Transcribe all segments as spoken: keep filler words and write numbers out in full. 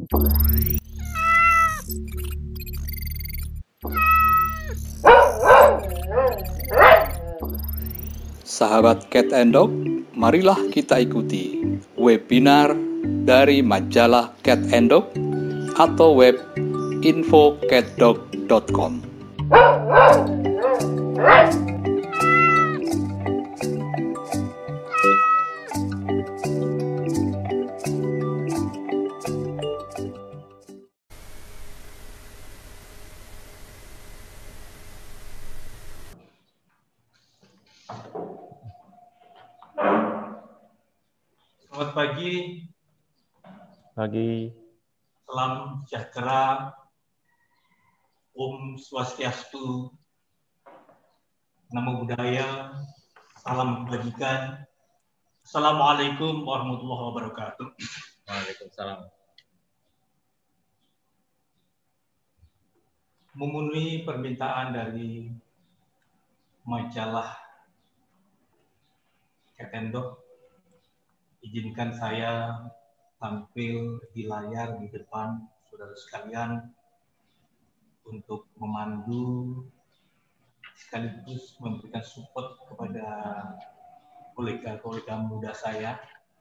Sahabat Cat and Dog, marilah kita ikuti webinar dari majalah Cat and Dog atau web info cat dog dot com. Selamat pagi. Pagi. Salam sejahtera. Om Swastiastu. Namo Buddhaya. Salam kebajikan. Assalamualaikum warahmatullahi wabarakatuh. Waalaikumsalam. Memenuhi permintaan dari majalah Cat and Dog, izinkan saya tampil di layar di depan saudara sekalian untuk memandu sekaligus memberikan support kepada kolega-kolega muda saya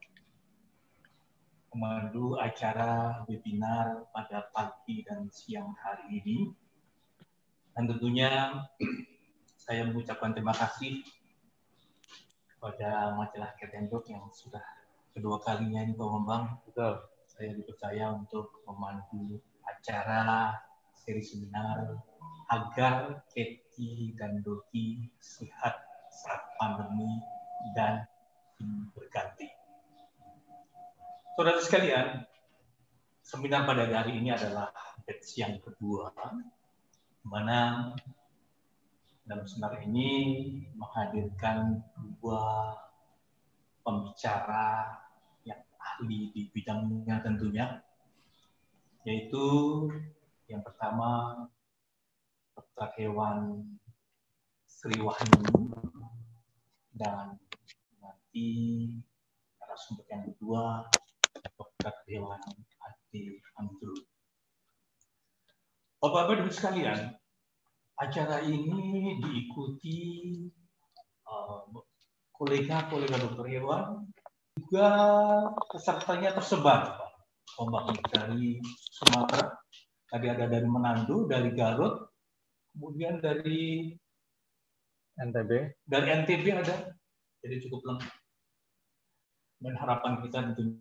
memandu acara webinar pada pagi dan siang hari ini. Dan tentunya saya mengucapkan terima kasih kepada majalah Cat and Dog yang sudah kedua kalinya ini Pak Bambang, betul, saya dipercaya untuk memandu acara seri seminar agar Cathy dan Dogi sehat saat pandemi dan berganti. Saudara sekalian, seminar pada hari ini adalah batch yang kedua, di mana dalam seminar ini menghadirkan dua pembicara yang ahli di bidangnya tentunya, yaitu yang pertama dokter hewan Sri Wahyuni dan nanti narasumber yang kedua dokter hewan Ade Andrew. Bapak-bapak dan sekalian, acara ini diikuti uh, kolega-kolega dokter hewan, juga pesertanya tersebar, Pak. Ombak dari Sumatera, tadi ada dari Manado, dari Garut, kemudian dari N T B, dari N T B ada, jadi cukup lengkap. Dan harapan kita tentunya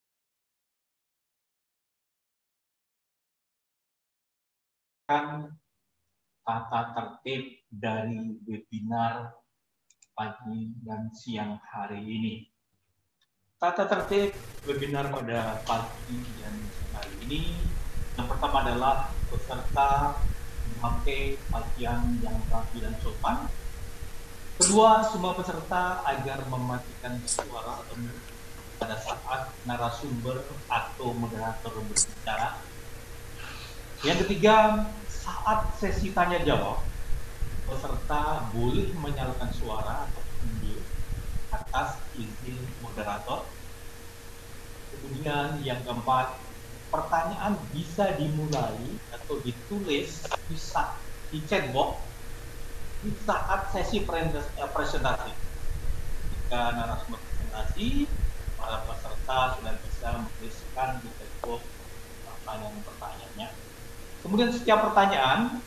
tata tertib dari webinar pagi dan siang hari ini. Tata tertib webinar pada pagi dan siang hari ini, yang pertama adalah peserta memakai pakaian yang rapi dan sopan. Kedua, semua peserta agar mematikan suara atau pada saat narasumber atau moderator berbicara. Yang ketiga, saat sesi tanya jawab, peserta boleh menyalakan suara atau video atas izin moderator. Kemudian yang keempat, pertanyaan bisa dimulai atau ditulis bisa di chat box di saat sesi presentasi. Jika narasumber presentasi, para peserta sudah bisa menuliskan di chat box pertanyaan-pertanyaannya. Kemudian setiap pertanyaan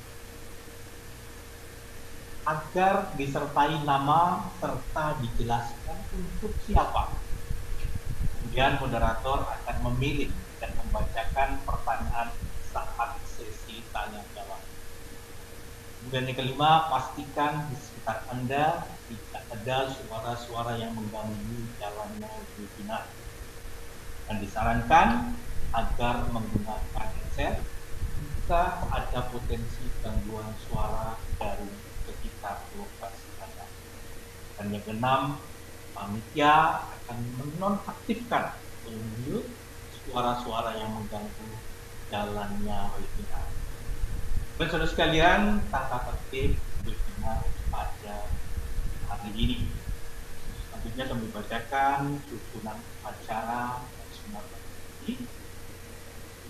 agar disertai nama serta dijelaskan untuk siapa. Kemudian moderator akan memilih dan membacakan pertanyaan saat sesi tanya jawab. Kemudian yang kelima, pastikan di sekitar Anda tidak ada suara-suara yang mengganggu jalannya webinar. Dan disarankan agar menggunakan headset jika ada potensi gangguan suara dari sekitar lokasi Anda. Dan yang keenam, panitia akan menonaktifkan mute suara-suara yang mengganggu jalannya webinar. Dan saudara sekalian, tata tertib webinar pada hari ini. Selanjutnya kami bacakan susunan acara dan seminar ini.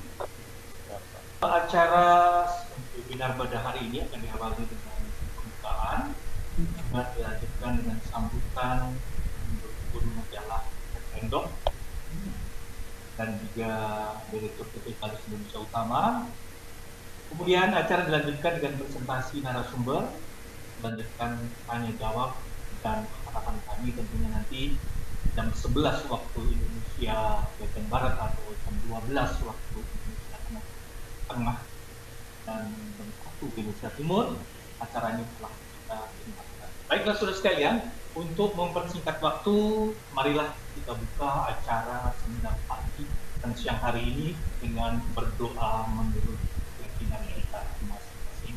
acara webinar pada hari ini akan diawali dengan pembukaan, dan dilanjutkan dengan sambutan berikut majalah Endok dan juga Direktur P T Galis Indonesia Utama. Kemudian acara dilanjutkan dengan presentasi narasumber, melanjutkan tanya jawab, dan harapan kami tentunya nanti jam sebelas waktu Indonesia bagian Barat atau jam dua belas waktu Indonesia Tengah dan jam satu Indonesia Timur, acara ini telah kita lakukan. Baiklah saudara sekalian, untuk mempersingkat waktu, marilah kita buka acara seminar pagi dan siang hari ini dengan berdoa menurut keyakinan kita masing-masing.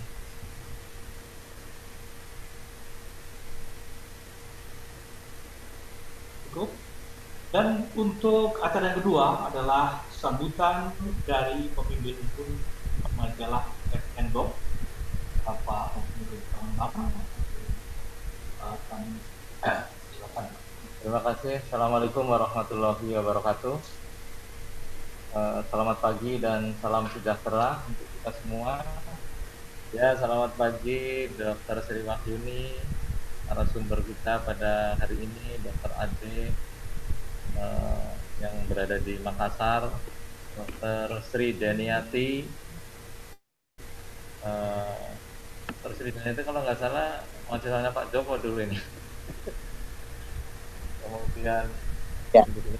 Cukup. Dan untuk acara yang kedua adalah sambutan dari pemimpin umum majalah Endok, Bapak Nurul Bambang. Kami silakan. Terima kasih. Assalamualaikum warahmatullahi wabarakatuh. Uh, selamat pagi dan salam sejahtera untuk kita semua. Ya, selamat pagi Dokter Sri Wahyuni, narasumber kita pada hari ini, Dokter Ade uh, yang berada di Makassar, Dokter Sri Deniati. Uh, Dokter Sri Deniati kalau nggak salah mahasiswanya Pak Joko dulu ini. Kemudian ya.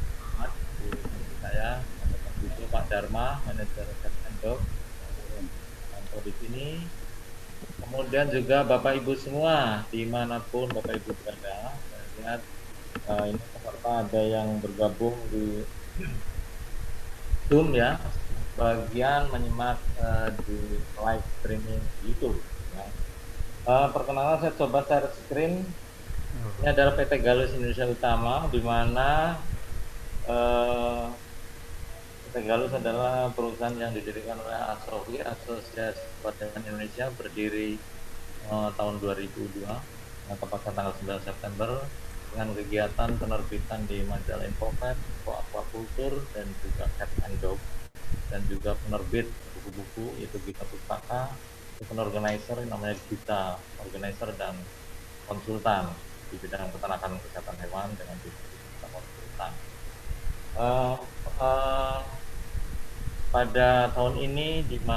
Saya itu Pak Dharma, manajer Endok, kantor di sini. Kemudian juga Bapak Ibu semua, dimanapun Bapak Ibu berada. Saya lihat uh, ini peserta ada yang bergabung di Zoom ya, bagian menyimak uh, di live streaming YouTube. Ya. Uh, perkenalan saya coba share screen. Ini adalah P T Galis Indonesia Utama, di mana uh, P T Galis adalah perusahaan yang didirikan oleh ASOFI, Asosiasi Perdagangan Indonesia, berdiri uh, tahun dua ribu dua, nah, tepatnya tanggal sembilan September, dengan kegiatan penerbitan di majalah Infocat, Info Aquaculture, dan juga Cat Endok, dan juga penerbit buku-buku, itu Gita Pustaka, event organizer namanya Gita Organizer, dan konsultan di bidang peternakan kesehatan hewan dengan kita konsultan. Uh, uh, pada tahun ini di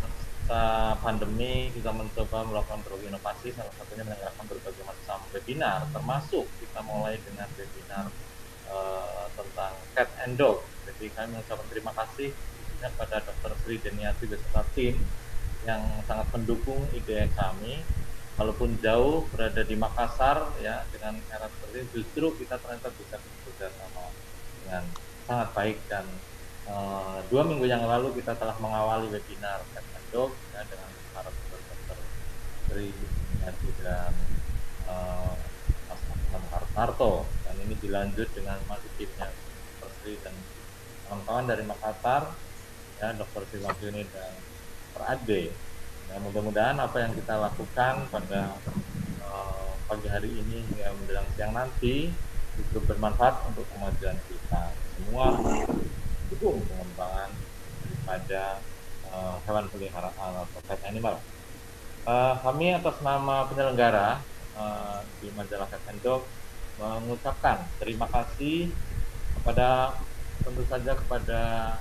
masa pandemi kita mencoba melakukan berbagai inovasi, salah satunya menyelenggarakan berbagai macam webinar, termasuk kita mulai dengan webinar uh, tentang Cat Endok. Jadi kami mengucapkan terima kasih kepada Dokter Sri Deniati beserta tim yang sangat mendukung ide kami. Walaupun jauh berada di Makassar ya, dengan era seperti ini justru kita ternyata bisa bekerja sama dengan sangat baik, dan uh, dua minggu yang lalu kita telah mengawali webinar Cat Endok ya, dengan para Dokter Sri Deniati dan uh, Mas Ahmad Hartarto, dan ini dilanjut dengan masih timnya Dokter Sri dan kawan-kawan dari Makassar ya, Dokter Sri Wahyuni dan Dokter Ade. Nah, mudah-mudahan apa yang kita lakukan pada uh, pagi hari ini hingga menjelang siang nanti itu bermanfaat untuk kemajuan kita semua, dukung pengembangan daripada uh, hewan peliharaan atau pet animal. Uh, kami atas nama penyelenggara uh, di majalah Cat Endok mengucapkan terima kasih kepada, tentu saja kepada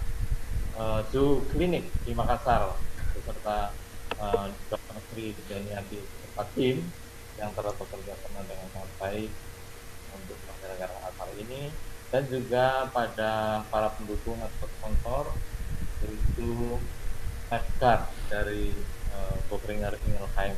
uh, Zoo Klinik di Makassar beserta Uh, Dokter Sri Deniati beserta tim yang telah bekerja sama dengan sangat baik untuk menyelenggarakan acara ini, dan juga pada para pendukung atau sponsor, yaitu Medguard dari uh, Boehringer Ingelheim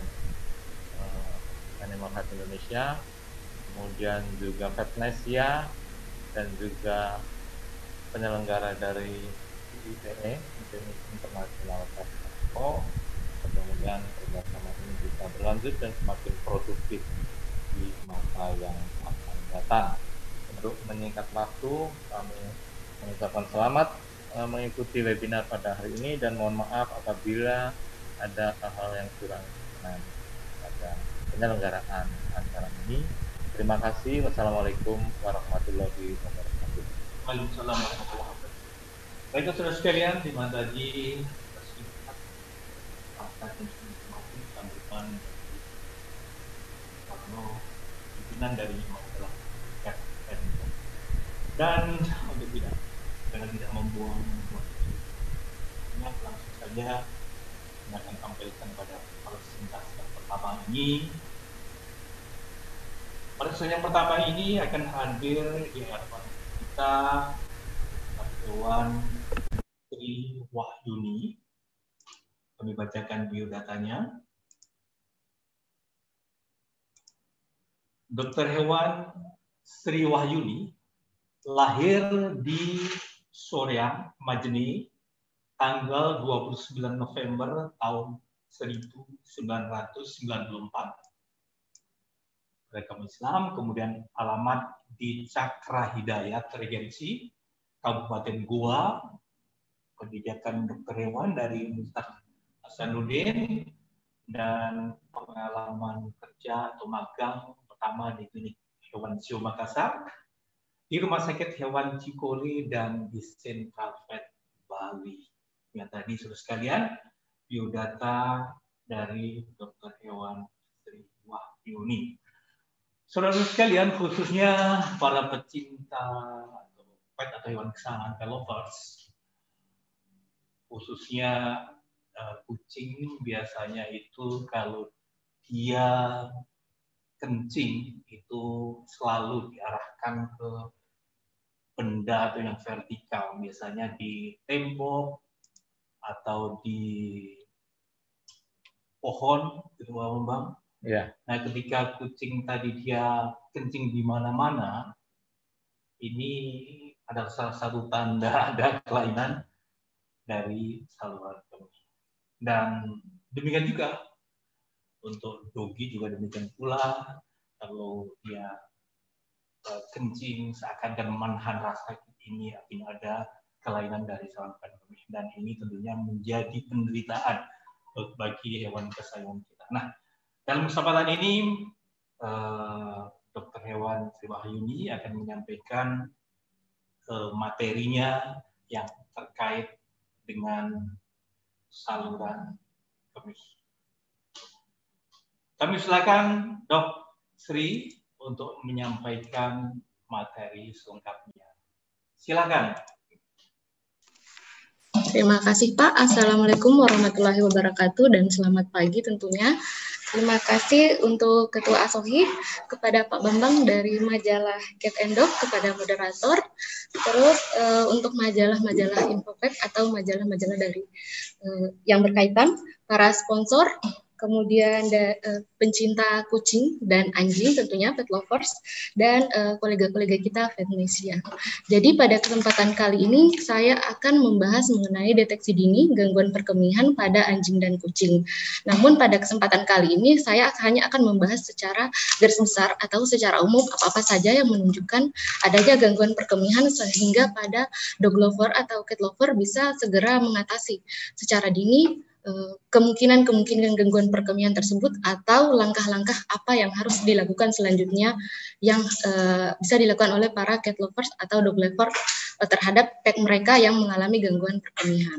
uh, Animal Health Indonesia, kemudian juga Vetnesia, dan juga penyelenggara dari I T E, International Pet Expo. Mudah-mudahan kerjasama ini bisa berlanjut dan semakin produktif di masa yang akan datang. Untuk menyingkat waktu, kami mengucapkan selamat uh, mengikuti webinar pada hari ini, dan mohon maaf apabila ada hal-hal yang kurang berkenan pada penyelenggaraan acara ini. Terima kasih. Wassalamualaikum warahmatullahi wabarakatuh. Waalaikumsalam warahmatullahi wabarakatuh. Baik, saudara sekalian, di mana tadi Teknik Informasi sambutan Karno, pimpinan dari majalah Cat Endog. Dan untuk tidak dengan tidak membuang waktu, langsung saja saya akan tampilkan pada presentasi yang pertama ini. Presentasi yang pertama ini akan hadir di hadapan kita Dewan Sri Wahyuni. Kami bacakan biodatanya. Dokter Hewan Sri Wahyuni lahir di Soreang, Majene, tanggal dua puluh sembilan November tahun seribu sembilan ratus sembilan puluh empat. Beragama Islam, kemudian alamat di Cakra Hidayat Regensi, Kabupaten Goa. Pendidikan Dokter Hewan dari Universitas Hasanuddin dan pengalaman kerja atau magang pertama di Klinik Hewan Sio Makassar, di Rumah Sakit Hewan Cikole, dan di Central Vet Bali. Yang tadi saudara sekalian, biodata dari Dokter Hewan Sri Wahyuni. Saudara sekalian, khususnya para pecinta atau pet atau hewan kesayangan pet lovers, khususnya uh, kucing, biasanya itu kalau dia kencing itu selalu diarahkan ke benda atau yang vertikal, biasanya di tembok atau di pohon, gitu Bang. Ya. Nah, ketika kucing tadi dia kencing di mana-mana, ini adalah salah satu tanda ada kelainan dari saluran kemih. Dan demikian juga untuk dogi juga demikian pula, kalau dia uh, kencing seakan-akan menahan rasa ini artinya ada kelainan dari saluran kemih, dan ini tentunya menjadi penderitaan bagi hewan kesayangan kita. Nah, dalam kesempatan ini uh, Dokter Hewan Sri Wahyuni akan menyampaikan uh, materinya yang terkait dengan saluran kemih. Kami silakan Dok Sri untuk menyampaikan materi selengkapnya. Silakan. Terima kasih Pak. Assalamualaikum warahmatullahi wabarakatuh dan selamat pagi tentunya. Terima kasih untuk Ketua Asohi, kepada Pak Bambang dari majalah Cat Endog, kepada moderator, terus uh, untuk majalah-majalah Infopet atau majalah-majalah dari uh, yang berkaitan, para sponsor, kemudian da, uh, pencinta kucing dan anjing tentunya, pet lovers, dan uh, kolega-kolega kita Vetnesia. Jadi pada kesempatan kali ini saya akan membahas mengenai deteksi dini gangguan perkemihan pada anjing dan kucing. Namun pada kesempatan kali ini saya hanya akan membahas secara garis besar atau secara umum apa-apa saja yang menunjukkan adanya gangguan perkemihan sehingga pada dog lover atau cat lover bisa segera mengatasi secara dini kemungkinan-kemungkinan gangguan perkemihan tersebut atau langkah-langkah apa yang harus dilakukan selanjutnya yang uh, bisa dilakukan oleh para cat lovers atau dog lover uh, terhadap pet mereka yang mengalami gangguan perkemihan.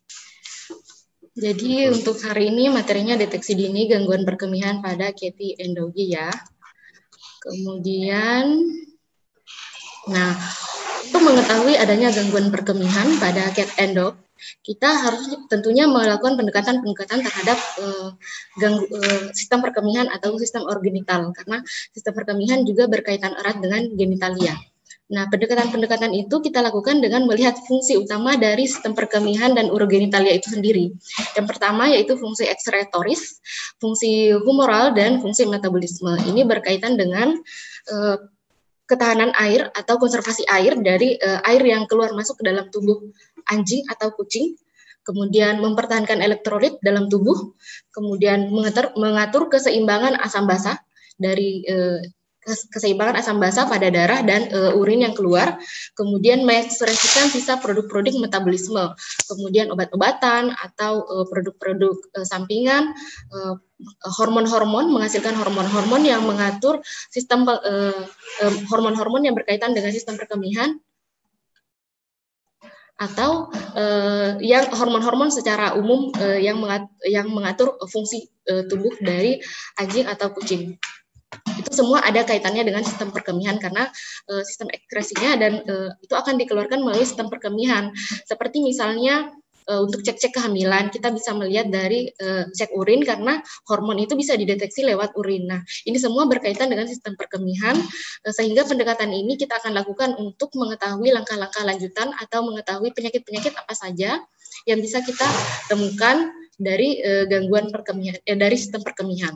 Jadi untuk hari ini materinya deteksi dini gangguan perkemihan pada Catty and Doggy ya. Kemudian, nah untuk mengetahui adanya gangguan perkemihan pada cat and dog, kita harus tentunya melakukan pendekatan-pendekatan terhadap uh, ganggu, uh, sistem perkemihan atau sistem urogenital, karena sistem perkemihan juga berkaitan erat dengan genitalia. Nah, pendekatan-pendekatan itu kita lakukan dengan melihat fungsi utama dari sistem perkemihan dan urogenitalia itu sendiri. Yang pertama yaitu fungsi ekskretoris, fungsi humoral, dan fungsi metabolisme. Ini berkaitan dengan uh, ketahanan air atau konservasi air dari uh, air yang keluar masuk ke dalam tubuh anjing atau kucing, kemudian mempertahankan elektrolit dalam tubuh, kemudian mengatur, mengatur keseimbangan asam basa dari uh, keseimbangan asam basa pada darah dan uh, urin yang keluar, kemudian mengekspresikan sisa produk-produk metabolisme, kemudian obat-obatan atau uh, produk-produk uh, sampingan, uh, hormon-hormon, menghasilkan hormon-hormon yang mengatur sistem uh, uh, hormon-hormon yang berkaitan dengan sistem perkemihan, atau uh, yang hormon-hormon secara umum uh, yang, mengat yang mengatur fungsi uh, tubuh dari anjing atau kucing. Itu semua ada kaitannya dengan sistem perkemihan karena uh, sistem ekskresinya dan uh, itu akan dikeluarkan melalui sistem perkemihan. Seperti misalnya uh, untuk cek-cek kehamilan kita bisa melihat dari uh, cek urin karena hormon itu bisa dideteksi lewat urin. Nah, ini semua berkaitan dengan sistem perkemihan uh, sehingga pendekatan ini kita akan lakukan untuk mengetahui langkah-langkah lanjutan atau mengetahui penyakit-penyakit apa saja yang bisa kita temukan dari uh, gangguan perkemihan eh, dari sistem perkemihan.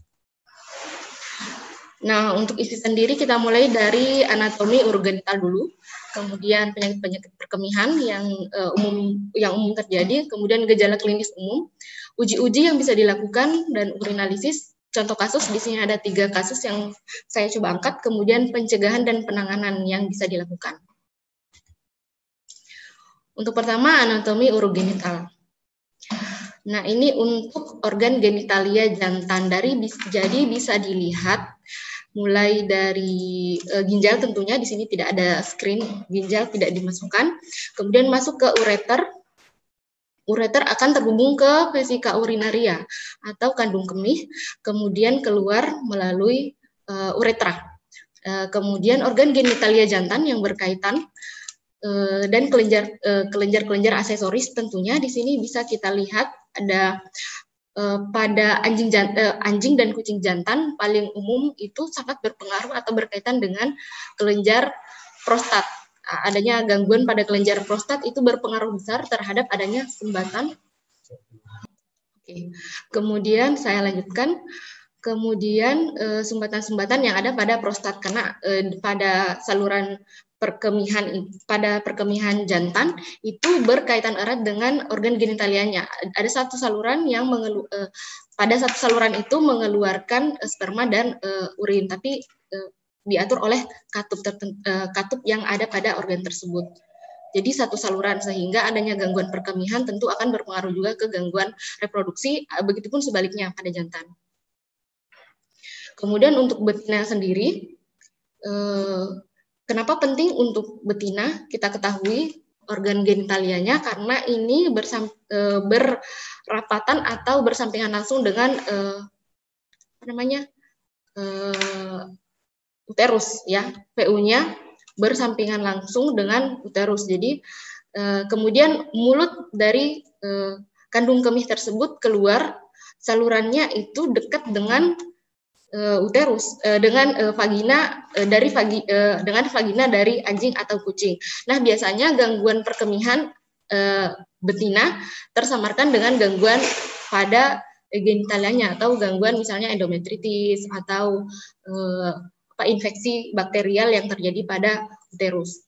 Nah, untuk isi sendiri kita mulai dari anatomi urogenital dulu, kemudian penyakit-penyakit perkemihan yang uh, umum yang umum terjadi, kemudian gejala klinis umum, uji-uji yang bisa dilakukan dan urinalisis. Contoh kasus di sini ada tiga kasus yang saya coba angkat, kemudian pencegahan dan penanganan yang bisa dilakukan. Untuk pertama anatomi urogenital. Nah, ini untuk organ genitalia jantan. Dari jadi bisa dilihat mulai dari uh, ginjal, tentunya di sini tidak ada screen, ginjal tidak dimasukkan. Kemudian masuk ke ureter. Ureter akan terhubung ke vesika urinaria atau kandung kemih, kemudian keluar melalui uh, uretra. Uh, kemudian organ genitalia jantan yang berkaitan uh, dan kelenjar uh, kelenjar-kelenjar aksesoris tentunya di sini bisa kita lihat ada uh, pada anjing jan, uh, anjing dan kucing jantan paling umum itu sangat berpengaruh atau berkaitan dengan kelenjar prostat. Uh, adanya gangguan pada kelenjar prostat itu berpengaruh besar terhadap adanya sumbatan. Oke. Kemudian saya lanjutkan. Kemudian uh, sumbatan-sumbatan yang ada pada prostat karena uh, pada saluran perkemihan pada perkemihan jantan itu berkaitan erat dengan organ genitalianya. Ada satu saluran yang mengelu, uh, pada satu saluran itu mengeluarkan uh, sperma dan uh, urin, tapi uh, diatur oleh katup tertentu, uh, katup yang ada pada organ tersebut. Jadi satu saluran, sehingga adanya gangguan perkemihan tentu akan berpengaruh juga ke gangguan reproduksi, uh, begitupun sebaliknya pada jantan. Kemudian untuk betina sendiri, uh, kenapa penting untuk betina kita ketahui organ genitalianya? Karena ini bersam, e, berrapatan atau bersampingan langsung dengan e, apa namanya e, uterus, ya, P U-nya bersampingan langsung dengan uterus. Jadi e, kemudian mulut dari e, kandung kemih tersebut keluar, salurannya itu dekat dengan Uh, uterus uh, dengan uh, vagina uh, dari vagi, uh, dengan vagina dari anjing atau kucing. Nah, biasanya gangguan perkemihan uh, betina tersamarkan dengan gangguan pada genitalianya atau gangguan misalnya endometritis atau uh, apa infeksi bakterial yang terjadi pada uterus.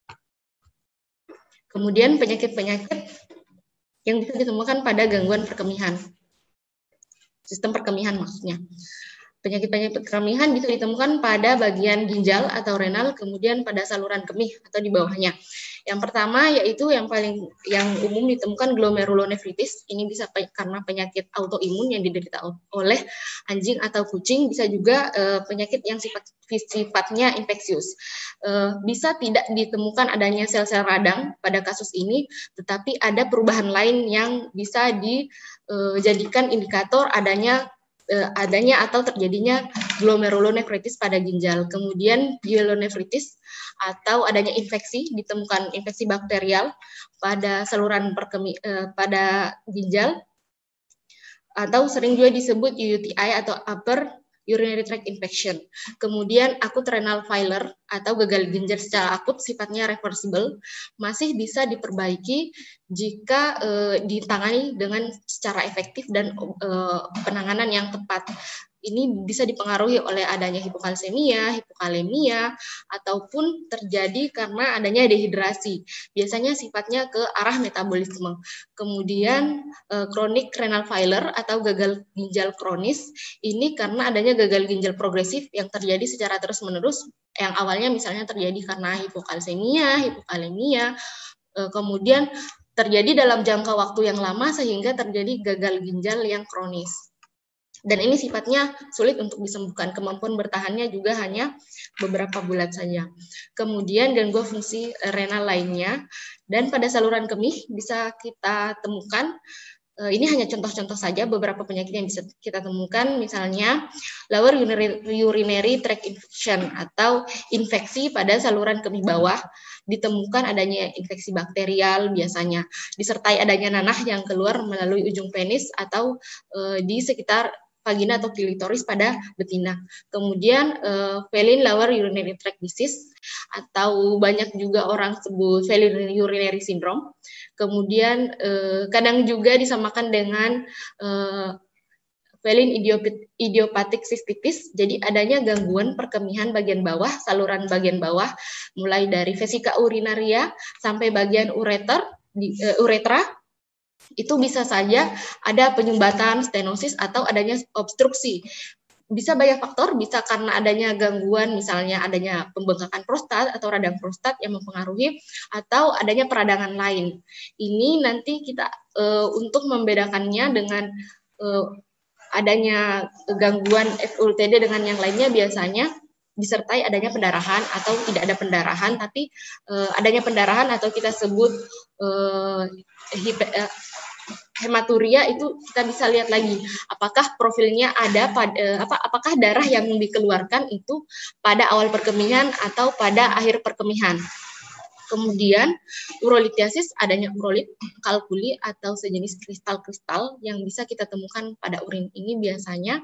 Kemudian penyakit-penyakit yang bisa ditemukan pada gangguan perkemihan, sistem perkemihan maksudnya. Penyakit-penyakit perkemihan bisa ditemukan pada bagian ginjal atau renal, kemudian pada saluran kemih atau di bawahnya. Yang pertama yaitu yang paling yang umum ditemukan glomerulonefritis. Ini bisa pe karena penyakit autoimun yang diderita oleh anjing atau kucing, bisa juga e, penyakit yang sifat sifatnya infeksius. E, bisa tidak ditemukan adanya sel-sel radang pada kasus ini, tetapi ada perubahan lain yang bisa dijadikan indikator adanya adanya atau terjadinya glomerulonefritis pada ginjal. Kemudian pyelonefritis atau adanya infeksi, ditemukan infeksi bakterial pada saluran perkemi, eh, pada ginjal, atau sering juga disebut U T I atau upper urinary tract infection. Kemudian akut renal failure atau gagal ginjal secara akut sifatnya reversible, masih bisa diperbaiki jika e, ditangani dengan secara efektif dan e, penanganan yang tepat. Ini bisa dipengaruhi oleh adanya hipokalsemia, hipokalemia, ataupun terjadi karena adanya dehidrasi. Biasanya sifatnya ke arah metabolisme. Kemudian eh, chronic renal failure atau gagal ginjal kronis, ini karena adanya gagal ginjal progresif yang terjadi secara terus-menerus, yang awalnya misalnya terjadi karena hipokalsemia, hipokalemia, eh, kemudian terjadi dalam jangka waktu yang lama sehingga terjadi gagal ginjal yang kronis. Dan ini sifatnya sulit untuk disembuhkan. Kemampuan bertahannya juga hanya beberapa bulan saja. Kemudian gangguan fungsi renal lainnya. Dan pada saluran kemih bisa kita temukan, ini hanya contoh-contoh saja beberapa penyakit yang bisa kita temukan, misalnya lower urinary tract infection atau infeksi pada saluran kemih bawah, ditemukan adanya infeksi bakterial biasanya, disertai adanya nanah yang keluar melalui ujung penis atau e, di sekitar vagina atau klitoris pada betina. Kemudian uh, feline lower urinary tract disease atau banyak juga orang sebut feline urinary syndrome. Kemudian uh, kadang juga disamakan dengan uh, feline idiopathic cystitis. Jadi adanya gangguan perkemihan bagian bawah, saluran bagian bawah, mulai dari vesika urinaria sampai bagian ureter, di, uh, uretra. Itu bisa saja ada penyumbatan, stenosis, atau adanya obstruksi. Bisa banyak faktor, bisa karena adanya gangguan, misalnya adanya pembengkakan prostat atau radang prostat yang mempengaruhi, atau adanya peradangan lain. Ini nanti kita e, untuk membedakannya dengan e, adanya gangguan F U T D dengan yang lainnya biasanya disertai adanya pendarahan atau tidak ada pendarahan, tapi uh, adanya pendarahan atau kita sebut uh, hipe, uh, hematuria itu kita bisa lihat lagi apakah profilnya ada pada uh, apa apakah darah yang dikeluarkan itu pada awal perkemihan atau pada akhir perkemihan. Kemudian urolithiasis, adanya urolit, kalkuli atau sejenis kristal-kristal yang bisa kita temukan pada urin. Ini biasanya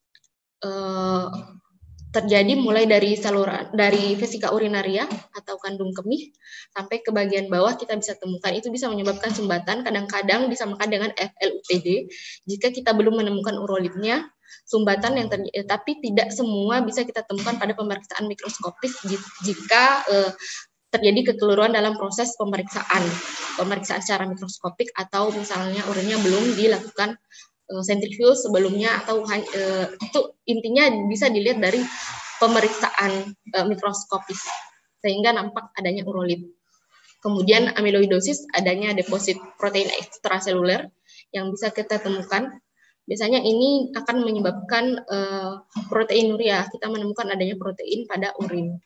uh, terjadi mulai dari saluran dari vesika urinaria atau kandung kemih sampai ke bagian bawah kita bisa temukan. Itu bisa menyebabkan sumbatan, kadang-kadang disamakan dengan F L U T D jika kita belum menemukan urolitnya. Sumbatan yang terjadi, tapi tidak semua bisa kita temukan pada pemeriksaan mikroskopis jika eh, terjadi kekeliruan dalam proses pemeriksaan pemeriksaan secara mikroskopik atau misalnya urinnya belum dilakukan sentrifuge sebelumnya atau uh, itu intinya bisa dilihat dari pemeriksaan uh, mikroskopis sehingga nampak adanya urolit. Kemudian amyloidosis, adanya deposit protein ekstraseluler yang bisa kita temukan. Biasanya ini akan menyebabkan uh, proteinuria, kita menemukan adanya protein pada urin.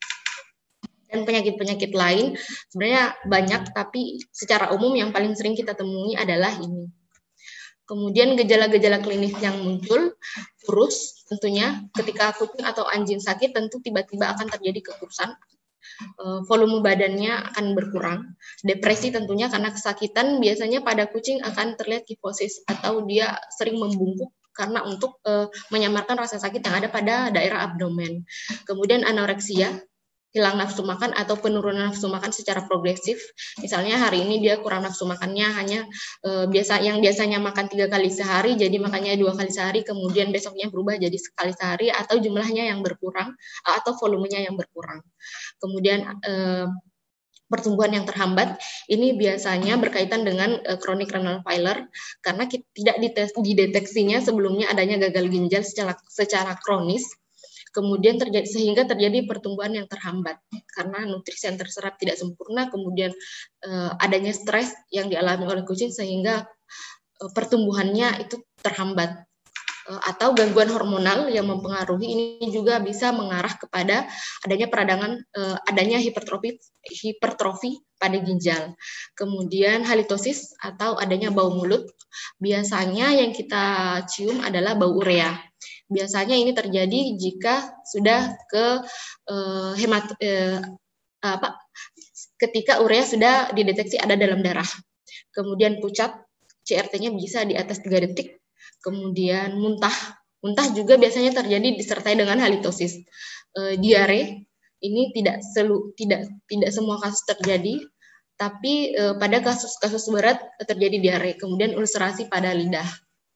Dan penyakit-penyakit lain sebenarnya banyak, tapi secara umum yang paling sering kita temui adalah ini. Kemudian gejala-gejala klinis yang muncul, kurus tentunya ketika kucing atau anjing sakit tentu tiba-tiba akan terjadi kekurusan, e, volume badannya akan berkurang. Depresi tentunya karena kesakitan biasanya pada kucing akan terlihat kifosis atau dia sering membungkuk karena untuk e, menyamarkan rasa sakit yang ada pada daerah abdomen. Kemudian anoreksia, hilang nafsu makan atau penurunan nafsu makan secara progresif. Misalnya hari ini dia kurang nafsu makannya, hanya e, biasa yang biasanya makan tiga kali sehari jadi makannya dua kali sehari, kemudian besoknya berubah jadi sekali sehari atau jumlahnya yang berkurang atau volumenya yang berkurang. Kemudian e, pertumbuhan yang terhambat ini biasanya berkaitan dengan e, chronic renal failure karena kita tidak dideteksinya sebelumnya adanya gagal ginjal secara secara kronis. Kemudian terjadi sehingga terjadi pertumbuhan yang terhambat karena nutrisi yang terserap tidak sempurna, kemudian eh, adanya stres yang dialami oleh kucing sehingga eh, pertumbuhannya itu terhambat. Eh, atau gangguan hormonal yang mempengaruhi ini juga bisa mengarah kepada adanya peradangan, eh, adanya hipertrofi hipertrofi pada ginjal. Kemudian halitosis atau adanya bau mulut, biasanya yang kita cium adalah bau urea. Biasanya ini terjadi jika sudah ke eh, hemat eh, apa ketika urea sudah dideteksi ada dalam darah. Kemudian pucat, C R T-nya bisa di atas tiga detik. Kemudian muntah, muntah juga biasanya terjadi disertai dengan halitosis. E, diare ini tidak selu, tidak tidak semua kasus terjadi, tapi e, pada kasus-kasus berat terjadi diare. Kemudian ulcerasi pada lidah.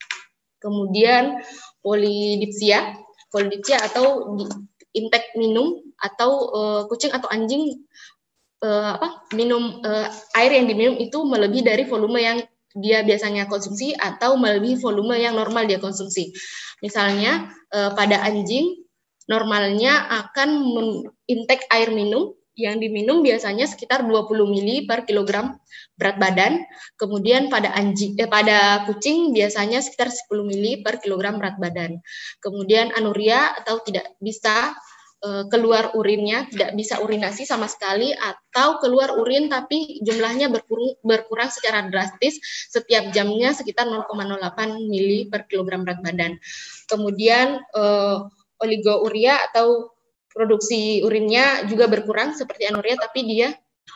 Kemudian polidipsia, polidipsia atau intake minum atau e, kucing atau anjing e, apa minum e, air yang diminum itu melebihi dari volume yang dia biasanya konsumsi atau melebihi volume yang normal dia konsumsi. Misalnya eh, pada anjing normalnya akan intake air minum yang diminum biasanya sekitar dua puluh mililiter per kilogram berat badan. Kemudian pada anjing, eh, pada kucing biasanya sekitar sepuluh mililiter per kilogram berat badan. Kemudian anuria atau tidak bisa eh, keluar urinnya, tidak bisa urinasi sama sekali, atau keluar urin tapi jumlahnya berkurang, berkurang secara drastis setiap jamnya sekitar nol koma nol delapan mililiter per kilogram berat badan. Kemudian eh, oligouria atau produksi urinnya juga berkurang seperti anuria, tapi dia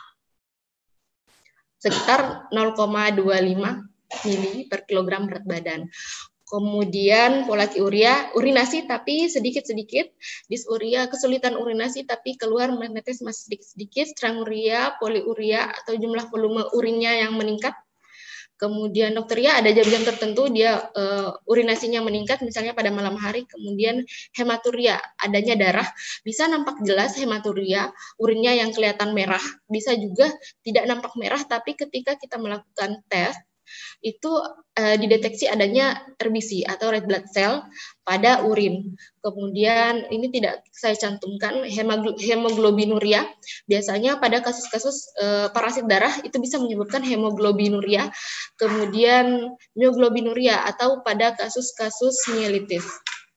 sekitar nol koma dua lima mililiter per kilogram berat badan. Kemudian polakiuria, urinasi tapi sedikit-sedikit, disuria, kesulitan urinasi tapi keluar menetes masih sedikit-sedikit, stranguria, poliuria atau jumlah volume urinnya yang meningkat. Kemudian dokteria ada jam-jam tertentu dia uh, urinasinya meningkat, misalnya pada malam hari. Kemudian hematuria, adanya darah, bisa nampak jelas hematuria, urinnya yang kelihatan merah, bisa juga tidak nampak merah, tapi ketika kita melakukan tes, itu uh, dideteksi adanya R B C atau red blood cell pada urin. Kemudian ini tidak saya cantumkan, hemoglobinuria. Biasanya pada kasus-kasus uh, parasit darah itu bisa menyebabkan hemoglobinuria. Kemudian myoglobinuria atau pada kasus-kasus mielitis.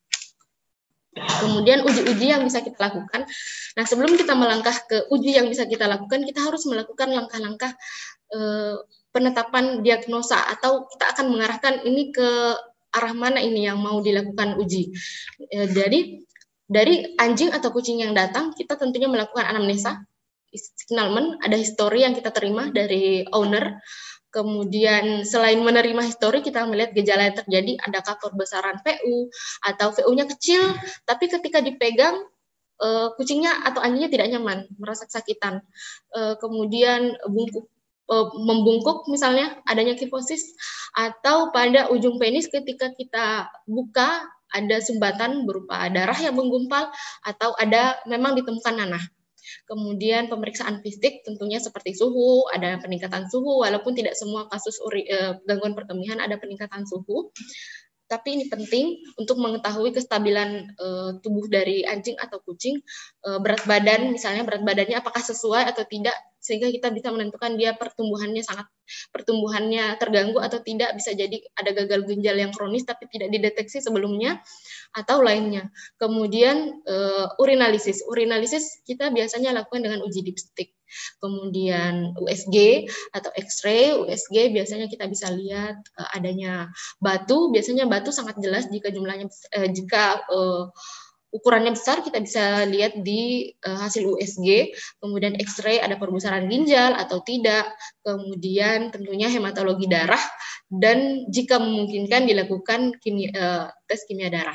Kemudian uji-uji yang bisa kita lakukan. Nah, sebelum kita melangkah ke uji yang bisa kita lakukan, kita harus melakukan langkah-langkah uh, penetapan diagnosa, atau kita akan mengarahkan ini ke arah mana ini yang mau dilakukan uji. E, jadi dari anjing atau kucing yang datang, kita tentunya melakukan anamnesa, signalment, ada histori yang kita terima dari owner. Kemudian selain menerima histori, kita melihat gejala yang terjadi, adakah perbesaran V U atau V U-nya kecil, tapi ketika dipegang e, kucingnya atau anjingnya tidak nyaman, merasa kesakitan. E, kemudian bungkuk membungkuk, misalnya adanya kifosis, atau pada ujung penis ketika kita buka ada sumbatan berupa darah yang menggumpal, atau ada memang ditemukan nanah. Kemudian pemeriksaan fisik tentunya seperti suhu, ada peningkatan suhu, walaupun tidak semua kasus uri, eh, gangguan perkemihan ada peningkatan suhu. Tapi ini penting untuk mengetahui kestabilan e, tubuh dari anjing atau kucing, e, berat badan, misalnya berat badannya apakah sesuai atau tidak, sehingga kita bisa menentukan dia pertumbuhannya sangat pertumbuhannya terganggu atau tidak, bisa jadi ada gagal ginjal yang kronis tapi tidak dideteksi sebelumnya atau lainnya. Kemudian e, urinalisis, urinalisis kita biasanya lakukan dengan uji dipstick. Kemudian U S G atau X-ray, U S G biasanya kita bisa lihat uh, adanya batu, biasanya batu sangat jelas jika jumlahnya uh, jika uh, ukurannya besar, kita bisa lihat di uh, hasil U S G. Kemudian X-ray ada perbesaran ginjal atau tidak, kemudian tentunya hematologi darah, dan jika memungkinkan dilakukan kimia, uh, tes kimia darah.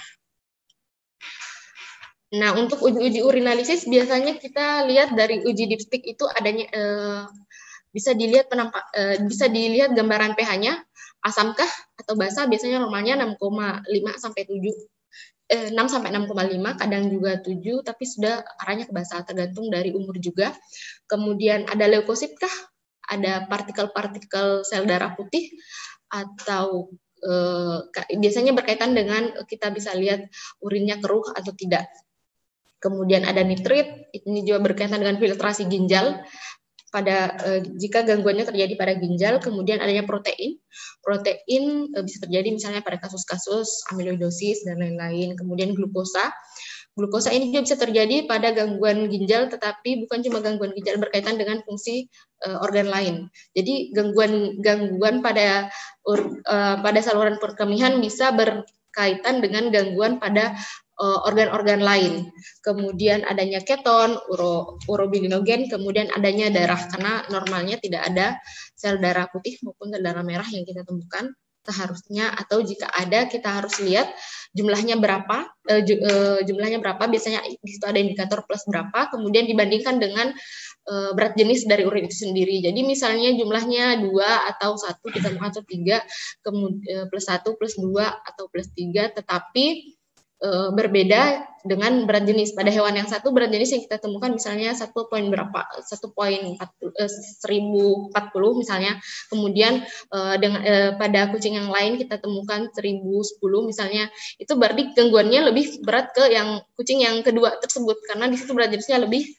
Nah, untuk uji-uji urinalisis biasanya kita lihat dari uji dipstick itu adanya eh, bisa dilihat penampak eh, bisa dilihat gambaran pH-nya, asamkah atau basa, biasanya normalnya enam koma lima sampai tujuh, eh, enam sampai enam koma lima, kadang juga tujuh, tapi sudah arahnya ke basa, tergantung dari umur juga. Kemudian ada leukosit kah? Ada partikel-partikel sel darah putih, atau eh, biasanya berkaitan dengan kita bisa lihat urinnya keruh atau tidak. Kemudian ada nitrit, ini juga berkaitan dengan filtrasi ginjal pada eh, jika gangguannya terjadi pada ginjal. Kemudian adanya protein, protein eh, bisa terjadi misalnya pada kasus-kasus amiloidosis dan lain-lain. Kemudian glukosa, glukosa ini juga bisa terjadi pada gangguan ginjal, tetapi bukan cuma gangguan ginjal, berkaitan dengan fungsi eh, organ lain. Jadi gangguan gangguan pada ur, eh, pada saluran perkemihan bisa berkaitan dengan gangguan pada organ-organ lain. Kemudian adanya keton, uro, urobilinogen, kemudian adanya darah, karena normalnya tidak ada sel darah putih maupun sel darah merah yang kita temukan seharusnya, atau jika ada kita harus lihat jumlahnya berapa, eh, jumlahnya berapa, biasanya di situ ada indikator plus berapa, kemudian dibandingkan dengan eh, berat jenis dari urin itu sendiri. Jadi misalnya jumlahnya dua atau satu ditemukan atau tiga, kemudian plus satu, plus dua atau plus tiga, tetapi berbeda dengan berat jenis. Pada hewan yang satu, berat jenis yang kita temukan misalnya satu poin berapa, satu poin seribu empat puluh misalnya. Kemudian eh, dengan eh, pada kucing yang lain kita temukan seribu sepuluh misalnya. Itu berarti gangguannya lebih berat ke yang kucing yang kedua tersebut, karena di situ berat jenisnya lebih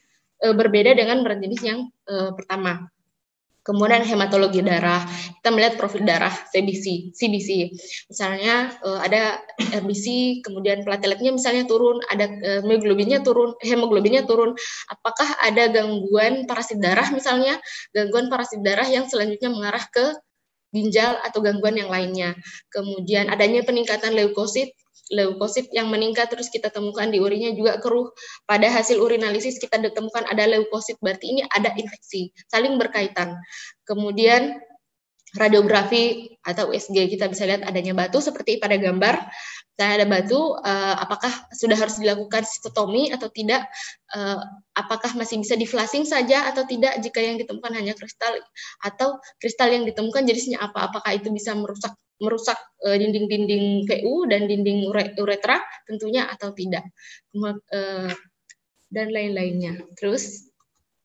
e, berbeda dengan berat jenis yang e, pertama. Kemudian hematologi darah, kita melihat profil darah C B C, C B C. Misalnya uh, ada R B C, kemudian plateletnya misalnya turun, ada uh, hemoglobinnya turun, hemoglobinnya turun. Apakah ada gangguan parasit darah misalnya, gangguan parasit darah yang selanjutnya mengarah ke ginjal atau gangguan yang lainnya. Kemudian adanya peningkatan leukosit, leukosit yang meningkat terus kita temukan di urinnya juga keruh. Pada hasil urinalisis kita ditemukan ada leukosit, berarti ini ada infeksi, saling berkaitan. Kemudian radiografi atau U S G kita bisa lihat adanya batu seperti pada gambar. Saya ada batu, uh, apakah sudah harus dilakukan sistotomi atau tidak? Uh, apakah masih bisa di-flushing saja atau tidak jika yang ditemukan hanya kristal, atau kristal yang ditemukan jenisnya apa? Apakah itu bisa merusak merusak uh, dinding-dinding P U dan dinding uretra tentunya atau tidak? Uh, dan lain-lainnya. Terus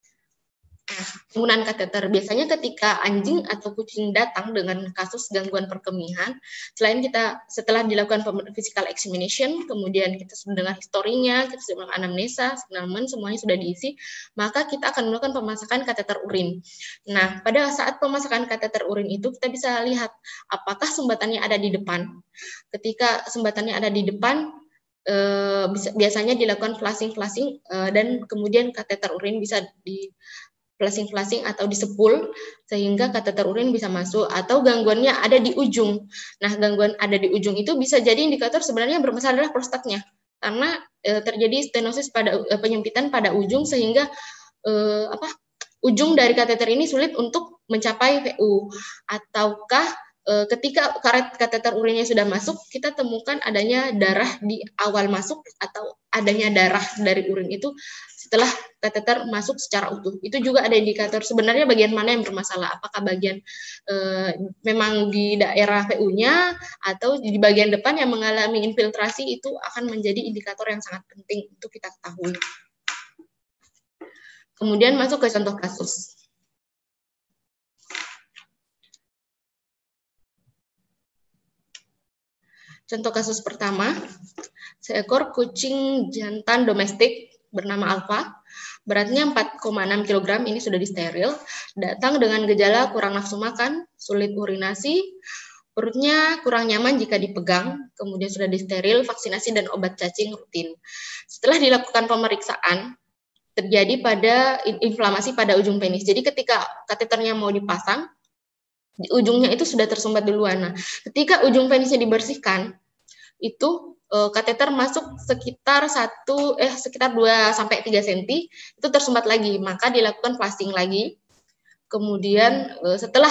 penggunaan kateter, biasanya ketika anjing atau kucing datang dengan kasus gangguan perkemihan, selain kita setelah dilakukan physical examination, kemudian kita sudah dengar historinya, kita sudah melakukan anamnesa, senaman semuanya sudah diisi, maka kita akan melakukan pemasakan kateter urin. Nah, pada saat pemasakan kateter urin itu kita bisa lihat apakah sumbatannya ada di depan. Ketika sumbatannya ada di depan, eh, biasanya dilakukan flushing-flushing eh, dan kemudian kateter urin bisa di flushing-flushing atau disepul sehingga kateter urin bisa masuk, atau gangguannya ada di ujung. Nah, gangguan ada di ujung itu bisa jadi indikator sebenarnya bermasalah adalah prostatnya, karena e, terjadi stenosis pada e, penyempitan pada ujung sehingga e, apa ujung dari kateter ini sulit untuk mencapai V U, ataukah e, ketika karet kateter urinnya sudah masuk kita temukan adanya darah di awal masuk atau adanya darah dari urin itu setelah kateter masuk secara utuh. Itu juga ada indikator sebenarnya bagian mana yang bermasalah, apakah bagian e, memang di daerah V U-nya atau di bagian depan yang mengalami infiltrasi, itu akan menjadi indikator yang sangat penting untuk kita ketahui. Kemudian masuk ke contoh kasus. Contoh kasus pertama, seekor kucing jantan domestik bernama Alpha, beratnya empat koma enam kilogram, ini sudah disteril, datang dengan gejala kurang nafsu makan, sulit urinasi, perutnya kurang nyaman jika dipegang, kemudian sudah disteril, vaksinasi dan obat cacing rutin. Setelah dilakukan pemeriksaan, terjadi pada inflamasi pada ujung penis. Jadi ketika kateternya mau dipasang, di ujungnya itu sudah tersumbat duluan. Nah, ketika ujung penisnya dibersihkan, itu kateter masuk sekitar satu eh sekitar dua sampai tiga sentimeter, itu tersumbat lagi, maka dilakukan flushing lagi. Kemudian setelah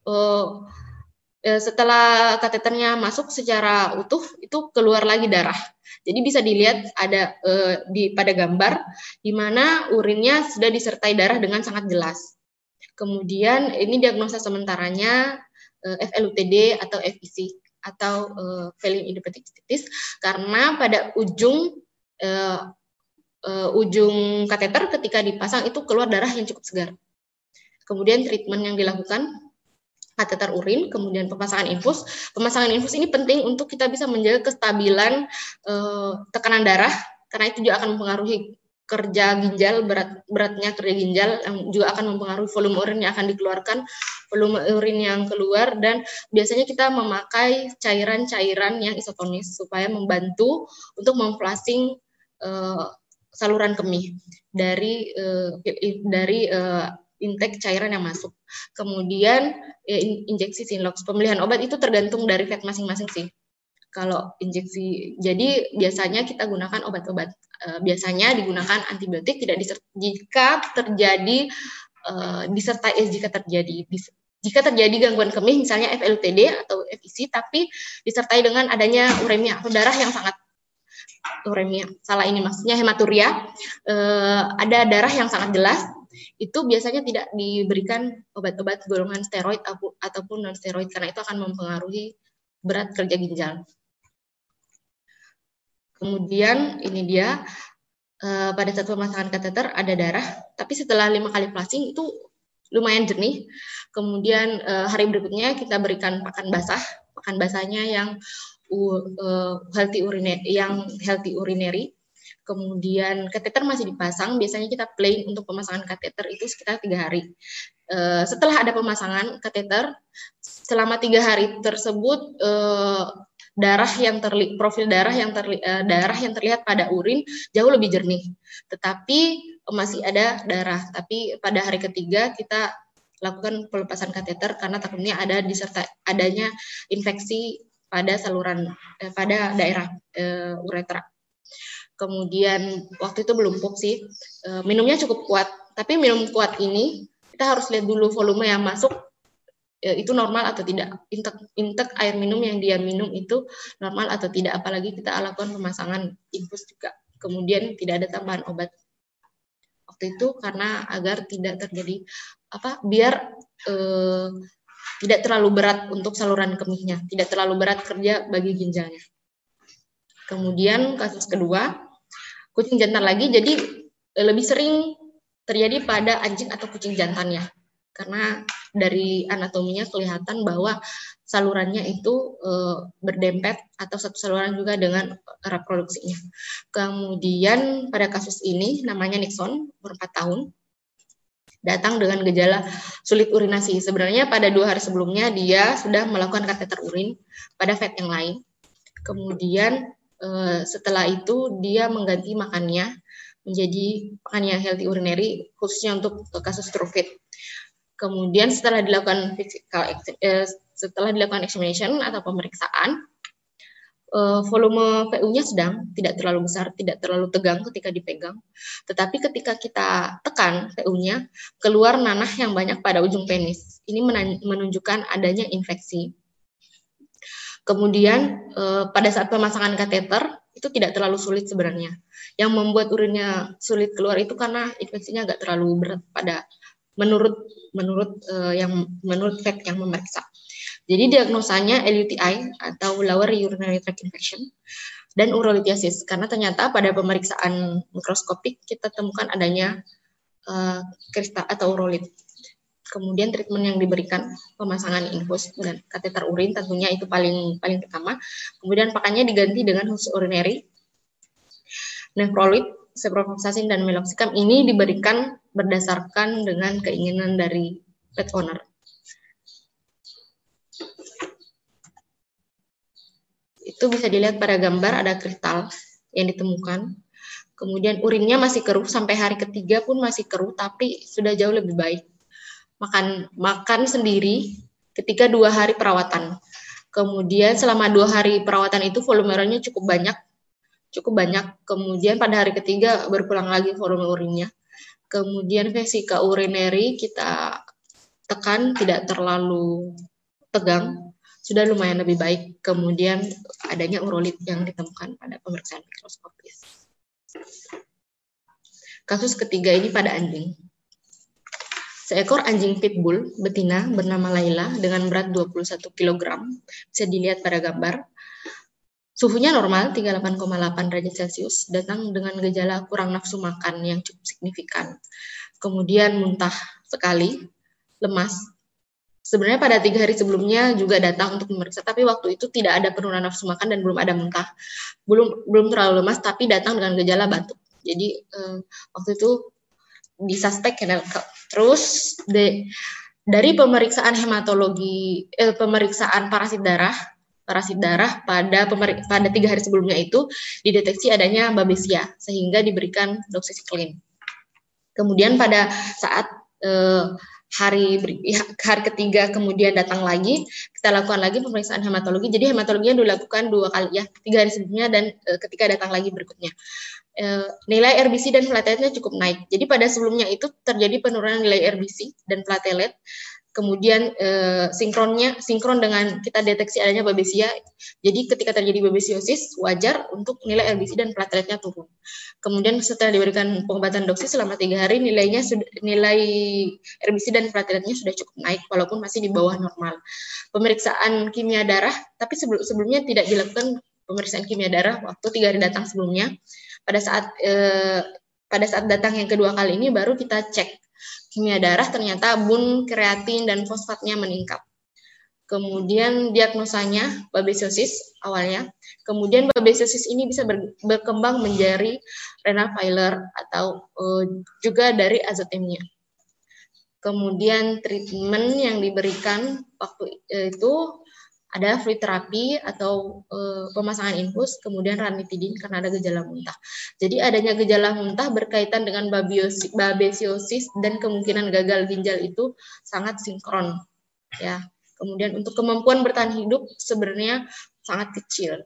setelah kateternya masuk secara utuh, itu keluar lagi darah. Jadi bisa dilihat ada di pada gambar di mana urinnya sudah disertai darah dengan sangat jelas. Kemudian ini diagnosa sementaranya F L U T D atau F I C atau uh, Feline idiopathic cystitis, karena pada ujung uh, uh, ujung kateter ketika dipasang itu keluar darah yang cukup segar. Kemudian treatment yang dilakukan kateter urin, kemudian pemasangan infus. Pemasangan infus ini penting untuk kita bisa menjaga kestabilan uh, tekanan darah, karena itu juga akan mempengaruhi kerja ginjal, berat beratnya kerja ginjal, yang juga akan mempengaruhi volume urin yang akan dikeluarkan, volume urin yang keluar, dan biasanya kita memakai cairan-cairan yang isotonis supaya membantu untuk memflushing uh, saluran kemih dari uh, dari uh, intake cairan yang masuk. Kemudian uh, injeksi Sinlox, pemilihan obat itu tergantung dari vet masing-masing sih. Kalau injeksi, jadi biasanya kita gunakan obat-obat. E, biasanya digunakan antibiotik tidak diser, jika terjadi e, disertai eh, jika terjadi dis, jika terjadi gangguan kemih, misalnya F L U T D atau F I C, tapi disertai dengan adanya uremia atau darah yang sangat uremia, salah ini maksudnya hematuria, e, ada darah yang sangat jelas, itu biasanya tidak diberikan obat-obat golongan steroid ataupun non steroid, karena itu akan mempengaruhi berat kerja ginjal. Kemudian ini dia uh, pada saat pemasangan kateter ada darah, tapi setelah lima kali flushing itu lumayan jernih. Kemudian uh, hari berikutnya kita berikan pakan basah, pakan basahnya yang uh, healthy urinary, yang healthy urinary. Kemudian kateter masih dipasang, biasanya kita plan untuk pemasangan kateter itu sekitar tiga hari. Uh, setelah ada pemasangan kateter, selama tiga hari tersebut uh, darah yang terlihat, profil darah yang terlihat, uh, darah yang terlihat pada urin jauh lebih jernih. Tetapi uh, masih ada darah. Tapi pada hari ketiga kita lakukan pelepasan kateter karena takutnya ada disertai adanya infeksi pada saluran eh, pada daerah eh, uretra. Kemudian waktu itu belum pop sih, eh, minumnya cukup kuat. Tapi minum kuat ini kita harus lihat dulu volume yang masuk eh, itu normal atau tidak. Intek intek air minum yang dia minum itu normal atau tidak. Apalagi kita lakukan pemasangan infus juga. Kemudian tidak ada tambahan obat. Waktu itu karena agar tidak terjadi apa biar eh, tidak terlalu berat untuk saluran kemihnya, tidak terlalu berat kerja bagi ginjalnya. Kemudian kasus kedua, kucing jantan lagi, jadi eh, lebih sering terjadi pada anjing atau kucing jantannya, karena dari anatominya kelihatan bahwa salurannya itu eh, berdempet atau satu saluran juga dengan reproduksinya. Kemudian pada kasus ini namanya Nixon, umur empat tahun, datang dengan gejala sulit urinasi. Sebenarnya pada dua hari sebelumnya dia sudah melakukan kateter urin pada vet yang lain. Kemudian eh, setelah itu dia mengganti makannya menjadi makan yang healthy urinary khususnya untuk kasus TrueFit. Kemudian setelah dilakukan physical eh, setelah dilakukan examination atau pemeriksaan, Uh, volume V U-nya sedang, tidak terlalu besar, tidak terlalu tegang ketika dipegang. Tetapi ketika kita tekan V U-nya, keluar nanah yang banyak pada ujung penis. Ini menunjukkan adanya infeksi. Kemudian uh, pada saat pemasangan kateter, itu tidak terlalu sulit sebenarnya. Yang membuat urinnya sulit keluar itu karena infeksinya agak terlalu berat pada menurut menurut uh, yang menurut vet yang memeriksa. Jadi diagnosanya L U T I atau lower urinary tract infection dan urolithiasis karena ternyata pada pemeriksaan mikroskopik kita temukan adanya uh, kristal atau urolit. Kemudian treatment yang diberikan pemasangan infus dan kateter urin tentunya itu paling paling pertama. Kemudian pakannya diganti dengan khusus urinary, nefrolit, ciprofloxacin dan meloxicam ini diberikan berdasarkan dengan keinginan dari pet owner. Itu bisa dilihat pada gambar ada kristal yang ditemukan. Kemudian urinnya masih keruh sampai hari ketiga pun masih keruh, tapi sudah jauh lebih baik. Makan makan sendiri ketika dua hari perawatan. Kemudian selama dua hari perawatan itu volumenya cukup banyak, cukup banyak. Kemudian pada hari ketiga berkurang lagi volume urinnya. Kemudian vesika urinary kita tekan tidak terlalu tegang. Sudah lumayan lebih baik. Kemudian adanya urolit yang ditemukan pada pemeriksaan mikroskopis. Kasus ketiga ini pada anjing. Seekor anjing pitbull betina bernama Layla dengan berat dua puluh satu kilogram, bisa dilihat pada gambar. Suhunya normal tiga puluh delapan koma delapan derajat Celcius, datang dengan gejala kurang nafsu makan yang cukup signifikan. Kemudian muntah sekali, lemas. Sebenarnya pada tiga hari sebelumnya juga datang untuk memeriksa, tapi waktu itu tidak ada penurunan nafsu makan dan belum ada muntah. Belum belum terlalu lemas, tapi datang dengan gejala batuk. Jadi eh, waktu itu disuspek kennel cow. Terus de, dari pemeriksaan hematologi, eh, pemeriksaan parasit darah, parasit darah pada pemerik, pada tiga hari sebelumnya itu dideteksi adanya babesia, sehingga diberikan doxycycline. Kemudian pada saat eh, hari hari ketiga kemudian datang lagi, kita lakukan lagi pemeriksaan hematologi. Jadi hematologinya dilakukan dua kali ya, tiga hari sebelumnya dan e, ketika datang lagi berikutnya. E, nilai R B C dan plateletnya cukup naik. Jadi pada sebelumnya itu terjadi penurunan nilai R B C dan platelet. Kemudian e, sinkronnya sinkron dengan kita deteksi adanya babesia. Jadi ketika terjadi babesiosis wajar untuk nilai R B C dan plateletnya turun. Kemudian setelah diberikan pengobatan doksi selama tiga hari nilainya sudah, nilai R B C dan plateletnya sudah cukup naik walaupun masih di bawah normal. Pemeriksaan kimia darah, tapi sebelum, sebelumnya tidak dilakukan pemeriksaan kimia darah waktu tiga hari datang sebelumnya. Pada saat e, pada saat datang yang kedua kali ini baru kita cek kimia darah, ternyata bun, kreatin, dan fosfatnya meningkat. Kemudian diagnosanya babesiosis awalnya. Kemudian babesiosis ini bisa ber, berkembang menjadi renal failure atau uh, juga dari azotemia. Kemudian treatment yang diberikan waktu itu ada fluid terapi atau uh, pemasangan infus, kemudian ranitidin karena ada gejala muntah. Jadi adanya gejala muntah berkaitan dengan babesiosis dan kemungkinan gagal ginjal itu sangat sinkron, ya. Kemudian untuk kemampuan bertahan hidup sebenarnya sangat kecil.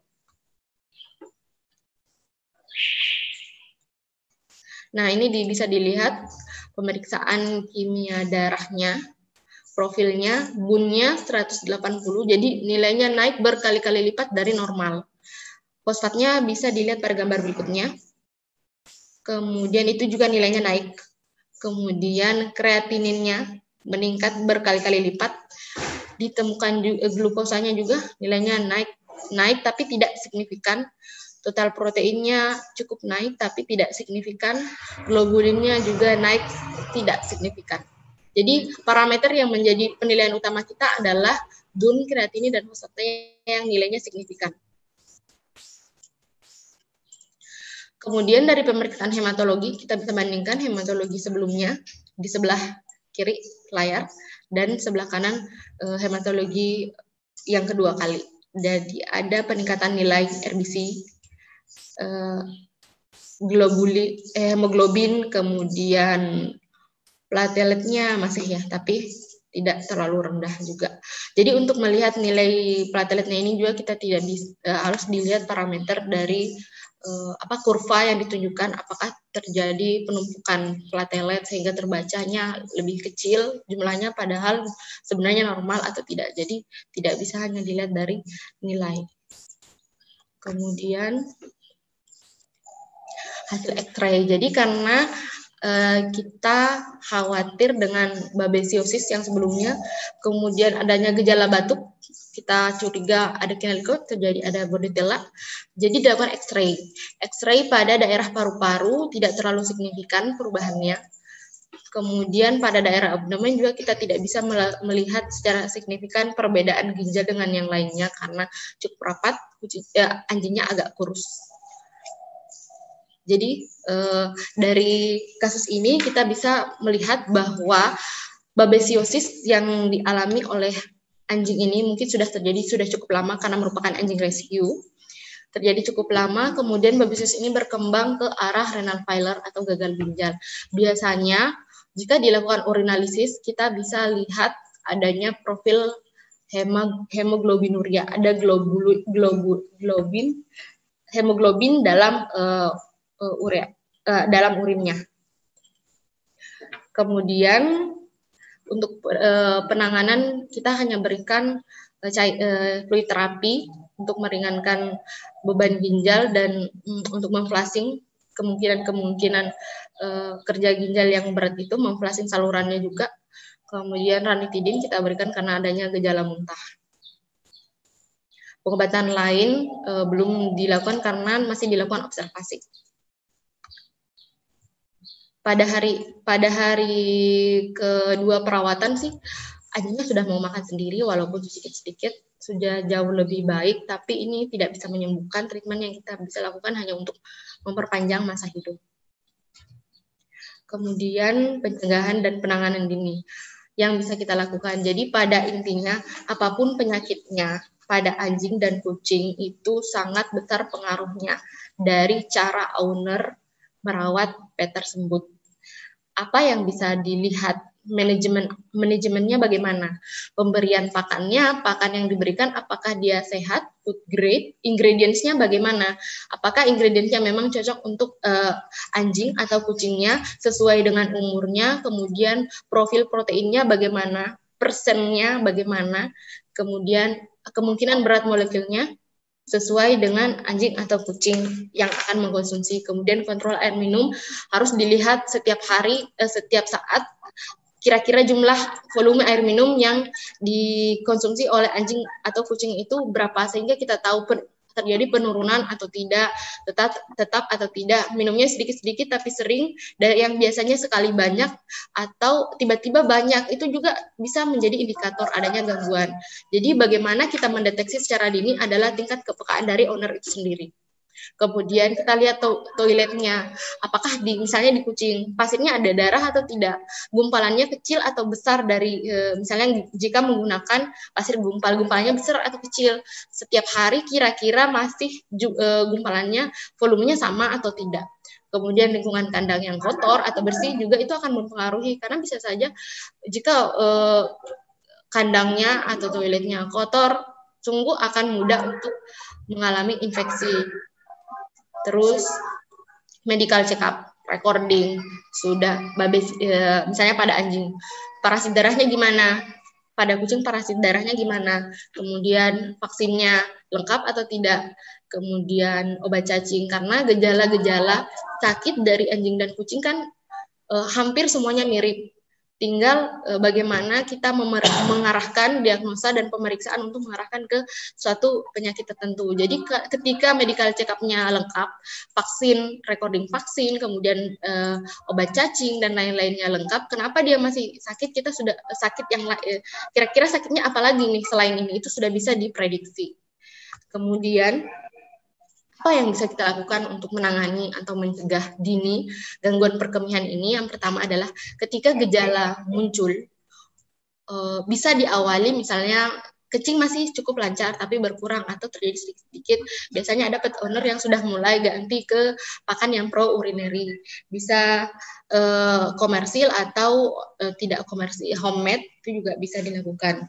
Nah, ini di, bisa dilihat pemeriksaan kimia darahnya, profilnya, bunnya seratus delapan puluh, jadi nilainya naik berkali-kali lipat dari normal. Fosfatnya bisa dilihat pada gambar berikutnya. Kemudian itu juga nilainya naik. Kemudian kreatininnya meningkat berkali-kali lipat. Ditemukan juga, glukosanya juga nilainya naik, naik tapi tidak signifikan. Total proteinnya cukup naik tapi tidak signifikan. Globulinnya juga naik tidak signifikan. Jadi parameter yang menjadi penilaian utama kita adalah bun, kreatinin, dan fosfatnya yang nilainya signifikan. Kemudian dari pemeriksaan hematologi, kita bisa bandingkan hematologi sebelumnya di sebelah kiri layar dan sebelah kanan eh, hematologi yang kedua kali. Jadi ada peningkatan nilai R B C, eh, globuli, eh, hemoglobin, kemudian plateletnya masih ya, tapi tidak terlalu rendah juga. Jadi untuk melihat nilai plateletnya ini juga kita tidak di, eh, harus dilihat parameter dari eh, apa kurva yang ditunjukkan, apakah terjadi penumpukan platelet sehingga terbacanya lebih kecil jumlahnya padahal sebenarnya normal atau tidak. Jadi tidak bisa hanya dilihat dari nilai. Kemudian hasil X-ray. Jadi karena eh, kita khawatir dengan babesiosis yang sebelumnya, kemudian adanya gejala batuk, kita curiga ada Kinelicot, terjadi ada Bordetella, jadi dilakukan X-ray. X-ray pada daerah paru-paru tidak terlalu signifikan perubahannya. Kemudian pada daerah abdomen juga kita tidak bisa melihat secara signifikan perbedaan ginjal dengan yang lainnya karena cukup rapat, ya, anjingnya agak kurus. Jadi eh, dari kasus ini kita bisa melihat bahwa babesiosis yang dialami oleh anjing ini mungkin sudah terjadi sudah cukup lama karena merupakan anjing rescue. Terjadi cukup lama, kemudian babesiosis ini berkembang ke arah renal failure atau gagal ginjal. Biasanya jika dilakukan urinalisis kita bisa lihat adanya profil hemoglobinuria, ada globul, globul, globin hemoglobin dalam uh, uh, urea uh, dalam urinnya. Kemudian untuk uh, penanganan kita hanya berikan uh, cair, uh, fluid terapi untuk meringankan beban ginjal dan um, untuk memflushing kemungkinan-kemungkinan uh, kerja ginjal yang berat itu, memflushing salurannya juga. Kemudian ranitidin kita berikan karena adanya gejala muntah. Pengobatan lain uh, belum dilakukan karena masih dilakukan observasi. Pada hari pada hari kedua perawatan sih anjingnya sudah mau makan sendiri walaupun sedikit-sedikit, sudah jauh lebih baik, tapi ini tidak bisa menyembuhkan. Treatment yang kita bisa lakukan hanya untuk memperpanjang masa hidup. Kemudian pencegahan dan penanganan dini yang bisa kita lakukan. Jadi pada intinya apapun penyakitnya pada anjing dan kucing itu sangat besar pengaruhnya dari cara owner merawat pet tersebut. Apa yang bisa dilihat, manajemen manajemennya bagaimana, pemberian pakannya, pakan yang diberikan apakah dia sehat, food grade, ingredientsnya bagaimana, apakah ingredientsnya memang cocok untuk uh, anjing atau kucingnya sesuai dengan umurnya, kemudian profil proteinnya bagaimana, persennya bagaimana, kemudian kemungkinan berat molekulnya sesuai dengan anjing atau kucing yang akan mengkonsumsi. Kemudian kontrol air minum harus dilihat setiap hari, eh, setiap saat, kira-kira jumlah volume air minum yang dikonsumsi oleh anjing atau kucing itu berapa, sehingga kita tahu per, terjadi penurunan atau tidak, tetap tetap atau tidak, minumnya sedikit-sedikit tapi sering, dari yang biasanya sekali banyak atau tiba-tiba banyak, itu juga bisa menjadi indikator adanya gangguan. Jadi bagaimana kita mendeteksi secara dini adalah tingkat kepekaan dari owner itu sendiri. Kemudian kita lihat to toiletnya, apakah di misalnya di kucing pasirnya ada darah atau tidak, gumpalannya kecil atau besar dari e, misalnya jika menggunakan pasir gumpal, gumpalannya besar atau kecil, setiap hari kira-kira masih ju, e, gumpalannya volumenya sama atau tidak. Kemudian lingkungan kandang yang kotor atau bersih juga itu akan mempengaruhi, karena bisa saja jika e, kandangnya atau toiletnya kotor, sungguh akan mudah untuk mengalami infeksi. Terus medical check up, recording, sudah babe e, misalnya pada anjing parasit darahnya gimana, pada kucing parasit darahnya gimana, kemudian vaksinnya lengkap atau tidak, kemudian obat cacing, karena gejala-gejala sakit dari anjing dan kucing kan e, hampir semuanya mirip. Tinggal e, bagaimana kita mengarahkan diagnosa dan pemeriksaan untuk mengarahkan ke suatu penyakit tertentu. Jadi ke, ketika medical check-up-nya lengkap, vaksin, recording vaksin, kemudian e, obat cacing dan lain-lainnya lengkap, kenapa dia masih sakit? Kita sudah sakit yang e, kira-kira sakitnya apa lagi nih selain ini? Itu sudah bisa diprediksi. Kemudian apa yang bisa kita lakukan untuk menangani atau mencegah dini gangguan perkemihan ini? Yang pertama adalah ketika gejala muncul, e, bisa diawali misalnya kencing masih cukup lancar tapi berkurang atau terjadi sedikit-sedikit. Biasanya ada pet owner yang sudah mulai ganti ke pakan yang pro urinary. Bisa e, komersil atau e, tidak komersil, homemade itu juga bisa dilakukan.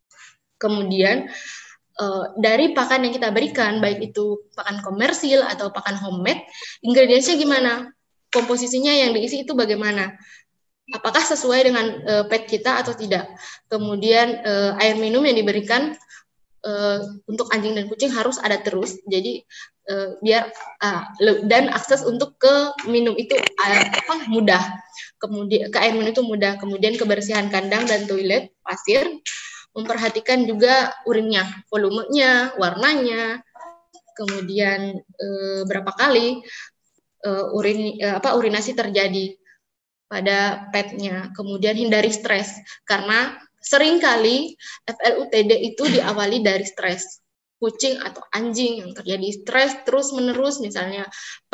Kemudian Uh, dari pakan yang kita berikan, baik itu pakan komersil atau pakan homemade, ingredientsnya gimana? Komposisinya yang diisi itu bagaimana? Apakah sesuai dengan uh, pet kita atau tidak? Kemudian uh, air minum yang diberikan uh, untuk anjing dan kucing harus ada terus, jadi uh, biar uh, dan akses untuk ke minum itu uh, apa mudah. Kemudian ke air minum itu mudah. Kemudian kebersihan kandang dan toilet pasir. Memperhatikan juga urinnya, volumenya, warnanya, kemudian e, berapa kali e, urin e, apa urinasi terjadi pada petnya. Kemudian hindari stres, karena seringkali F L U T D itu diawali dari stres. Kucing atau anjing yang terjadi stres terus menerus, misalnya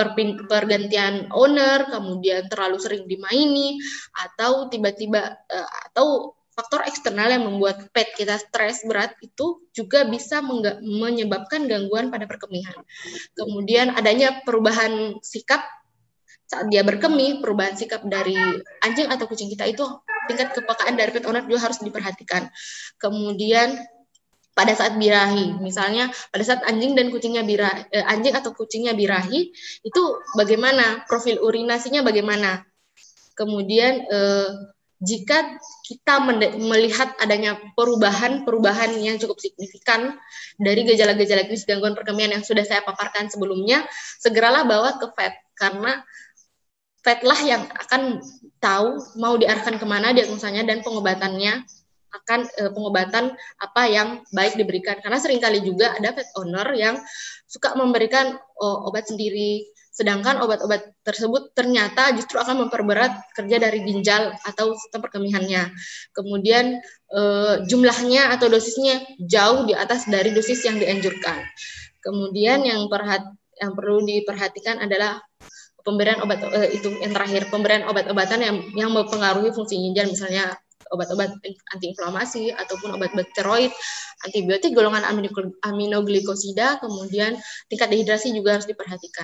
pergantian owner, kemudian terlalu sering dimaini, atau tiba-tiba e, atau faktor eksternal yang membuat pet kita stres berat itu juga bisa menyebabkan gangguan pada perkemihan. Kemudian adanya perubahan sikap saat dia berkemih, perubahan sikap dari anjing atau kucing kita itu tingkat kepekaan dari pet owner juga harus diperhatikan. Kemudian pada saat birahi, misalnya pada saat anjing dan kucingnya birahi, eh, anjing atau kucingnya birahi, itu bagaimana profil urinasinya bagaimana. Kemudian eh, jika kita melihat adanya perubahan-perubahan yang cukup signifikan dari gejala-gejala klinis gangguan perkemihan yang sudah saya paparkan sebelumnya, segeralah bawa ke vet, karena vet lah yang akan tahu mau diarahkan kemana diagnosanya dan pengobatannya, akan eh, pengobatan apa yang baik diberikan. Karena seringkali juga ada pet owner yang suka memberikan oh, obat sendiri, sedangkan obat-obat tersebut ternyata justru akan memperberat kerja dari ginjal atau sistem perkemihannya. Kemudian eh, jumlahnya atau dosisnya jauh di atas dari dosis yang dianjurkan. Kemudian yang, perhat, yang perlu diperhatikan adalah pemberian obat eh, itu yang terakhir, pemberian obat-obatan yang yang mempengaruhi fungsi ginjal, misalnya obat-obat antiinflamasi ataupun obat-obat steroid, antibiotik golongan aminoglikosida, kemudian tingkat dehidrasi juga harus diperhatikan.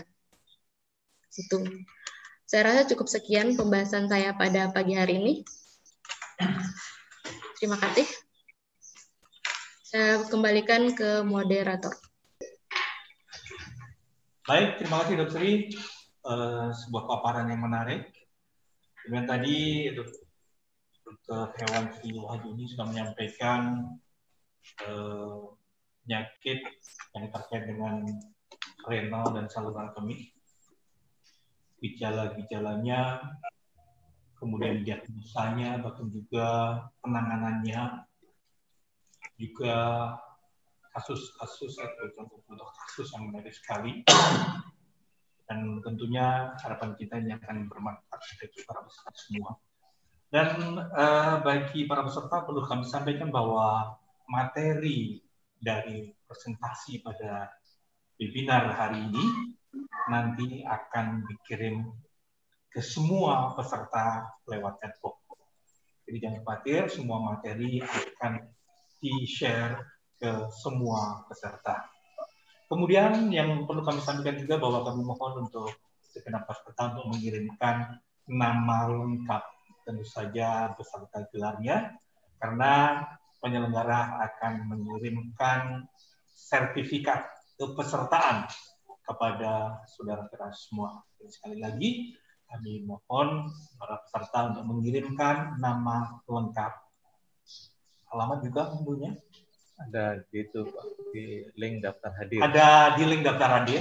Itu. Saya rasa cukup sekian pembahasan saya pada pagi hari ini. Terima kasih. Saya kembalikan ke moderator. Baik, terima kasih Dokter Sri. Uh, sebuah paparan yang menarik. Kemudian tadi Dokter Hewan Sri Wahyuni sudah menyampaikan uh, penyakit yang terkait dengan renal dan saluran kemih, gejala-gejalanya, kemudian diagnosanya, bahkan juga penanganannya, juga kasus-kasus atau contoh-contoh kasus yang menarik sekali. Dan tentunya harapan kita ini akan bermanfaat bagi para peserta semua. Dan uh, bagi para peserta perlu kami sampaikan bahwa materi dari presentasi pada webinar hari ini nanti akan dikirim ke semua peserta lewat chatbox. Jadi jangan khawatir, semua materi akan di-share ke semua peserta. Kemudian yang perlu kami sampaikan juga bahwa kami mohon untuk segenap peserta untuk mengirimkan nama lengkap, tentu saja beserta gelarnya, karena penyelenggara akan mengirimkan sertifikat kepesertaan kepada saudara-saudara semua. Dan sekali lagi, kami mohon para peserta untuk mengirimkan nama lengkap. Alamat juga tentunya. Ada di itu Pak, di link daftar hadir. Ada di link daftar hadir,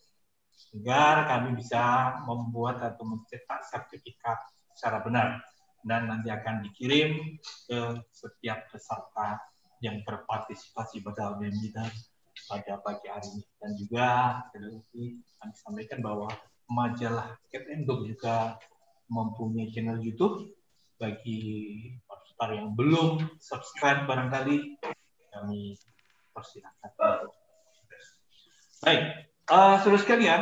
agar kami bisa membuat atau mencetak sertifikat secara benar dan nanti akan dikirim ke setiap peserta yang berpartisipasi pada webinar pada pagi hari ini. Dan juga kami sampaikan bahwa majalah Cat and Dog juga mempunyai channel YouTube. Bagi peserta yang belum subscribe barangkali, kami persilakan. Baik, uh, saudara sekalian,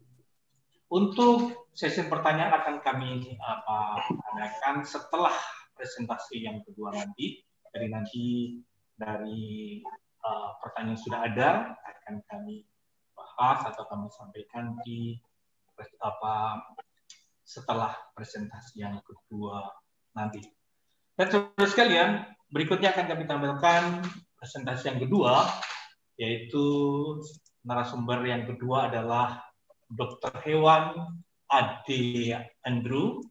untuk sesi pertanyaan akan kami apa, adakan setelah presentasi yang kedua nanti. Jadi nanti dari uh, pertanyaan yang sudah ada akan kami bahas atau kami sampaikan di apa setelah presentasi yang kedua nanti. Dan saudara sekalian, berikutnya akan kami tampilkan presentasi yang kedua, yaitu narasumber yang kedua adalah Dokter Hewan Ade Andrew.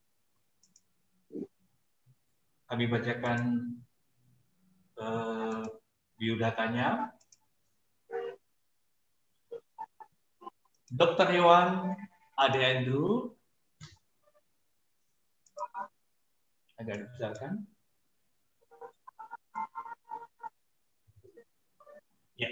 Kami bacakan uh, biodatanya. Dokter Hewan Ade Andrew. Agak dibesarkan. Ya.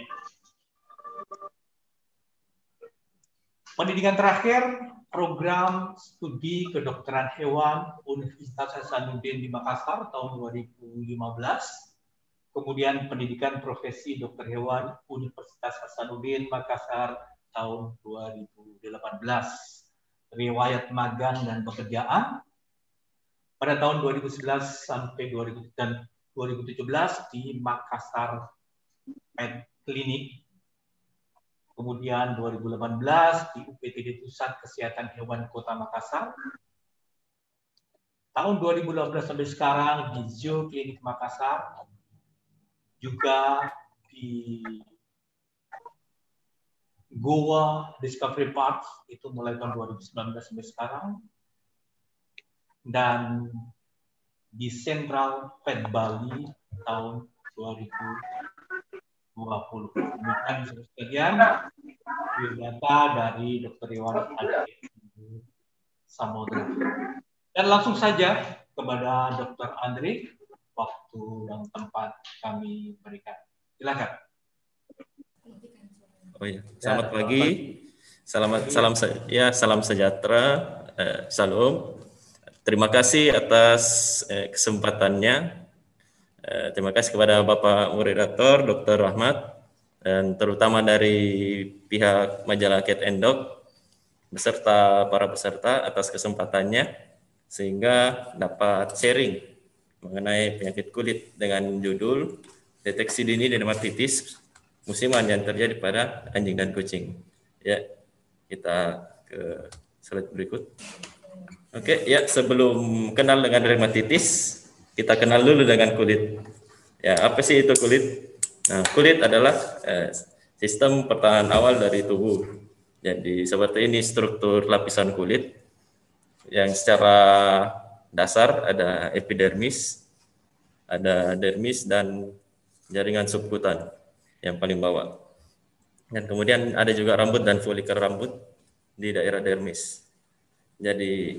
Pendidikan terakhir, program studi kedokteran hewan Universitas Hasanuddin di Makassar tahun dua ribu lima belas. Kemudian pendidikan profesi dokter hewan Universitas Hasanuddin Makassar tahun dua ribu delapan belas. Riwayat magang dan pekerjaan pada tahun dua ribu sebelas sampai dua ribu dan dua ribu tujuh belas di Makassar Pet Clinic. Kemudian dua ribu delapan belas di U P T D Pusat Kesehatan Hewan Kota Makassar. Tahun dua ribu delapan belas sampai sekarang di Zoo Klinik Makassar. Juga di Goa Discovery Park itu mulai tahun dua ribu sembilan belas sampai sekarang. Dan di Central Pet Bali tahun dua ribu dua puluh. Demikian sekalian biodata dari Dokter Hewan Ade Samodra. Dan langsung saja kepada Dokter Andre, waktu dan tempat kami berikan. Silakan. Oh ya, selamat pagi. Selamat salam ya, salam sejahtera. Eh, salam. Terima kasih atas eh, kesempatannya. Uh, terima kasih kepada Bapak Moderator, Dokter Rahmat, dan terutama dari pihak majalah Cat and Dog, beserta para peserta atas kesempatannya, sehingga dapat sharing mengenai penyakit kulit dengan judul Deteksi Dini Dermatitis Musiman yang terjadi pada anjing dan kucing. Ya, kita ke slide berikut. Oke, ya sebelum kenal dengan dermatitis, kita kenal dulu dengan kulit. Ya, apa sih itu kulit? Nah, kulit adalah eh, sistem pertahanan awal dari tubuh. Jadi seperti ini struktur lapisan kulit yang secara dasar ada epidermis, ada dermis dan jaringan subkutan yang paling bawah. Dan kemudian ada juga rambut dan folikel rambut di daerah dermis. Jadi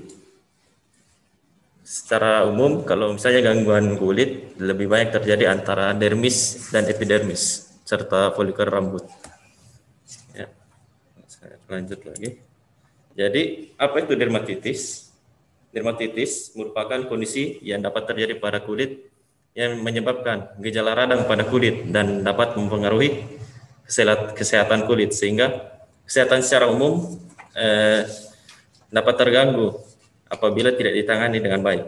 secara umum kalau misalnya gangguan kulit lebih banyak terjadi antara dermis dan epidermis. serta folikel rambut. Ya, saya lanjut lagi. Jadi apa itu dermatitis? Dermatitis merupakan kondisi yang dapat terjadi pada kulit yang menyebabkan gejala radang pada kulit dan dapat mempengaruhi kesehatan kulit, sehingga kesehatan secara umum eh, dapat terganggu apabila tidak ditangani dengan baik.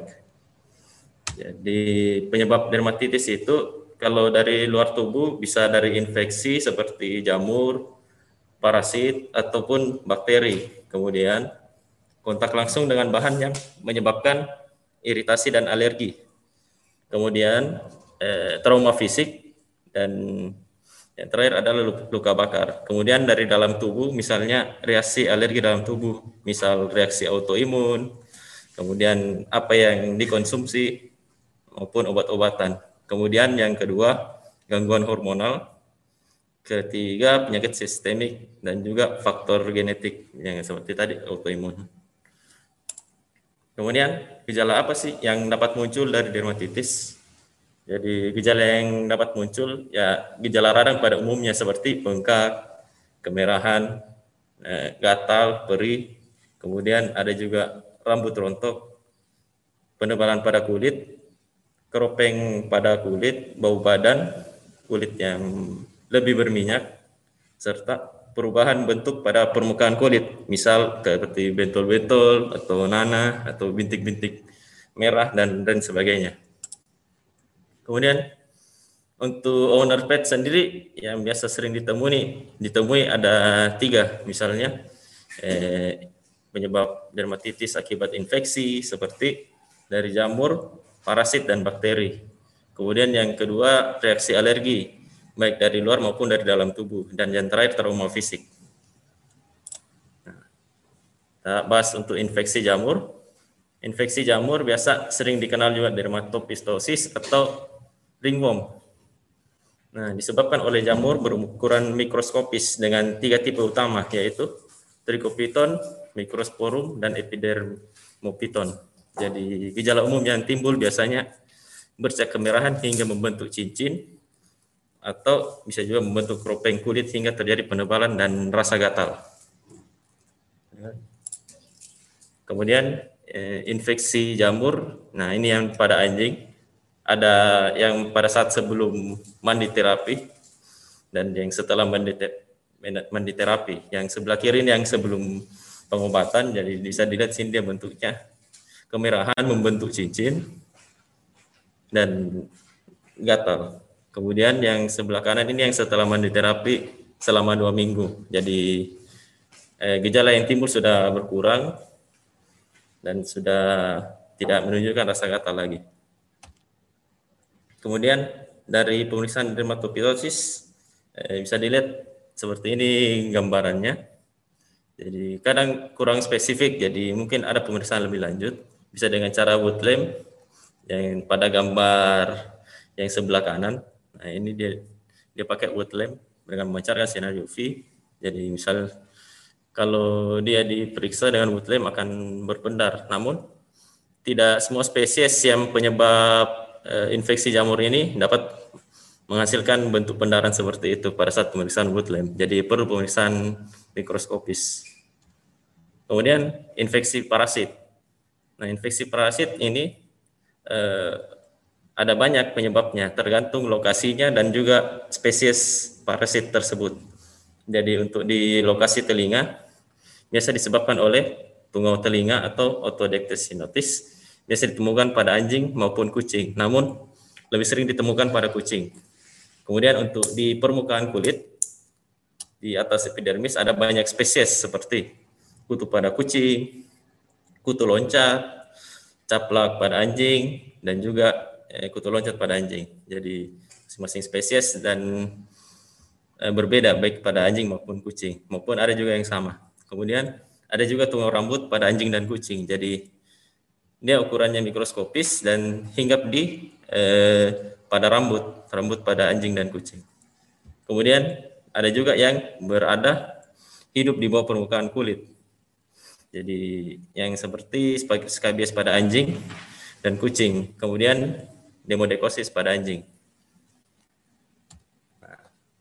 Jadi penyebab dermatitis itu kalau dari luar tubuh bisa dari infeksi seperti jamur, parasit, ataupun bakteri. Kemudian kontak langsung dengan bahan yang menyebabkan iritasi dan alergi. Kemudian eh, trauma fisik, dan yang terakhir adalah luka bakar. Kemudian dari dalam tubuh, misalnya reaksi alergi dalam tubuh, misal reaksi autoimun, kemudian apa yang dikonsumsi maupun obat-obatan. Kemudian yang kedua, gangguan hormonal. Ketiga, penyakit sistemik dan juga faktor genetik yang seperti tadi autoimun. Kemudian gejala apa sih yang dapat muncul dari dermatitis? Jadi gejala yang dapat muncul ya gejala radang pada umumnya seperti bengkak, kemerahan, eh, gatal, perih, kemudian ada juga rambut rontok, penebalan pada kulit, keropeng pada kulit, bau badan, kulit yang lebih berminyak, serta perubahan bentuk pada permukaan kulit, misal seperti bentol-bentol atau nanah atau bintik-bintik merah dan dan sebagainya. Kemudian untuk owner pet sendiri yang biasa sering ditemui, ditemui ada tiga, misalnya eh, penyebab dermatitis akibat infeksi seperti dari jamur, parasit dan bakteri. Kemudian yang kedua reaksi alergi, baik dari luar maupun dari dalam tubuh, dan yang terakhir trauma fisik. Nah, kita bahas untuk infeksi jamur. Infeksi jamur biasa sering dikenal juga dermatopistosis atau ringworm. Nah, disebabkan oleh jamur berukuran mikroskopis dengan tiga tipe utama, yaitu trichopiton, microsporum, dan epidermophyton. Jadi gejala umum yang timbul biasanya bercak kemerahan hingga membentuk cincin, atau bisa juga membentuk keropeng kulit hingga terjadi penebalan dan rasa gatal. Kemudian eh, infeksi jamur, nah ini yang pada anjing, ada yang pada saat sebelum mandi terapi dan yang setelah mandi, mandi terapi. Yang sebelah kiri ini yang sebelum pengobatan, jadi bisa dilihat sini dia bentuknya kemerahan, membentuk cincin dan gatal. Kemudian yang sebelah kanan ini yang setelah mandi terapi selama dua minggu. Jadi eh, gejala yang timbul sudah berkurang dan sudah tidak menunjukkan rasa gatal lagi. Kemudian dari pemeriksaan dermatopitosis eh, bisa dilihat seperti ini gambarannya. Jadi kadang kurang spesifik, jadi mungkin ada pemeriksaan lebih lanjut. Bisa dengan cara wood lamp yang pada gambar yang sebelah kanan. Nah ini dia dia pakai wood lamp dengan memancarkan sinar U V. Jadi misal kalau dia diperiksa dengan wood lamp akan berpendar. Namun tidak semua spesies yang penyebab eh, infeksi jamur ini dapat menghasilkan bentuk pendaran seperti itu pada saat pemeriksaan wood lamp. Jadi perlu pemeriksaan mikroskopis. Kemudian infeksi parasit. Nah infeksi parasit ini eh, ada banyak penyebabnya, tergantung lokasinya dan juga spesies parasit tersebut. Jadi untuk di lokasi telinga, biasa disebabkan oleh tungau telinga atau Otodectes cynotis, biasa ditemukan pada anjing maupun kucing, namun lebih sering ditemukan pada kucing. Kemudian untuk di permukaan kulit, di atas epidermis ada banyak spesies seperti kutu pada kucing, kutu loncat, caplak pada anjing, dan juga kutu loncat pada anjing. Jadi masing-masing spesies dan e, berbeda baik pada anjing maupun kucing, maupun ada juga yang sama. Kemudian ada juga tungau rambut pada anjing dan kucing. Jadi dia ukurannya mikroskopis dan hinggap di e, pada rambut, rambut pada anjing dan kucing. Kemudian ada juga yang berada hidup di bawah permukaan kulit. Jadi yang seperti skabies pada anjing dan kucing. Kemudian demodekosis pada anjing. Nah,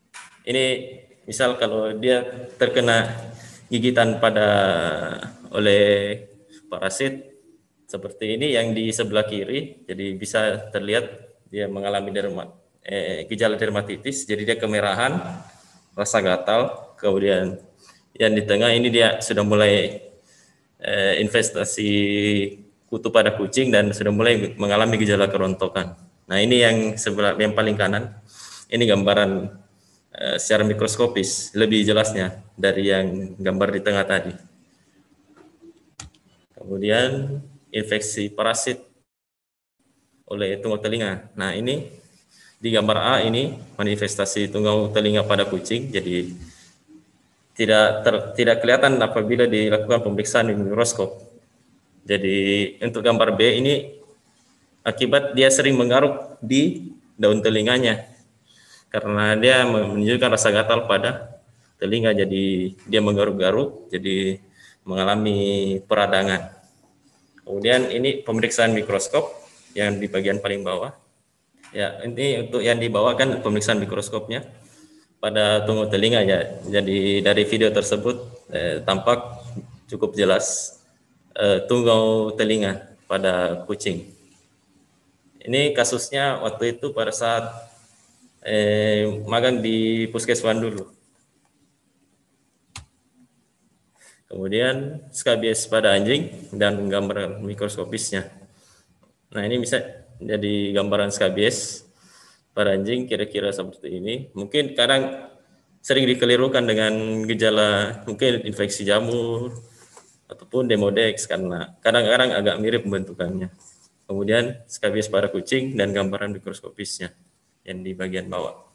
Ini misal kalau dia terkena gigitan pada oleh parasit seperti ini yang di sebelah kiri, jadi bisa terlihat dia mengalami derma, eh, gejala dermatitis, jadi dia kemerahan, rasa gatal, kemudian yang di tengah ini dia sudah mulai eh, investasi kutu pada kucing dan sudah mulai mengalami gejala kerontokan. Nah ini yang sebelah yang paling kanan, ini gambaran eh, secara mikroskopis lebih jelasnya dari yang gambar di tengah tadi. Kemudian infeksi parasit oleh tungau telinga. Nah ini di gambar A ini manifestasi tungau telinga pada kucing, jadi tidak ter, tidak kelihatan apabila dilakukan pemeriksaan di mikroskop. Jadi untuk gambar B ini akibat dia sering menggaruk di daun telinganya karena dia menunjukkan rasa gatal pada telinga, jadi dia menggaruk-garuk, jadi mengalami peradangan. Kemudian ini pemeriksaan mikroskop yang di bagian paling bawah. Ya, ini untuk yang di bawah kan pemeriksaan mikroskopnya pada tungau telinga ya. Jadi dari video tersebut eh, tampak cukup jelas eh, tungau telinga pada kucing. Ini kasusnya waktu itu pada saat eh, magang di Puskeswan dulu. Kemudian skabies pada anjing dan gambaran mikroskopisnya. Nah ini bisa jadi gambaran skabies pada anjing kira-kira seperti ini. Mungkin kadang sering dikelirukan dengan gejala mungkin infeksi jamur ataupun demodex karena kadang-kadang agak mirip bentukannya. Kemudian skabies pada kucing dan gambaran mikroskopisnya yang di bagian bawah.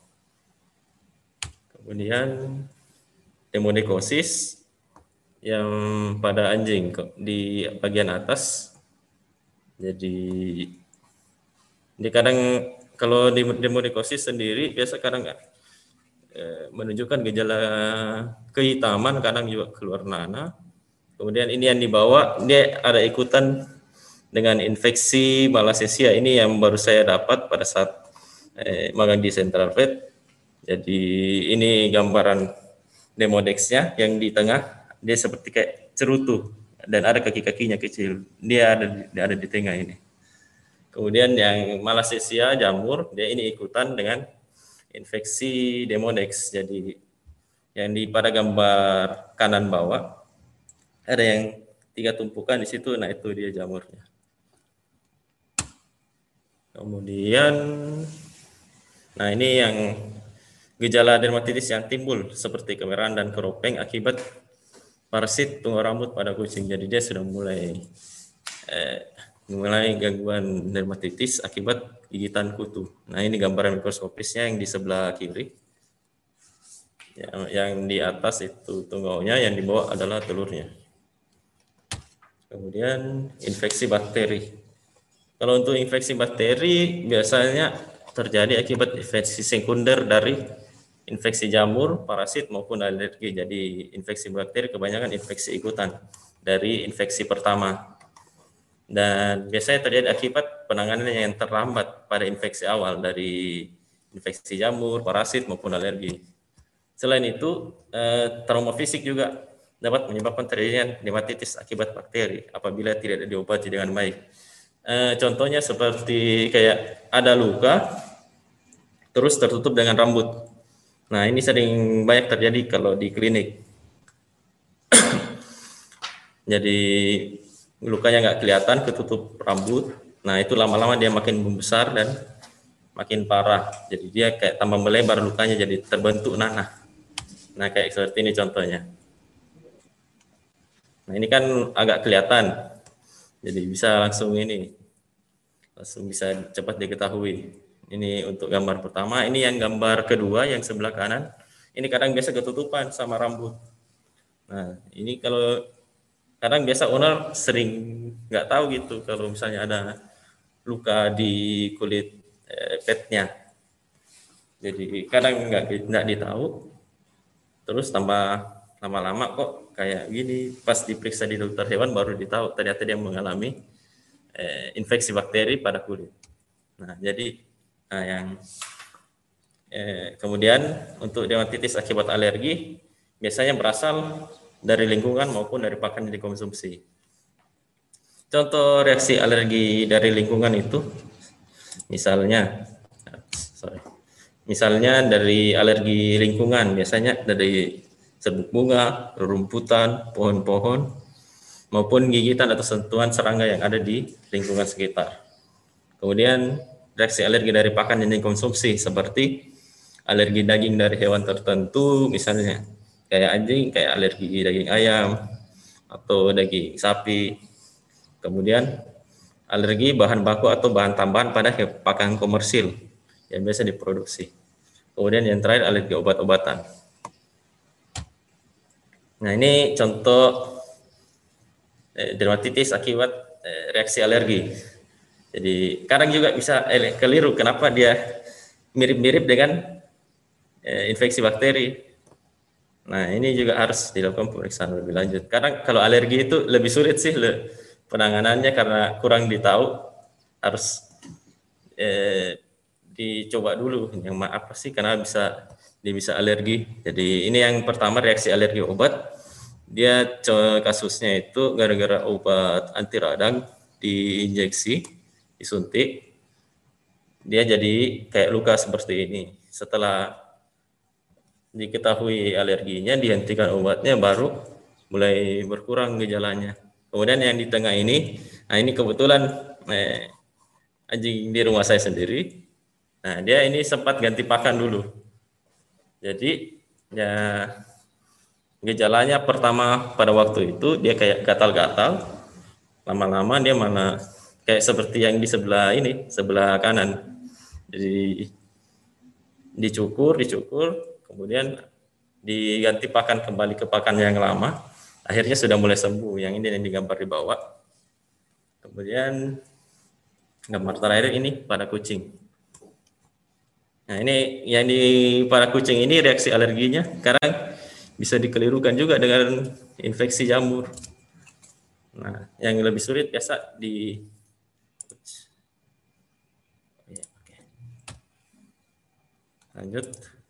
Kemudian demodekosis yang pada anjing di bagian atas. Jadi ini kadang kalau di demodekosis sendiri biasa kadang eh, menunjukkan gejala kehitaman, kadang juga keluar nanah. Kemudian ini yang dibawa dia ada ikutan dengan infeksi malassezia, ini yang baru saya dapat pada saat eh, magang di Central Vet. Jadi ini gambaran demodexnya yang di tengah. Dia seperti kayak cerutu dan ada kaki-kakinya kecil. Dia ada dia ada di tengah ini. Kemudian yang malassezia jamur, dia ini ikutan dengan infeksi demodex. Jadi yang di pada gambar kanan bawah ada yang tiga tumpukan di situ. Nah itu dia jamurnya. Kemudian, nah ini yang gejala dermatitis yang timbul seperti kemerahan dan keropeng akibat parasit tungau rambut pada kucing. Jadi dia sudah mulai eh, mulai gangguan dermatitis akibat gigitan kutu. Nah ini gambaran mikroskopisnya yang di sebelah kiri. Yang, yang di atas itu tungaunya, yang di bawah adalah telurnya. Kemudian infeksi bakteri. Kalau untuk infeksi bakteri biasanya terjadi akibat infeksi sekunder dari infeksi jamur, parasit maupun alergi. Jadi infeksi bakteri kebanyakan infeksi ikutan dari infeksi pertama. Dan biasanya terjadi akibat penanganan yang terlambat pada infeksi awal dari infeksi jamur, parasit maupun alergi. Selain itu, eh, trauma fisik juga dapat menyebabkan terjadinya dermatitis akibat bakteri apabila tidak diobati dengan baik. Eh, contohnya seperti kayak ada luka terus tertutup dengan rambut. Nah ini sering banyak terjadi kalau di klinik. Jadi lukanya nggak kelihatan, ketutup rambut. Nah itu lama-lama dia makin membesar dan makin parah. Jadi dia kayak tambah melebar lukanya, jadi terbentuk nanah. Nah kayak seperti ini contohnya. Nah ini kan agak kelihatan. Jadi bisa langsung ini, langsung bisa cepat diketahui. Ini untuk gambar pertama. Ini yang gambar kedua yang sebelah kanan. Ini kadang biasa ketutupan sama rambut. Nah ini kalau kadang biasa owner sering nggak tahu gitu kalau misalnya ada luka di kulit eh, petnya. Jadi kadang nggak nggak ditahu. Terus tambah lama-lama kok kayak gini. Pas diperiksa di dokter hewan baru ditahu ternyata dia mengalami eh, infeksi bakteri pada kulit. Nah jadi Nah, yang Eh, kemudian untuk dermatitis akibat alergi biasanya berasal dari lingkungan maupun dari pakan yang dikonsumsi. Contoh reaksi alergi dari lingkungan itu, misalnya, sorry, misalnya dari alergi lingkungan, biasanya dari serbuk bunga, rerumputan, pohon-pohon, maupun gigitan atau sentuhan serangga yang ada di lingkungan sekitar. Kemudian reaksi alergi dari pakan yang dikonsumsi seperti alergi daging dari hewan tertentu, misalnya kayak anjing, kayak alergi daging ayam atau daging sapi. Kemudian alergi bahan baku atau bahan tambahan pada pakan komersil yang biasa diproduksi. Kemudian yang terakhir alergi obat-obatan. Nah, ini contoh eh, dermatitis akibat eh, reaksi alergi. Jadi kadang juga bisa eh, keliru kenapa dia mirip-mirip dengan eh, infeksi bakteri. Nah, ini juga harus dilakukan pemeriksaan lebih lanjut. Kadang kalau alergi itu lebih sulit sih le, penanganannya karena kurang ditahu, harus eh, dicoba dulu yang apa sih karena bisa dia bisa alergi. Jadi ini yang pertama reaksi alergi obat. Dia kasusnya itu gara-gara obat anti radang diinjeksi, disuntik, dia jadi kayak luka seperti ini. Setelah diketahui alerginya, dihentikan obatnya, baru mulai berkurang gejalanya. Kemudian yang di tengah ini, nah ini kebetulan eh, anjing di rumah saya sendiri. Nah, dia ini sempat ganti pakan dulu. Jadi ya gejalanya pertama pada waktu itu dia kayak gatal-gatal, lama-lama dia mana kayak seperti yang di sebelah ini, sebelah kanan. Jadi dicukur, dicukur, kemudian diganti pakan kembali ke pakan yang lama. Akhirnya sudah mulai sembuh. Yang ini yang digambar di bawah. Kemudian gambar terakhir ini pada kucing. Nah, ini yang di pada kucing ini reaksi alerginya karena bisa dikelirukan juga dengan infeksi jamur. Nah, yang lebih sulit biasa di lanjut.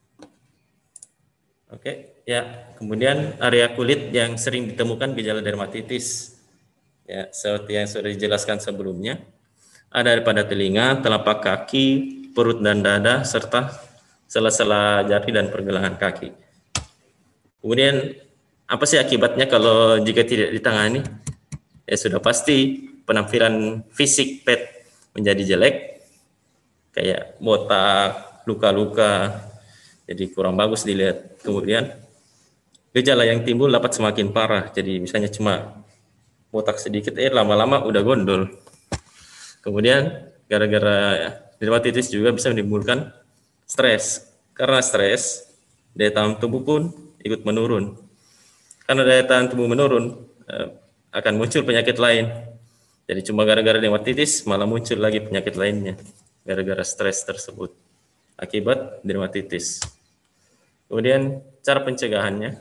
Oke, ya. Kemudian area kulit yang sering ditemukan gejala dermatitis. Ya, seperti yang sudah dijelaskan sebelumnya, ada pada telinga, telapak kaki, perut dan dada, serta sela-sela jari dan pergelangan kaki. Kemudian apa sih akibatnya kalau jika tidak ditangani? Ya sudah pasti penampilan fisik pet menjadi jelek, kayak botak, luka-luka, jadi kurang bagus dilihat. Kemudian gejala yang timbul dapat semakin parah, jadi misalnya cuma botak sedikit, eh lama-lama udah gondol. Kemudian gara-gara dermatitis juga bisa menimbulkan stres. Karena stres, daya tahan tubuh pun ikut menurun. Karena daya tahan tubuh menurun, akan muncul penyakit lain. Jadi cuma gara-gara dermatitis malah muncul lagi penyakit lainnya gara-gara stres tersebut akibat dermatitis. Kemudian cara pencegahannya,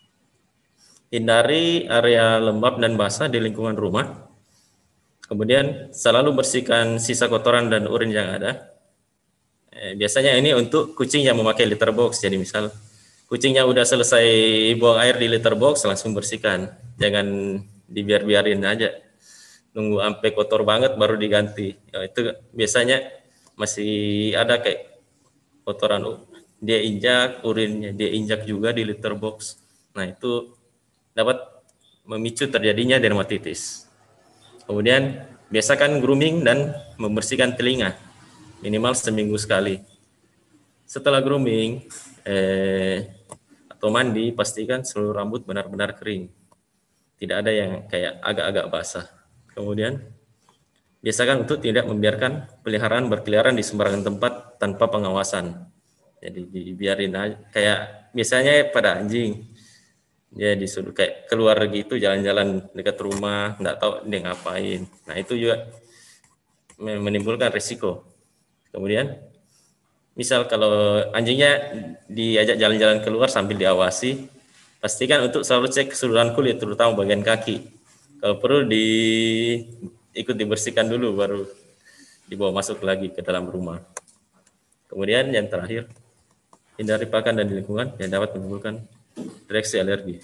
hindari area lembab dan basah di lingkungan rumah. Kemudian selalu bersihkan sisa kotoran dan urin yang ada. Eh, biasanya ini untuk kucing yang memakai litter box. Jadi misal kucingnya udah selesai buang air di litter box, langsung bersihkan. Jangan dibiar-biarin aja. Nunggu sampai kotor banget baru diganti. Ya, itu biasanya masih ada kayak kotoran, dia injak, urinnya dia injak juga di litter box. Nah, itu dapat memicu terjadinya dermatitis. Kemudian biasakan grooming dan membersihkan telinga minimal seminggu sekali. Setelah grooming eh, atau mandi, pastikan seluruh rambut benar-benar kering. Tidak ada yang kayak agak-agak basah. Kemudian biasakan untuk tidak membiarkan peliharaan berkeliaran di sembarangan tempat tanpa pengawasan. Jadi dibiarin aja. Kayak biasanya pada anjing, dia disuruh kayak keluar gitu, jalan-jalan dekat rumah, nggak tahu dia ngapain. Nah, itu juga menimbulkan risiko. Kemudian misal kalau anjingnya diajak jalan-jalan keluar sambil diawasi, pastikan untuk selalu cek keseluruhan kulit, terutama bagian kaki. Kalau perlu di ikut dibersihkan dulu, baru dibawa masuk lagi ke dalam rumah. Kemudian yang terakhir, hindari pakan dan di lingkungan yang dapat menimbulkan reaksi alergi.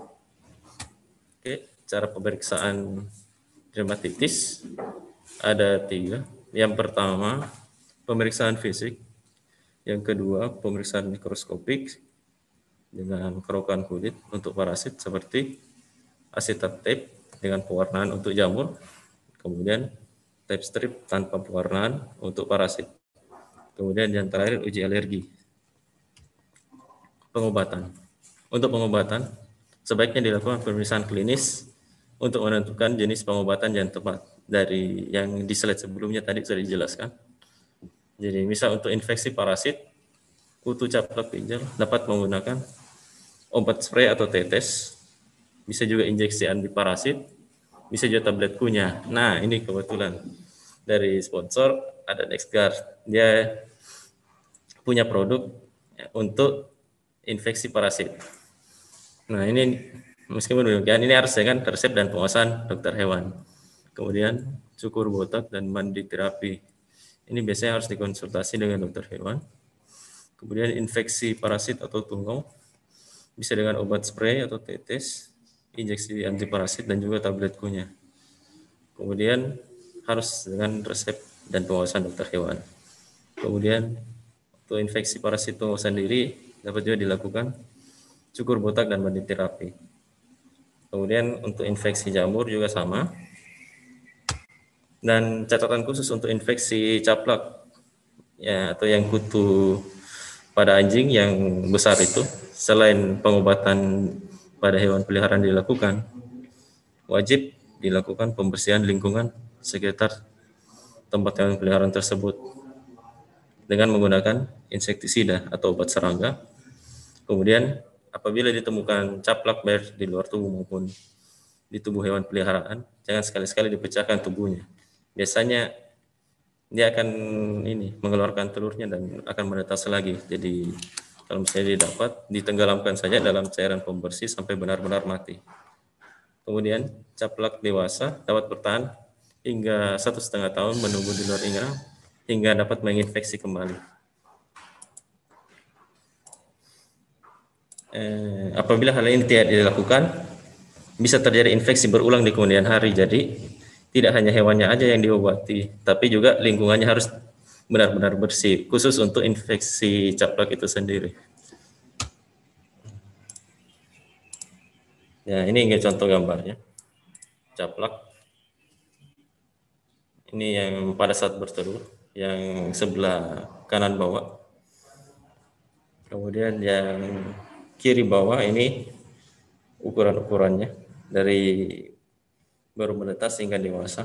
Oke, cara pemeriksaan dermatitis ada tiga. Yang pertama, pemeriksaan fisik. Yang kedua, pemeriksaan mikroskopik dengan kerukan kulit untuk parasit seperti asetat tape dengan pewarnaan untuk jamur. Kemudian tape strip tanpa pewarnaan untuk parasit. Kemudian yang terakhir, uji alergi. Pengobatan. Untuk pengobatan, sebaiknya dilakukan pemeriksaan klinis untuk menentukan jenis pengobatan yang tepat. Dari yang di slide sebelumnya tadi sudah dijelaskan. Jadi misal untuk infeksi parasit, kutu caplak ginjal dapat menggunakan obat spray atau tetes, bisa juga injeksi antiparasit, bisa juga tablet kunyah. Nah, ini kebetulan dari sponsor ada NextGuard. Dia punya produk untuk infeksi parasit. Nah, ini meskipun demikian, ini harus dengan resep dan pengawasan dokter hewan. Kemudian cukur botak dan mandi terapi. Ini biasanya harus dikonsultasi dengan dokter hewan. Kemudian infeksi parasit atau tungau bisa dengan obat spray atau tetes, injeksi antiparasit dan juga tablet kunyah. Kemudian harus dengan resep dan pengawasan dokter hewan. Kemudian untuk infeksi parasit tungau sendiri dapat juga dilakukan cukur botak dan mandi terapi. Kemudian untuk infeksi jamur juga sama. Dan catatan khusus untuk infeksi caplak ya, atau yang kutu pada anjing yang besar itu, selain pengobatan pada hewan peliharaan dilakukan, wajib dilakukan pembersihan lingkungan sekitar tempat hewan peliharaan tersebut dengan menggunakan insektisida atau obat serangga. Kemudian apabila ditemukan caplak baik di luar tubuh maupun di tubuh hewan peliharaan, jangan sekali-sekali dipecahkan tubuhnya. Biasanya dia akan ini mengeluarkan telurnya dan akan menetas lagi. Jadi kalau misalnya didapat, ditenggelamkan saja dalam cairan pembersih sampai benar-benar mati. Kemudian caplak dewasa dapat bertahan hingga satu setengah tahun menunggu di luar ingram hingga dapat menginfeksi kembali. Eh, apabila hal ini tidak dilakukan, bisa terjadi infeksi berulang di kemudian hari. Jadi tidak hanya hewannya aja yang diobati, tapi juga lingkungannya harus benar-benar bersih, khusus untuk infeksi caplak itu sendiri. Ya, ini contoh gambarnya. Caplak. Ini yang pada saat bertelur, yang sebelah kanan bawah. Kemudian yang kiri bawah ini ukuran-ukurannya dari baru menetas hingga dewasa.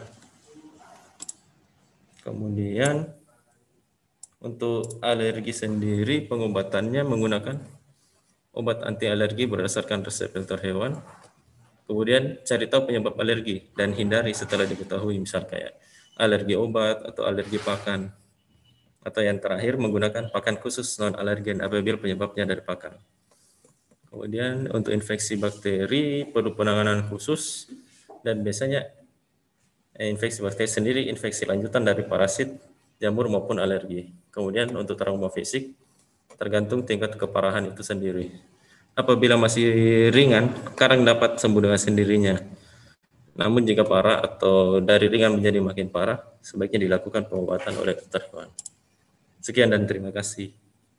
Kemudian untuk alergi sendiri pengobatannya menggunakan obat anti alergi berdasarkan resep dokter hewan. Kemudian cari tahu penyebab alergi dan hindari setelah diketahui, misal kayak alergi obat atau alergi pakan. Atau yang terakhir menggunakan pakan khusus non alergen apabila penyebabnya dari pakan. Kemudian untuk infeksi bakteri perlu penanganan khusus. Dan biasanya infeksi bakteri sendiri infeksi lanjutan dari parasit, jamur maupun alergi. Kemudian untuk trauma fisik tergantung tingkat keparahan itu sendiri. Apabila masih ringan, karang dapat sembuh dengan sendirinya. Namun jika parah atau dari ringan menjadi makin parah, sebaiknya dilakukan pengobatan oleh dokter hewan. Sekian dan terima kasih.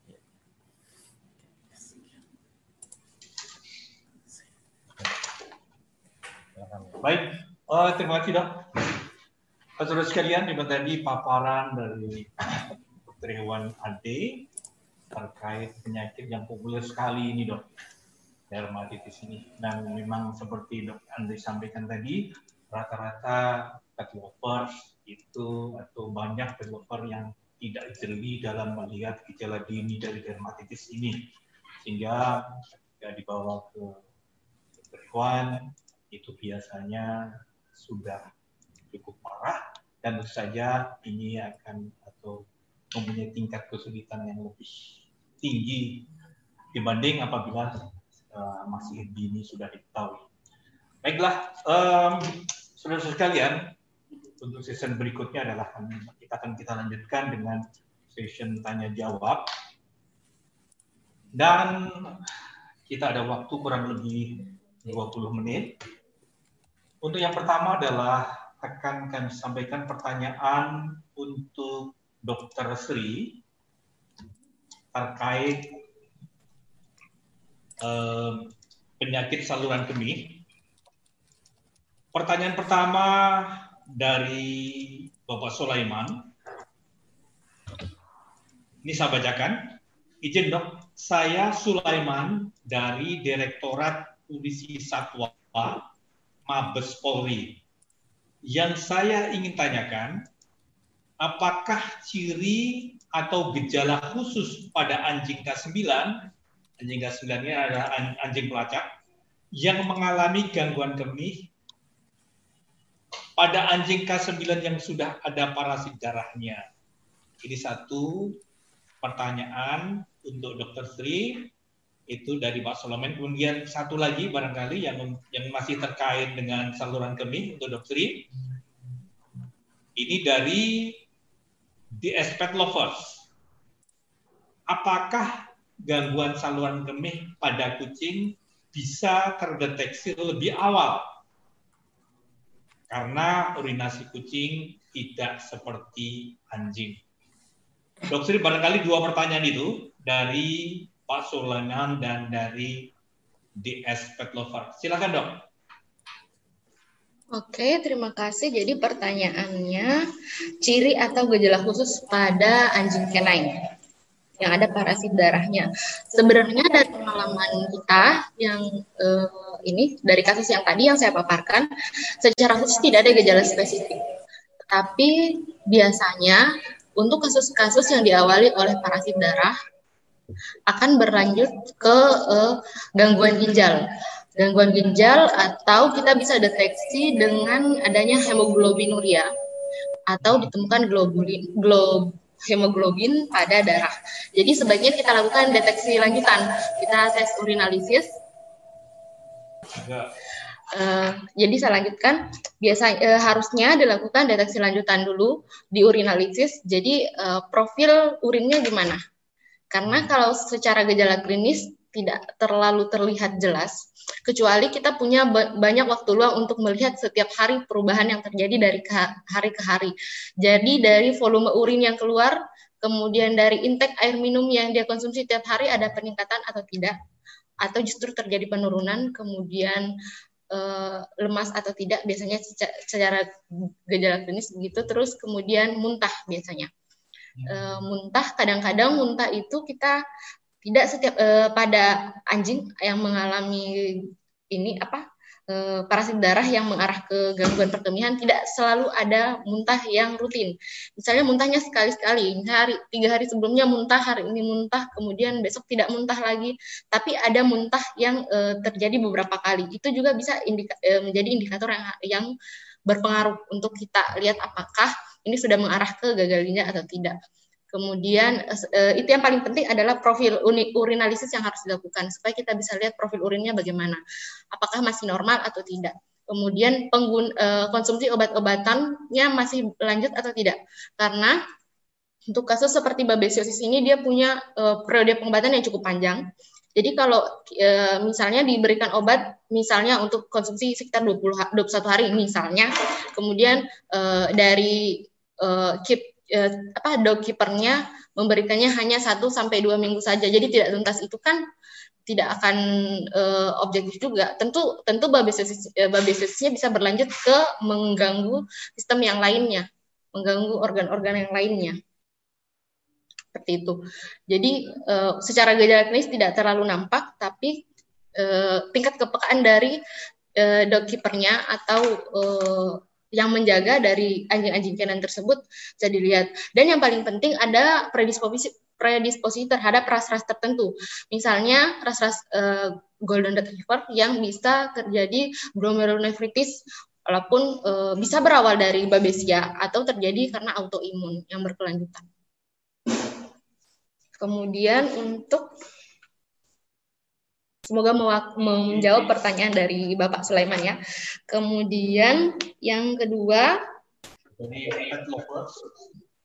Baik, uh, terima kasih dok. Saudara sekalian, ini tadi paparan dari dokter hewan Ade terkait penyakit yang populer sekali ini dok, dermatitis ini. Dan memang seperti dok Ade sampaikan tadi, rata-rata pet lovers itu atau banyak pet lover yang tidak jeli dalam melihat gejala dini dari dermatitis ini, sehingga ketika dibawa ke dokter hewan itu biasanya sudah cukup parah dan tentu saja ini akan atau mempunyai tingkat kesulitan yang lebih tinggi dibanding apabila uh, masih dini sudah diketahui. Baiklah, um, saudara sekalian, untuk sesi berikutnya adalah kita akan kita lanjutkan dengan sesi tanya jawab. Dan kita ada waktu kurang lebih dua puluh menit. Untuk yang pertama adalah akan kami sampaikan pertanyaan untuk Dokter Sri terkait eh, penyakit saluran kemih. Pertanyaan pertama dari Bapak Sulaiman. Ini saya bacakan. Izin dok, saya Sulaiman dari Direktorat Polisi Satwa Mabes Polri. Yang saya ingin tanyakan, apakah ciri atau gejala khusus pada anjing K sembilan, anjing K sembilan ini adalah anjing pelacak, yang mengalami gangguan kemih pada anjing K sembilan yang sudah ada parasit darahnya? Ini satu pertanyaan untuk Dokter Sri, itu dari Pak Sulaiman. Kemudian satu lagi barangkali yang yang masih terkait dengan saluran kemih untuk Dokter Sri. Ini dari D S Pet Lovers. Apakah gangguan saluran kemih pada kucing bisa terdeteksi lebih awal? Karena urinasi kucing tidak seperti anjing. Dokter, barangkali dua pertanyaan itu dari Pak Sulaiman dan dari D S Pet Lover. Silakan dok. Oke, terima kasih. Jadi pertanyaannya, ciri atau gejala khusus pada anjing canine yang ada parasit darahnya. Sebenarnya dari pengalaman kita yang eh, ini, dari kasus yang tadi yang saya paparkan, secara khusus tidak ada gejala spesifik. Tapi biasanya untuk kasus-kasus yang diawali oleh parasit darah akan berlanjut ke eh, gangguan ginjal. Gangguan ginjal atau kita bisa deteksi dengan adanya hemoglobinuria atau ditemukan globulin, glob, hemoglobin pada darah. Jadi sebaiknya kita lakukan deteksi lanjutan. Kita tes urinalisis. Uh, jadi saya lanjutkan. Biasa uh, harusnya dilakukan deteksi lanjutan dulu di urinalisis. Jadi uh, profil urinnya gimana? Karena kalau secara gejala klinis tidak terlalu terlihat jelas, kecuali kita punya banyak waktu luang untuk melihat setiap hari perubahan yang terjadi dari ke hari ke hari. Jadi dari volume urin yang keluar, kemudian dari intake air minum yang dia konsumsi tiap hari ada peningkatan atau tidak, atau justru terjadi penurunan, kemudian eh, lemas atau tidak, biasanya secara gejala klinis begitu. Terus kemudian muntah biasanya. Eh, muntah, kadang-kadang muntah itu kita tidak setiap eh, pada anjing yang mengalami ini apa eh, parasit darah yang mengarah ke gangguan perkemihan tidak selalu ada muntah yang rutin. Misalnya muntahnya sekali-sekali, hari tiga hari sebelumnya muntah, hari ini muntah, kemudian besok tidak muntah lagi. Tapi ada muntah yang eh, terjadi beberapa kali. Itu juga bisa indika, eh, menjadi indikator yang yang berpengaruh untuk kita lihat apakah ini sudah mengarah ke gagal ginjal atau tidak. Kemudian uh, itu yang paling penting adalah profil urinalisis yang harus dilakukan supaya kita bisa lihat profil urinnya bagaimana, apakah masih normal atau tidak. Kemudian penggun, uh, konsumsi obat-obatannya masih lanjut atau tidak, karena untuk kasus seperti babesiosis ini dia punya uh, periode pengobatan yang cukup panjang. Jadi kalau uh, misalnya diberikan obat misalnya untuk konsumsi sekitar dua puluh, dua puluh satu hari misalnya, kemudian uh, dari uh, keep Eh, apa dogkeepernya memberikannya hanya satu sampai dua minggu saja, jadi tidak tuntas, itu kan tidak akan eh, objektif juga. Tentu tentu babesiosis eh, babesiosisnya bisa berlanjut ke mengganggu sistem yang lainnya, mengganggu organ-organ yang lainnya, seperti itu. Jadi eh, secara gejala klinis tidak terlalu nampak, tapi eh, tingkat kepekaan dari eh, dogkeepernya atau eh, yang menjaga dari anjing-anjing canine tersebut bisa dilihat. Dan yang paling penting ada predisposisi predisposisi terhadap ras-ras tertentu. Misalnya ras-ras uh, Golden Retriever yang bisa terjadi glomerulonefritis walaupun uh, bisa berawal dari babesia atau terjadi karena autoimun yang berkelanjutan. Kemudian untuk semoga menjawab pertanyaan dari Bapak Sulaiman ya. Kemudian yang kedua,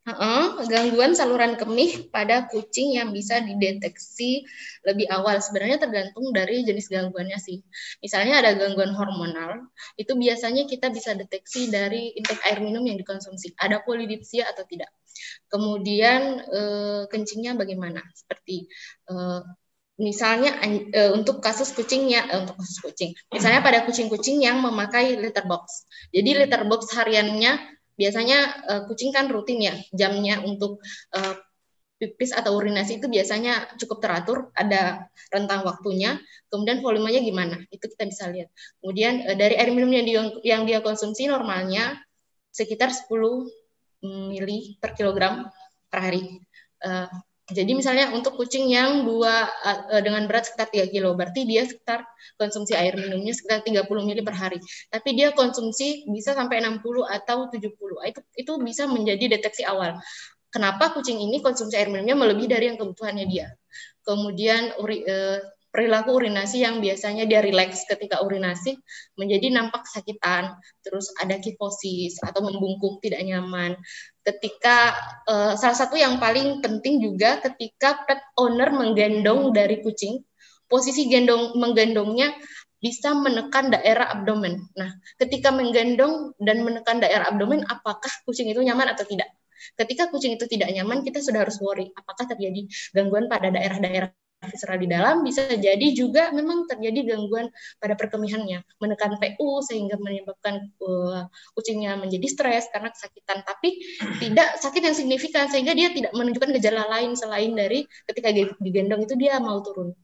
Uh-uh, gangguan saluran kemih pada kucing yang bisa dideteksi lebih awal. Sebenarnya tergantung dari jenis gangguannya sih. Misalnya ada gangguan hormonal, itu biasanya kita bisa deteksi dari intake air minum yang dikonsumsi. Ada polidipsia atau tidak. Kemudian eh, kencingnya bagaimana? Seperti eh, misalnya eh, untuk kasus kucingnya, eh, untuk kasus kucing. Misalnya pada kucing-kucing yang memakai litter box. Jadi litter box hariannya biasanya uh, kucing kan rutin ya jamnya untuk uh, pipis atau urinasi itu biasanya cukup teratur, ada rentang waktunya, kemudian volumenya gimana, itu kita bisa lihat. Kemudian uh, dari air minum yang dia, yang dia konsumsi normalnya sekitar sepuluh mili per kilogram per hari. Uh, Jadi misalnya untuk kucing yang dua uh, dengan berat sekitar tiga kilo, berarti dia sekitar konsumsi air minumnya sekitar tiga puluh mili per hari. Tapi dia konsumsi bisa sampai enam puluh atau tujuh puluh. Itu itu bisa menjadi deteksi awal. Kenapa kucing ini konsumsi air minumnya melebihi dari yang kebutuhannya dia. Kemudian uri, uh, perilaku urinasi yang biasanya dia rileks ketika urinasi menjadi nampak kesakitan, terus ada kifosis atau membungkuk tidak nyaman. Ketika uh, salah satu yang paling penting juga ketika pet owner menggendong dari kucing, posisi gendong menggendongnya bisa menekan daerah abdomen. Nah, ketika menggendong dan menekan daerah abdomen, apakah kucing itu nyaman atau tidak? Ketika kucing itu tidak nyaman, kita sudah harus worry apakah terjadi gangguan pada daerah-daerah visceral di dalam, bisa jadi juga memang terjadi gangguan pada perkemihannya, menekan P U sehingga menyebabkan uh, kucingnya menjadi stres karena kesakitan, tapi tidak sakit yang signifikan sehingga dia tidak menunjukkan gejala lain selain dari ketika digendong itu dia mau turun.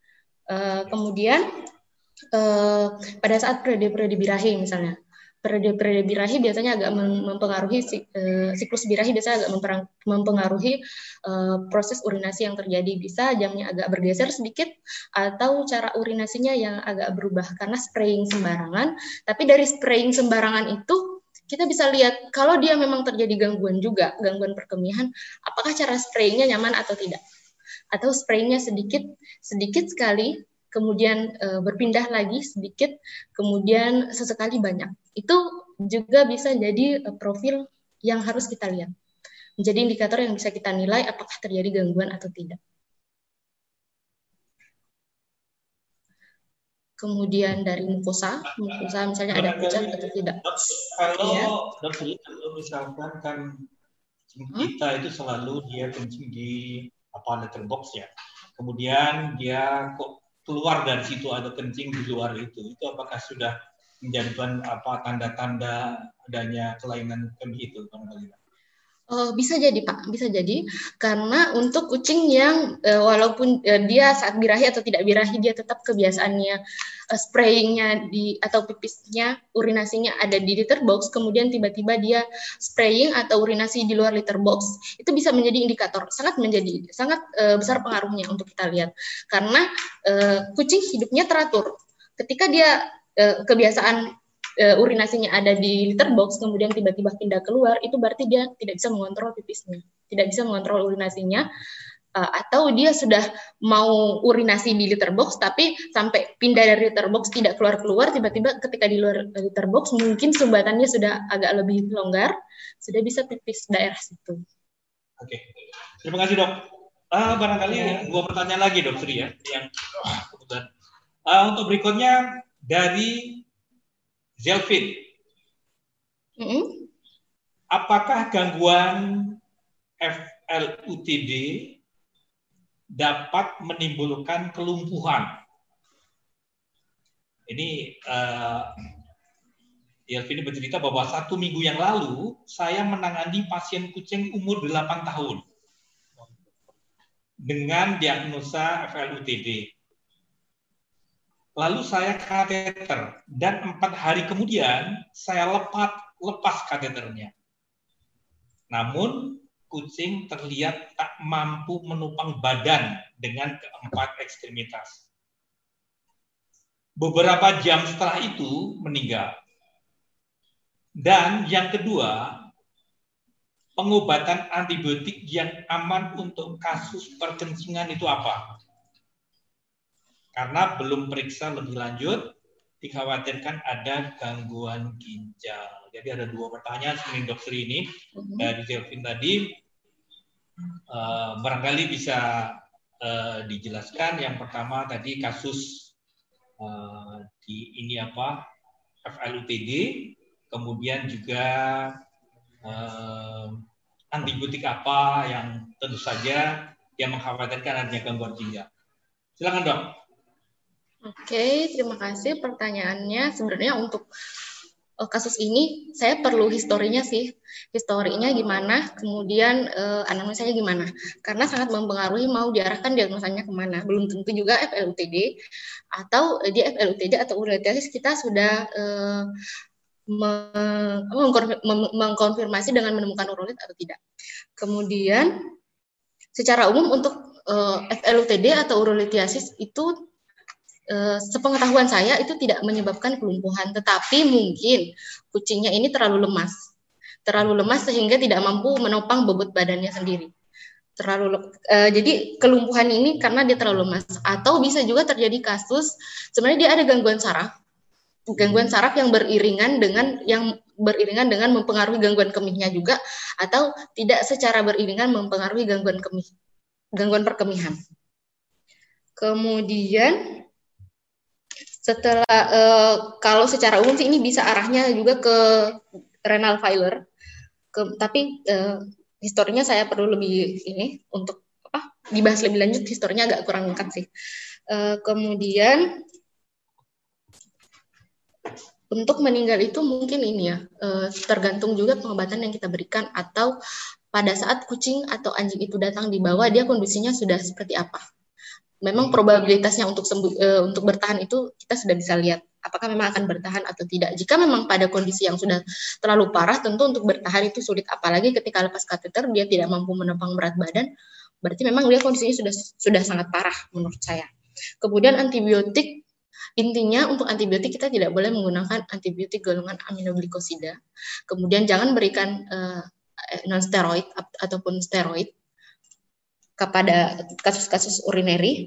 Uh, kemudian uh, pada saat periode-periode birahi misalnya, periode-periode birahi biasanya agak mempengaruhi siklus birahi biasanya agak mempengaruhi uh, proses urinasi yang terjadi. Bisa jamnya agak bergeser sedikit atau cara urinasinya yang agak berubah karena spraying sembarangan. Tapi dari spraying sembarangan itu kita bisa lihat kalau dia memang terjadi gangguan juga, gangguan perkemihan, apakah cara sprayingnya nyaman atau tidak. Atau sprayingnya sedikit sedikit sekali, kemudian e, berpindah lagi sedikit, kemudian sesekali banyak. Itu juga bisa jadi e, profil yang harus kita lihat. Menjadi indikator yang bisa kita nilai apakah terjadi gangguan atau tidak. Kemudian dari mukosa, mukosa misalnya ada pucat atau tidak. Kalau ya. Dokter, kalau misalkan kan kita hmm? itu selalu dia kencing di apa litter box ya. Kemudian dia kok keluar dari situ atau kencing di luar itu, itu apakah sudah menjadikan apa tanda-tanda adanya kelainan kemih itu, Bang? Oh, bisa jadi Pak, bisa jadi karena untuk kucing yang uh, walaupun uh, dia saat birahi atau tidak birahi dia tetap kebiasaannya uh, sprayingnya di atau pipisnya urinasinya ada di litter box, kemudian tiba-tiba dia spraying atau urinasi di luar litter box, itu bisa menjadi indikator, sangat menjadi sangat uh, besar pengaruhnya untuk kita lihat karena uh, kucing hidupnya teratur. Ketika dia uh, kebiasaan Uh, urinasinya ada di litter box, kemudian tiba-tiba pindah keluar, itu berarti dia tidak bisa mengontrol pipisnya, tidak bisa mengontrol urinasinya, uh, atau dia sudah mau urinasi di litter box, tapi sampai pindah dari litter box tidak keluar-keluar, tiba-tiba ketika di luar litter box, mungkin sumbatannya sudah agak lebih longgar, sudah bisa pipis daerah situ. Oke, terima kasih dok. Uh, barangkali ya. Dua pertanyaan lagi dok Sri ya, yang kemudian uh, untuk berikutnya dari Zelvin, mm-hmm. apakah gangguan F L U T D dapat menimbulkan kelumpuhan? Ini uh, Zelvin bercerita bahwa satu minggu yang lalu saya menangani pasien kucing umur delapan tahun dengan diagnosa F L U T D. Lalu saya kateter dan empat hari kemudian saya lepas lepas kateternya. Namun kucing terlihat tak mampu menopang badan dengan keempat ekstremitas. Beberapa jam setelah itu meninggal. Dan yang kedua, pengobatan antibiotik yang aman untuk kasus perkencingan itu apa? Karena belum periksa lebih lanjut, dikhawatirkan ada gangguan ginjal. Jadi ada dua pertanyaan sebenarnya dokter ini mm-hmm. dari Kelvin tadi. Uh, barangkali bisa uh, dijelaskan. Yang pertama tadi kasus uh, di ini apa F L U T D, kemudian juga uh, antibiotik apa yang tentu saja yang mengkhawatirkan adanya gangguan ginjal. Silakan dok. Oke, terima kasih pertanyaannya. Sebenarnya untuk uh, kasus ini saya perlu historinya sih, historinya gimana, kemudian uh, anamnesanya gimana, karena sangat mempengaruhi mau diarahkan diagnosanya kemana. Belum tentu juga F L U T D atau uh, di F L U T D atau urolitiasis kita sudah uh, mengkonfirmasi dengan menemukan urolit atau tidak. Kemudian secara umum untuk uh, F L U T D atau urolitiasis itu Uh, sepengetahuan saya itu tidak menyebabkan kelumpuhan, tetapi mungkin kucingnya ini terlalu lemas, terlalu lemas sehingga tidak mampu menopang bobot badannya sendiri. Terlalu uh, jadi kelumpuhan ini karena dia terlalu lemas, atau bisa juga terjadi kasus sebenarnya dia ada gangguan saraf, gangguan saraf yang beriringan dengan yang beriringan dengan mempengaruhi gangguan kemihnya juga, atau tidak secara beriringan mempengaruhi gangguan kemih, gangguan perkemihan. Kemudian setelah uh, kalau secara umum sih ini bisa arahnya juga ke renal failure, ke, tapi uh, historinya saya perlu lebih ini untuk apa dibahas lebih lanjut, historinya agak kurang lengkap sih. Uh, kemudian untuk meninggal itu mungkin ini ya uh, tergantung juga pengobatan yang kita berikan, atau pada saat kucing atau anjing itu datang di bawah dia kondisinya sudah seperti apa. Memang probabilitasnya untuk sembuh, e, untuk bertahan itu kita sudah bisa lihat apakah memang akan bertahan atau tidak. Jika memang pada kondisi yang sudah terlalu parah, tentu untuk bertahan itu sulit, apalagi ketika lepas kateter dia tidak mampu menopang berat badan, berarti memang dia kondisinya sudah sudah sangat parah menurut saya. Kemudian antibiotik, intinya untuk antibiotik kita tidak boleh menggunakan antibiotik golongan aminoglikosida. Kemudian jangan berikan e, non steroid ataupun steroid kepada kasus-kasus urinary.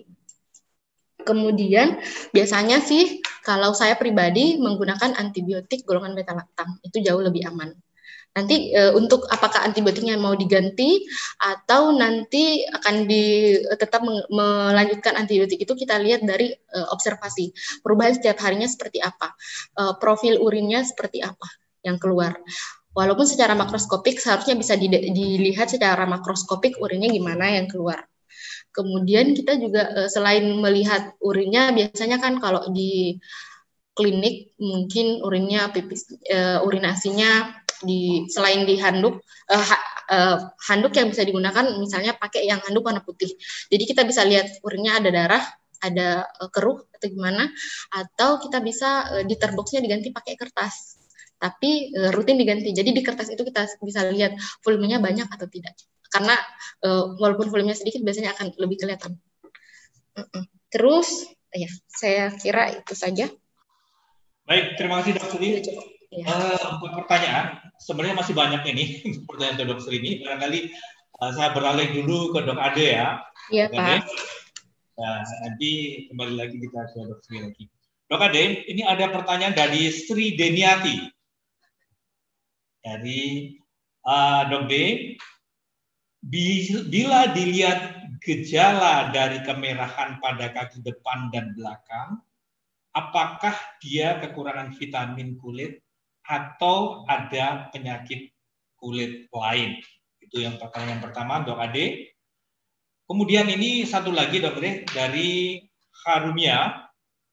Kemudian biasanya sih kalau saya pribadi menggunakan antibiotik golongan beta-lactam, itu jauh lebih aman. Nanti e, untuk apakah antibiotiknya mau diganti atau nanti akan di tetap melanjutkan antibiotik itu kita lihat dari e, observasi perubahan setiap harinya seperti apa, e, profil urinnya seperti apa yang keluar. Walaupun secara makroskopik seharusnya bisa dilihat secara makroskopik urinnya gimana yang keluar. Kemudian kita juga selain melihat urinnya, biasanya kan kalau di klinik mungkin urinnya pipis, uh, urinasinya di selain di handuk, uh, ha, uh, handuk yang bisa digunakan misalnya pakai yang handuk warna putih. Jadi kita bisa lihat urinnya ada darah, ada uh, keruh atau gimana, atau kita bisa uh, diter boxnya diganti pakai kertas. Tapi e, rutin diganti. Jadi di kertas itu kita bisa lihat volumenya banyak atau tidak. Karena e, walaupun volumenya sedikit biasanya akan lebih kelihatan. Uh-uh. Terus, ya saya kira itu saja. Baik, terima kasih Dokter Lee. Ya. Uh, untuk pertanyaan, sebenarnya masih banyak ini pertanyaan dari Dokter ini. Barangkali uh, saya beralih dulu ke Dok Ade ya. Iya Pak. Nah, nanti kembali lagi kita ke Dokter lagi. Dok Ade, ini ada pertanyaan dari Sri Deniati. Dari uh, Dok D, bila dilihat gejala dari kemerahan pada kaki depan dan belakang, apakah dia kekurangan vitamin kulit atau ada penyakit kulit lain? Itu yang pertanyaan pertama, Dok Ade. Kemudian ini satu lagi, Dok D, dari Harumia.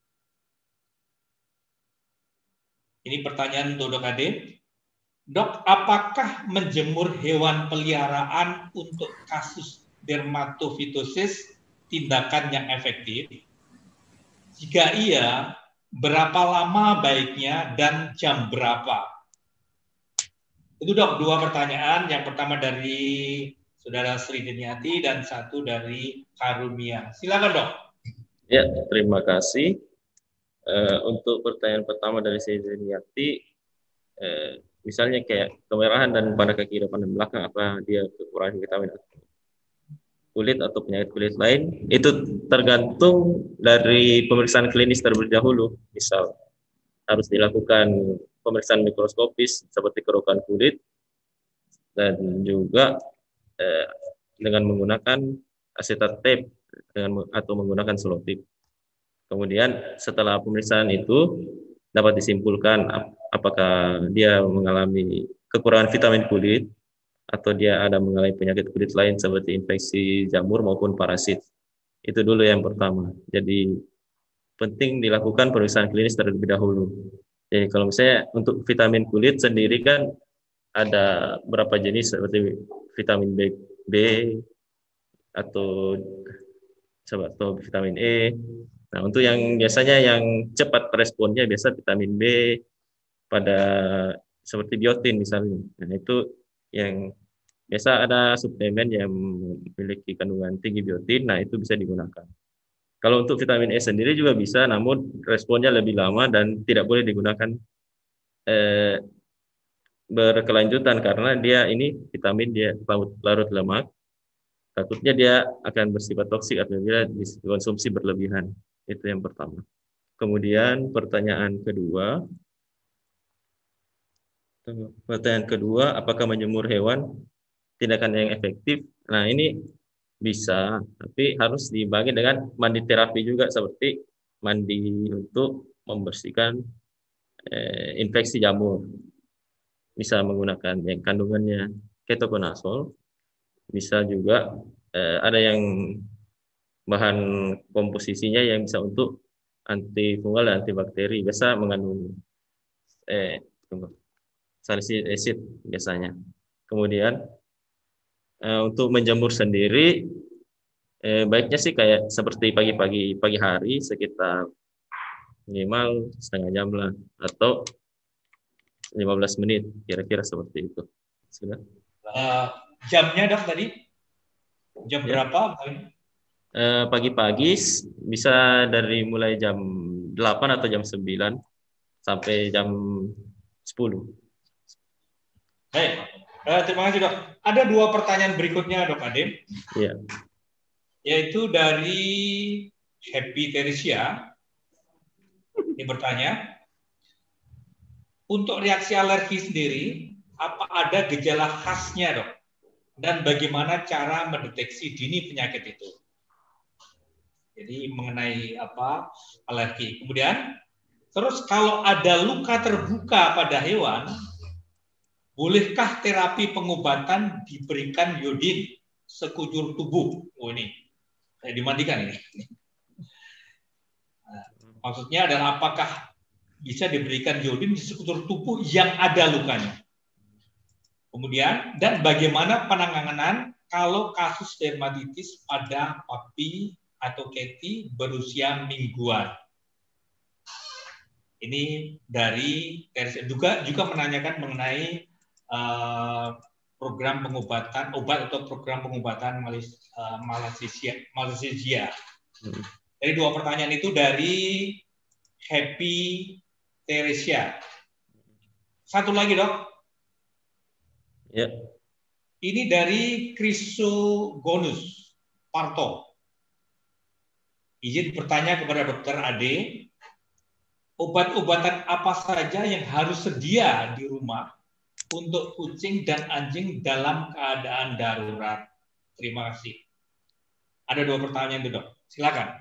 Ini pertanyaan untuk Dok Ade. Dok, apakah menjemur hewan peliharaan untuk kasus dermatofitosis tindakan yang efektif? Jika iya, berapa lama baiknya dan jam berapa? Itu Dok, dua pertanyaan. Yang pertama dari Saudara Sri Deniati dan satu dari Karumia. Silakan Dok. Ya, terima kasih. Uh, untuk pertanyaan pertama dari Sri Deniati, uh, misalnya kayak kemerahan dan pada kaki depan dan belakang, apa dia kekurangan vitamin kulit atau penyakit kulit lain, itu tergantung dari pemeriksaan klinis terlebih dahulu. Misal harus dilakukan pemeriksaan mikroskopis seperti kerukan kulit dan juga eh, dengan menggunakan asetat tape dengan atau menggunakan selotip. Kemudian setelah pemeriksaan itu dapat disimpulkan ap apakah dia mengalami kekurangan vitamin kulit atau dia ada mengalami penyakit kulit lain seperti infeksi jamur maupun parasit. Itu dulu yang pertama. Jadi penting dilakukan pemeriksaan klinis terlebih dahulu. Jadi kalau misalnya untuk vitamin kulit sendiri kan ada beberapa jenis seperti vitamin B, B atau atau vitamin E. Nah, untuk yang biasanya yang cepat responnya biasa vitamin B pada seperti biotin misalnya. Nah, itu yang biasa ada suplemen yang memiliki kandungan tinggi biotin, nah itu bisa digunakan. Kalau untuk vitamin E sendiri juga bisa, namun responnya lebih lama dan tidak boleh digunakan eh, berkelanjutan karena dia ini vitamin dia larut, larut lemak. Takutnya dia akan bersifat toksik apabila dikonsumsi berlebihan. Itu yang pertama. Kemudian pertanyaan kedua, pertanyaan kedua, apakah menjemur hewan tindakan yang efektif? Nah ini bisa, tapi harus dibagi dengan mandi terapi juga seperti mandi untuk membersihkan eh, infeksi jamur. Bisa menggunakan yang kandungannya ketokonazol. Bisa juga eh, ada yang bahan komposisinya yang bisa untuk antifungal dan antibakteri. Biasa mengandung eh, salicylic acid biasanya. Kemudian eh, untuk menjemur sendiri eh, baiknya sih kayak seperti pagi-pagi pagi hari sekitar minimal setengah jam lah atau lima belas menit kira-kira seperti itu. Sudah. Uh, jamnya dok tadi jam ya. Berapa? Uh, pagi-pagi bisa dari mulai jam delapan atau jam sembilan sampai jam sepuluh. Baik, uh, terima kasih dok. Ada dua pertanyaan berikutnya dok Adem. Ya. Yaitu dari Happy Teresia. Ini bertanya, untuk reaksi alergi sendiri, apa ada gejala khasnya dok? Dan bagaimana cara mendeteksi dini penyakit itu? Jadi mengenai apa alergi. Kemudian, terus kalau ada luka terbuka pada hewan, bolehkah terapi pengobatan diberikan iodin sekujur tubuh? Oh ini, saya dimandikan ini. Nah, maksudnya adalah apakah bisa diberikan iodin di sekujur tubuh yang ada lukanya? Kemudian, dan bagaimana penanganan kalau kasus dermatitis pada papi atau Katy berusia mingguan? Ini dari juga juga menanyakan mengenai uh, program pengobatan obat atau program pengobatan uh, malassezia. malassezia. Hmm. Jadi dua pertanyaan itu dari Happy Teresia. Satu lagi dok. Ya. Ini dari Chrysogonus Parto. Izin bertanya kepada dokter Ade, obat-obatan apa saja yang harus sedia di rumah untuk kucing dan anjing dalam keadaan darurat? Terima kasih. Ada dua pertanyaan itu, dok. Silakan.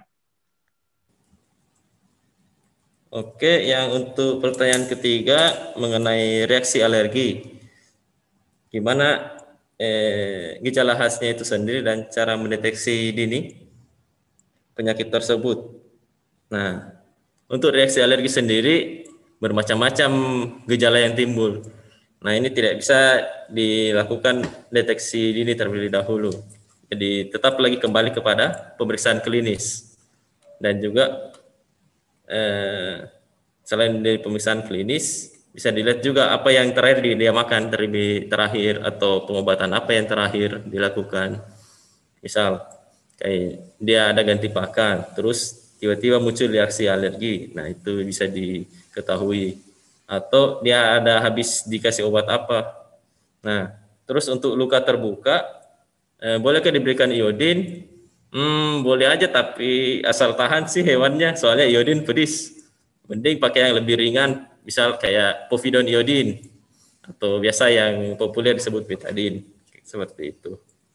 Oke, yang untuk pertanyaan ketiga mengenai reaksi alergi. Gimana eh, gejala khasnya itu sendiri dan cara mendeteksi dini penyakit tersebut. Nah, untuk reaksi alergi sendiri bermacam-macam gejala yang timbul. Nah, ini tidak bisa dilakukan deteksi dini terlebih dahulu. Jadi tetap lagi kembali kepada pemeriksaan klinis. Dan juga eh, selain dari pemeriksaan klinis, bisa dilihat juga apa yang terakhir dia makan terlebih terakhir atau pengobatan apa yang terakhir dilakukan. Misal kayak dia ada ganti pakan, terus tiba-tiba muncul reaksi alergi. Nah, itu bisa diketahui. Atau dia ada habis dikasih obat apa. Nah, terus untuk luka terbuka, eh, bolehkah diberikan iodin? Hmm, boleh aja, tapi asal tahan sih hewannya, soalnya iodin pedis. mending pakai yang lebih ringan, misal kayak povidone iodin atau biasa yang populer disebut betadine, seperti itu.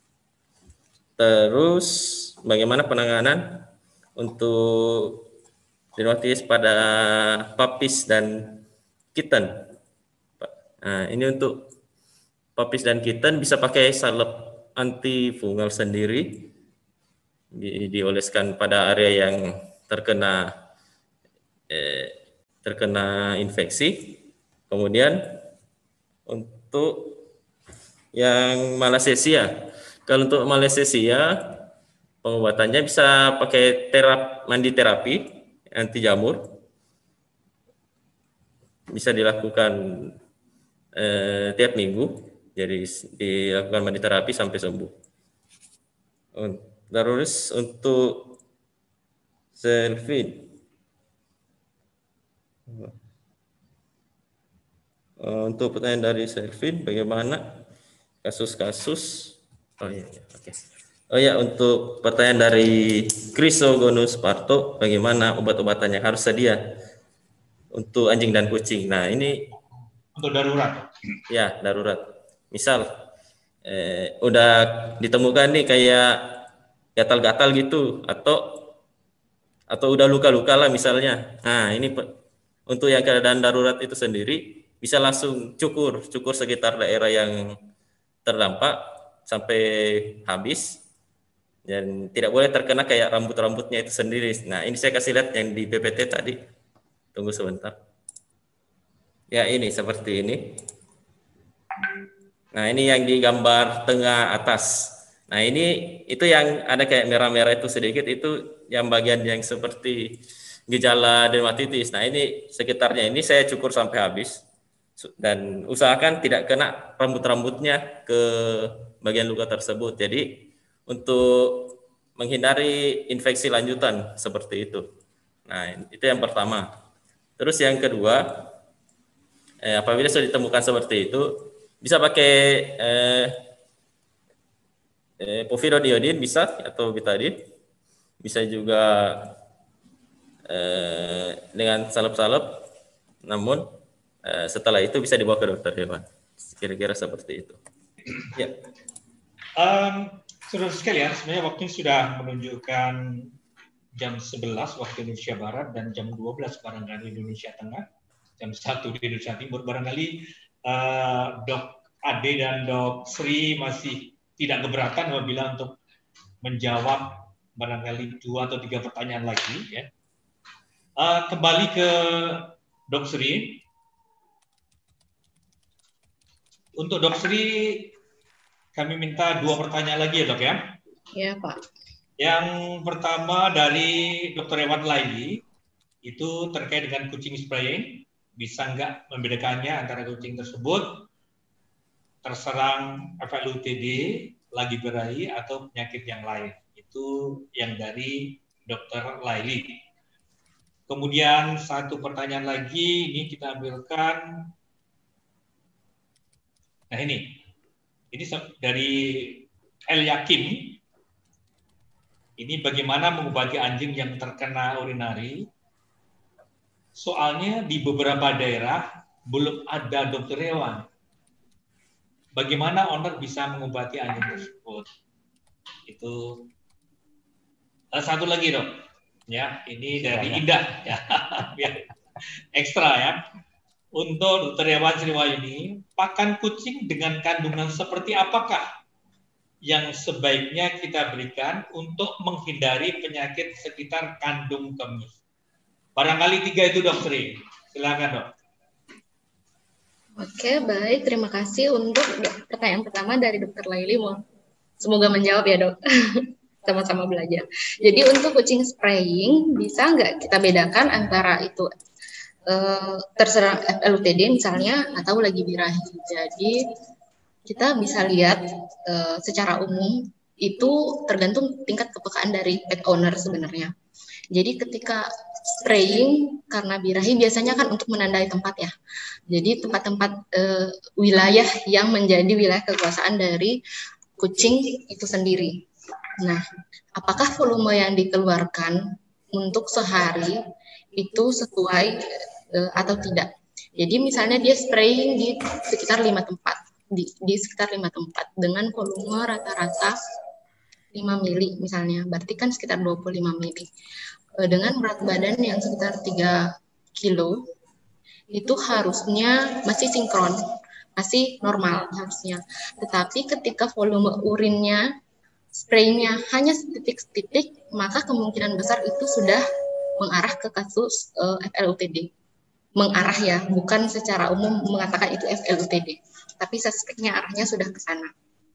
Terus bagaimana penanganan untuk dermatitis pada papis dan kitten? Nah, ini untuk papis dan kitten bisa pakai salep antifungal sendiri, di, dioleskan pada area yang terkena eh, terkena infeksi. Kemudian untuk yang malassezia, kalau untuk malassezia pengobatannya bisa pakai terap mandi terapi anti jamur, bisa dilakukan eh, tiap minggu, jadi dilakukan mandi terapi sampai sembuh. Terus untuk Selfie, untuk pertanyaan dari Selfie, bagaimana kasus-kasus? Oh iya, iya. Oke. Okay. Oh ya, untuk pertanyaan dari Chrysogonus parto, bagaimana obat-obatan yang harus sedia untuk anjing dan kucing? Nah, ini untuk darurat. Ya, darurat. Misal eh, udah ditemukan nih kayak gatal-gatal gitu, atau atau udah luka-luka lah misalnya. Nah, ini untuk yang keadaan darurat itu sendiri bisa langsung cukur, cukur sekitar daerah yang terdampak sampai habis. Dan tidak boleh terkena kayak rambut-rambutnya itu sendiri. Nah, ini saya kasih lihat yang di P P T tadi. Tunggu sebentar. Ya, ini seperti ini. Nah, ini yang di gambar tengah atas. Nah, ini itu yang ada kayak merah-merah itu sedikit, itu yang bagian yang seperti gejala dermatitis. Nah, ini sekitarnya ini saya cukur sampai habis. Dan usahakan tidak kena rambut-rambutnya ke bagian luka tersebut. Jadi untuk menghindari infeksi lanjutan seperti itu. Nah, itu yang pertama. Terus yang kedua, eh, apabila sudah ditemukan seperti itu, bisa pakai eh, eh, povidone iodin bisa, atau betadine. Bisa juga eh, dengan salep-salep. Namun eh, setelah itu bisa dibawa ke dokter hewan. Kira-kira seperti itu. Ya. Um, Saudara sekalian, sebenarnya waktunya sudah menunjukkan jam sebelas waktu Indonesia Barat dan jam dua belas barangkali Indonesia Tengah, jam satu di Indonesia Timur. Barangkali uh, Dok Ade dan Dok Sri masih tidak keberatan apabila untuk menjawab barangkali dua atau tiga pertanyaan lagi. Ya. Uh, kembali ke Dok Sri. Untuk Dok Sri, kami minta dua pertanyaan lagi ya, Dok ya? Iya, Pak. Yang pertama dari Dokter Ewan Laili, itu terkait dengan kucing spraying. Bisa nggak membedakannya antara kucing tersebut terserang F L U T D, lagi berahi, atau penyakit yang lain. Itu yang dari Dokter Laili. Kemudian satu pertanyaan lagi, ini kita ambilkan. Nah ini. Ini dari El Yakin, ini bagaimana mengobati anjing yang terkena urinari. Soalnya di beberapa daerah belum ada dokter hewan. Bagaimana owner bisa mengobati anjing tersebut? Itu satu lagi dok, ya ini dari Indah, ya ekstra ya. Untuk Dokter Hewan Sriwayuni, pakan kucing dengan kandungan seperti apakah yang sebaiknya kita berikan untuk menghindari penyakit sekitar kandung kemih? Barangkali tiga itu Dok Sri. Silakan Dok. Oke, baik. Terima kasih untuk pertanyaan pertama dari Dokter Laili. Semoga menjawab ya Dok. Sama-sama belajar. Jadi untuk kucing spraying, bisa nggak kita bedakan antara itu Uh, terserang F L U T D misalnya atau lagi birahi. Jadi kita bisa lihat uh, secara umum itu tergantung tingkat kepekaan dari pet owner sebenarnya. Jadi ketika spraying karena birahi biasanya kan untuk menandai tempat ya. Jadi tempat-tempat uh, wilayah yang menjadi wilayah kekuasaan dari kucing itu sendiri. Nah, apakah volume yang dikeluarkan untuk sehari itu sesuai uh, atau tidak. Jadi misalnya dia spraying di sekitar lima tempat, di, di sekitar lima tempat dengan volume rata-rata lima mili misalnya, berarti kan sekitar dua puluh lima mili. Uh, dengan berat badan yang sekitar tiga kilo, itu harusnya masih sinkron, masih normal harusnya. Tetapi ketika volume urinnya, sprayingnya hanya setitik-setitik, maka kemungkinan besar itu sudah mengarah ke kasus uh, F L U T D. Mengarah ya, bukan secara umum mengatakan itu F L U T D, tapi suspeknya arahnya sudah ke sana.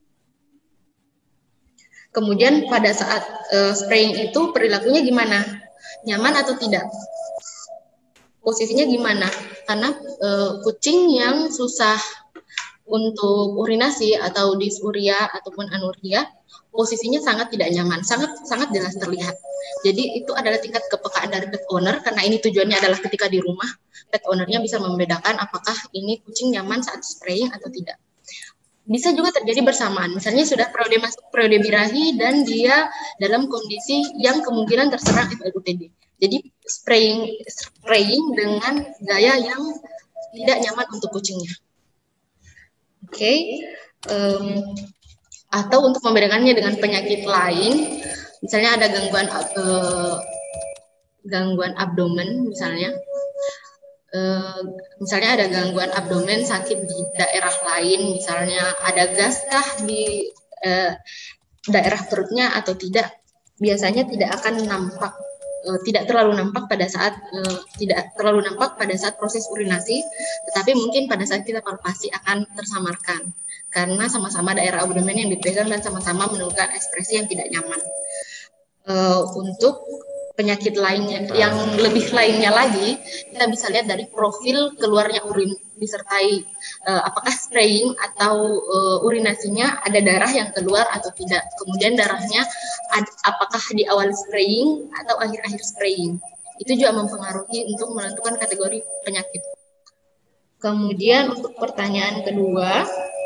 Kemudian pada saat uh, spraying itu perilakunya gimana? Nyaman atau tidak? Posisinya gimana? Karena uh, kucing yang susah untuk urinasi atau dysuria ataupun anuria, posisinya sangat tidak nyaman, sangat sangat jelas terlihat. Jadi itu adalah tingkat kepekaan dari pet owner, karena ini tujuannya adalah ketika di rumah, pet ownernya bisa membedakan apakah ini kucing nyaman saat spraying atau tidak. Bisa juga terjadi bersamaan, misalnya sudah periode masuk periode birahi dan dia dalam kondisi yang kemungkinan terserang F L U T D. Jadi spraying spraying dengan gaya yang tidak nyaman untuk kucingnya. Oke, okay. um, atau untuk membedakannya dengan penyakit lain, misalnya ada gangguan uh, gangguan abdomen misalnya, uh, misalnya ada gangguan abdomen sakit di daerah lain, misalnya ada gas kah di uh, daerah perutnya atau tidak, biasanya tidak akan nampak, uh, tidak terlalu nampak pada saat uh, tidak terlalu nampak pada saat proses urinasi, tetapi mungkin pada saat kita palpasi akan tersamarkan. Karena sama-sama daerah abdomen yang dipegang dan sama-sama menunjukkan ekspresi yang tidak nyaman. Uh, untuk penyakit lainnya, yang lebih lainnya lagi, kita bisa lihat dari profil keluarnya urin, disertai uh, apakah spraying atau uh, urinasinya ada darah yang keluar atau tidak. Kemudian darahnya ad, apakah di awal spraying atau akhir-akhir spraying. Itu juga mempengaruhi untuk menentukan kategori penyakit. Kemudian untuk pertanyaan kedua,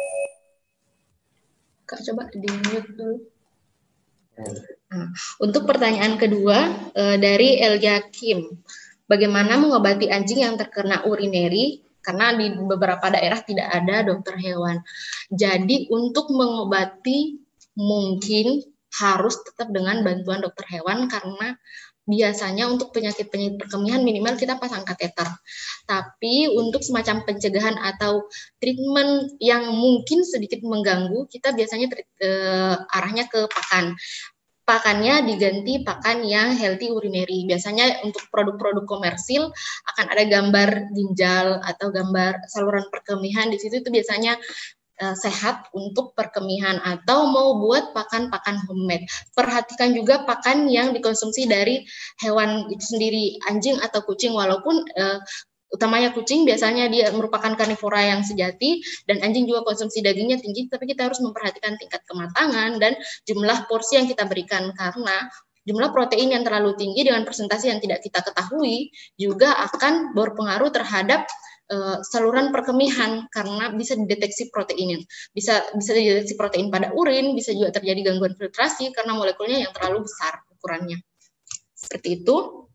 Kak, coba di-mute dulu. Nah, untuk pertanyaan kedua e, dari Elja Kim, bagaimana mengobati anjing yang terkena urineri? Karena di beberapa daerah tidak ada dokter hewan. Jadi untuk mengobati mungkin harus tetap dengan bantuan dokter hewan, karena biasanya untuk penyakit-penyakit perkemihan minimal kita pasang kateter. Tapi untuk semacam pencegahan atau treatment yang mungkin sedikit mengganggu, kita biasanya treat, eh, arahnya ke pakan. Pakannya diganti pakan yang healthy urinary. Biasanya untuk produk-produk komersil akan ada gambar ginjal atau gambar saluran perkemihan. Di situ itu biasanya sehat untuk perkemihan, atau mau buat pakan-pakan homemade. Perhatikan juga pakan yang dikonsumsi dari hewan itu sendiri, anjing atau kucing, walaupun uh, utamanya kucing biasanya dia merupakan karnivora yang sejati dan anjing juga konsumsi dagingnya tinggi, tapi kita harus memperhatikan tingkat kematangan dan jumlah porsi yang kita berikan, karena jumlah protein yang terlalu tinggi dengan persentase yang tidak kita ketahui juga akan berpengaruh terhadap Uh, saluran perkemihan, karena bisa dideteksi proteinnya, bisa bisa dideteksi protein pada urin, bisa juga terjadi gangguan filtrasi karena molekulnya yang terlalu besar ukurannya. Seperti itu.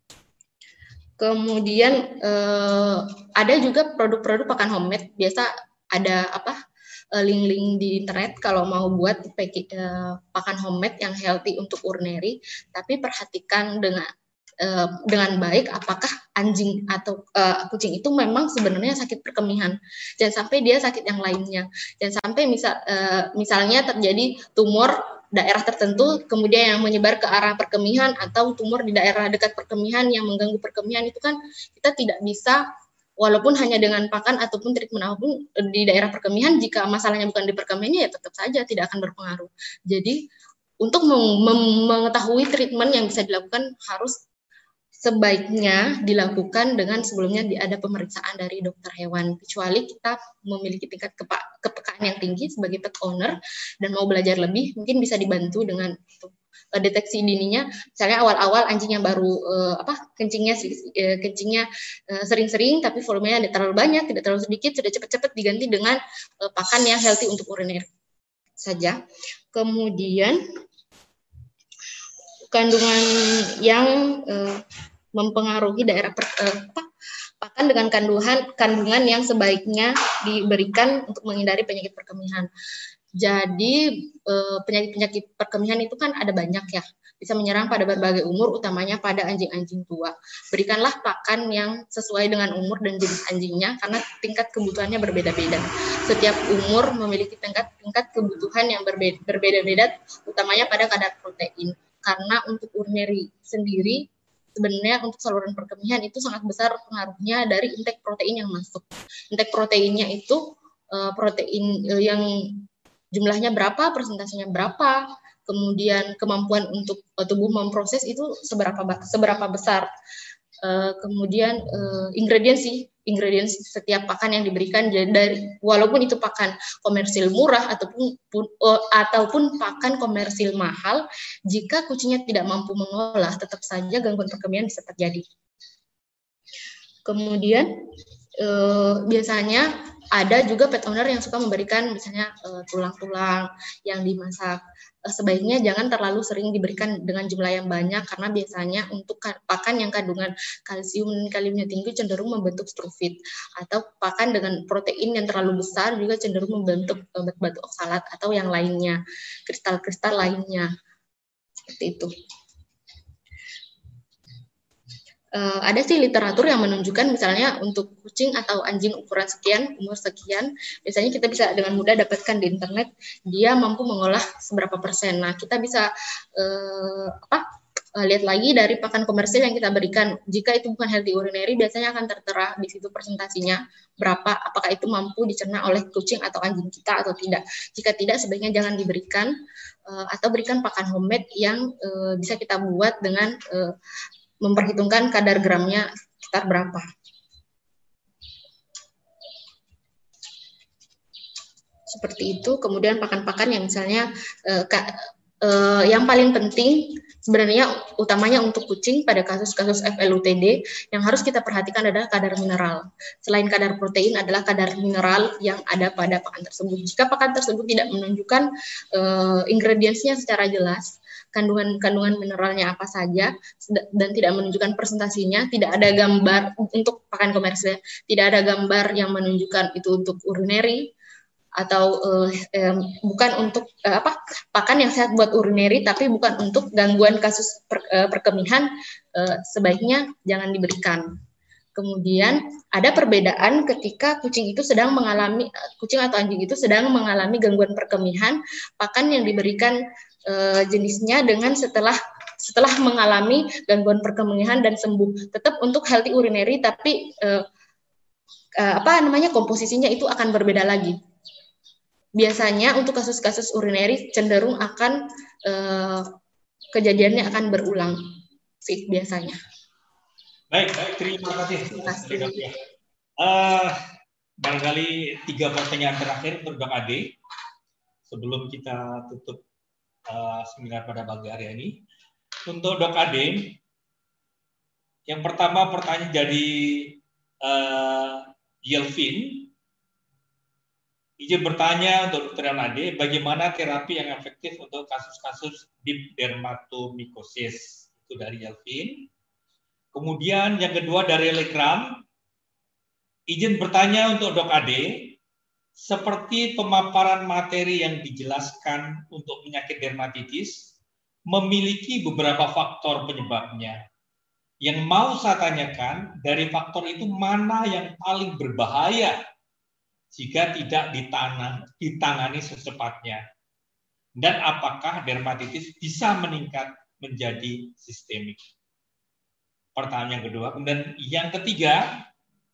Kemudian uh, ada juga produk-produk pakan homemade. Biasa ada apa link-link di internet kalau mau buat pake, uh, pakan homemade yang healthy untuk urinary, tapi perhatikan dengan dengan baik apakah anjing atau uh, kucing itu memang sebenarnya sakit perkemihan. Jangan sampai dia sakit yang lainnya. Jangan sampai misal, uh, misalnya terjadi tumor daerah tertentu kemudian yang menyebar ke arah perkemihan, atau tumor di daerah dekat perkemihan yang mengganggu perkemihan. Itu kan kita tidak bisa, walaupun hanya dengan pakan ataupun treatment apapun di daerah perkemihan, jika masalahnya bukan di perkemihannya ya tetap saja tidak akan berpengaruh. Jadi untuk mengetahui treatment yang bisa dilakukan harus sebaiknya dilakukan dengan sebelumnya ada pemeriksaan dari dokter hewan, kecuali kita memiliki tingkat kepa- kepekaan yang tinggi sebagai pet owner dan mau belajar lebih, mungkin bisa dibantu dengan itu. Deteksi dininya, misalnya awal-awal anjing yang baru uh, apa kencingnya uh, kencingnya uh, sering-sering tapi volumenya tidak terlalu banyak, tidak terlalu sedikit, sudah cepat-cepat diganti dengan uh, pakan yang healthy untuk urinary saja. Kemudian kandungan yang uh, mempengaruhi daerah per, eh, apa, pakan dengan kandungan kandungan yang sebaiknya diberikan untuk menghindari penyakit perkemihan. Jadi penyakit-penyakit perkemihan itu kan ada banyak ya, bisa menyerang pada berbagai umur, utamanya pada anjing-anjing tua. Berikanlah pakan yang sesuai dengan umur dan jenis anjingnya, karena tingkat kebutuhannya berbeda-beda. Setiap umur memiliki tingkat-tingkat kebutuhan yang berbeda-beda, utamanya pada kadar protein. Karena untuk urinary sendiri, sebenarnya untuk saluran perkemihan itu sangat besar pengaruhnya dari intake protein yang masuk. Intake proteinnya itu protein yang jumlahnya berapa, persentasenya berapa, kemudian kemampuan untuk uh, tubuh memproses itu seberapa seberapa besar. Uh, kemudian uh, ingredients sih, ingredients setiap pakan yang diberikan, jadi dari walaupun itu pakan komersil murah ataupun pun, uh, ataupun pakan komersil mahal, jika kucingnya tidak mampu mengolah, tetap saja gangguan perkemihan bisa terjadi. Kemudian uh, biasanya ada juga pet owner yang suka memberikan misalnya tulang-tulang uh, yang dimasak. Uh, sebaiknya jangan terlalu sering diberikan dengan jumlah yang banyak, karena biasanya untuk pakan yang kandungan kalsium dan kaliumnya tinggi cenderung membentuk struvit, atau pakan dengan protein yang terlalu besar juga cenderung membentuk uh, batu oksalat atau yang lainnya, kristal-kristal lainnya. Seperti itu. Uh, ada sih literatur yang menunjukkan misalnya untuk kucing atau anjing ukuran sekian, umur sekian, biasanya kita bisa dengan mudah dapatkan di internet, dia mampu mengolah seberapa persen. Nah, kita bisa uh, apa, uh, lihat lagi dari pakan komersil yang kita berikan. Jika itu bukan healthy urinary, biasanya akan tertera di situ presentasinya berapa, apakah itu mampu dicerna oleh kucing atau anjing kita atau tidak. Jika tidak, sebaiknya jangan diberikan, uh, atau berikan pakan homemade yang uh, bisa kita buat dengan uh, memperhitungkan kadar gramnya sekitar berapa. Seperti itu. Kemudian pakan-pakan yang misalnya eh, ka, eh, yang paling penting sebenarnya utamanya untuk kucing pada kasus-kasus F L U T D yang harus kita perhatikan adalah kadar mineral. Selain kadar protein adalah kadar mineral yang ada pada pakan tersebut. Jika pakan tersebut tidak menunjukkan eh, ingredients-nya secara jelas, kandungan-kandungan mineralnya apa saja, dan tidak menunjukkan presentasinya, tidak ada gambar untuk pakan komersil, tidak ada gambar yang menunjukkan itu untuk urinary, atau uh, um, bukan untuk uh, apa pakan yang sehat buat urinary, tapi bukan untuk gangguan kasus per, uh, perkemihan, uh, sebaiknya jangan diberikan. Kemudian ada perbedaan ketika kucing itu sedang mengalami, kucing atau anjing itu sedang mengalami gangguan perkemihan, pakan yang diberikan Uh, jenisnya dengan setelah setelah mengalami gangguan perkemihan dan sembuh, tetap untuk healthy urinary, tapi uh, uh, apa namanya komposisinya itu akan berbeda lagi. Biasanya untuk kasus-kasus urinary cenderung akan uh, kejadiannya akan berulang sih biasanya. Baik, baik terima kasih. Terima kasih. Uh, barangkali tiga pertanyaan terakhir untuk Dok Ade sebelum kita tutup Uh, seminar pada pagi hari ini. Untuk Dok Ade, yang pertama pertanyaan dari uh, Yelvin, izin bertanya untuk Dokter Ade, bagaimana terapi yang efektif untuk kasus-kasus deep dermatomycosis? Itu dari Yelvin. Kemudian yang kedua dari Legram, izin bertanya untuk Dok Ade, seperti pemaparan materi yang dijelaskan untuk penyakit dermatitis, memiliki beberapa faktor penyebabnya. Yang mau saya tanyakan, dari faktor itu mana yang paling berbahaya jika tidak ditanam, ditangani secepatnya? Dan apakah dermatitis bisa meningkat menjadi sistemik? Pertanyaan yang kedua. Kemudian yang ketiga,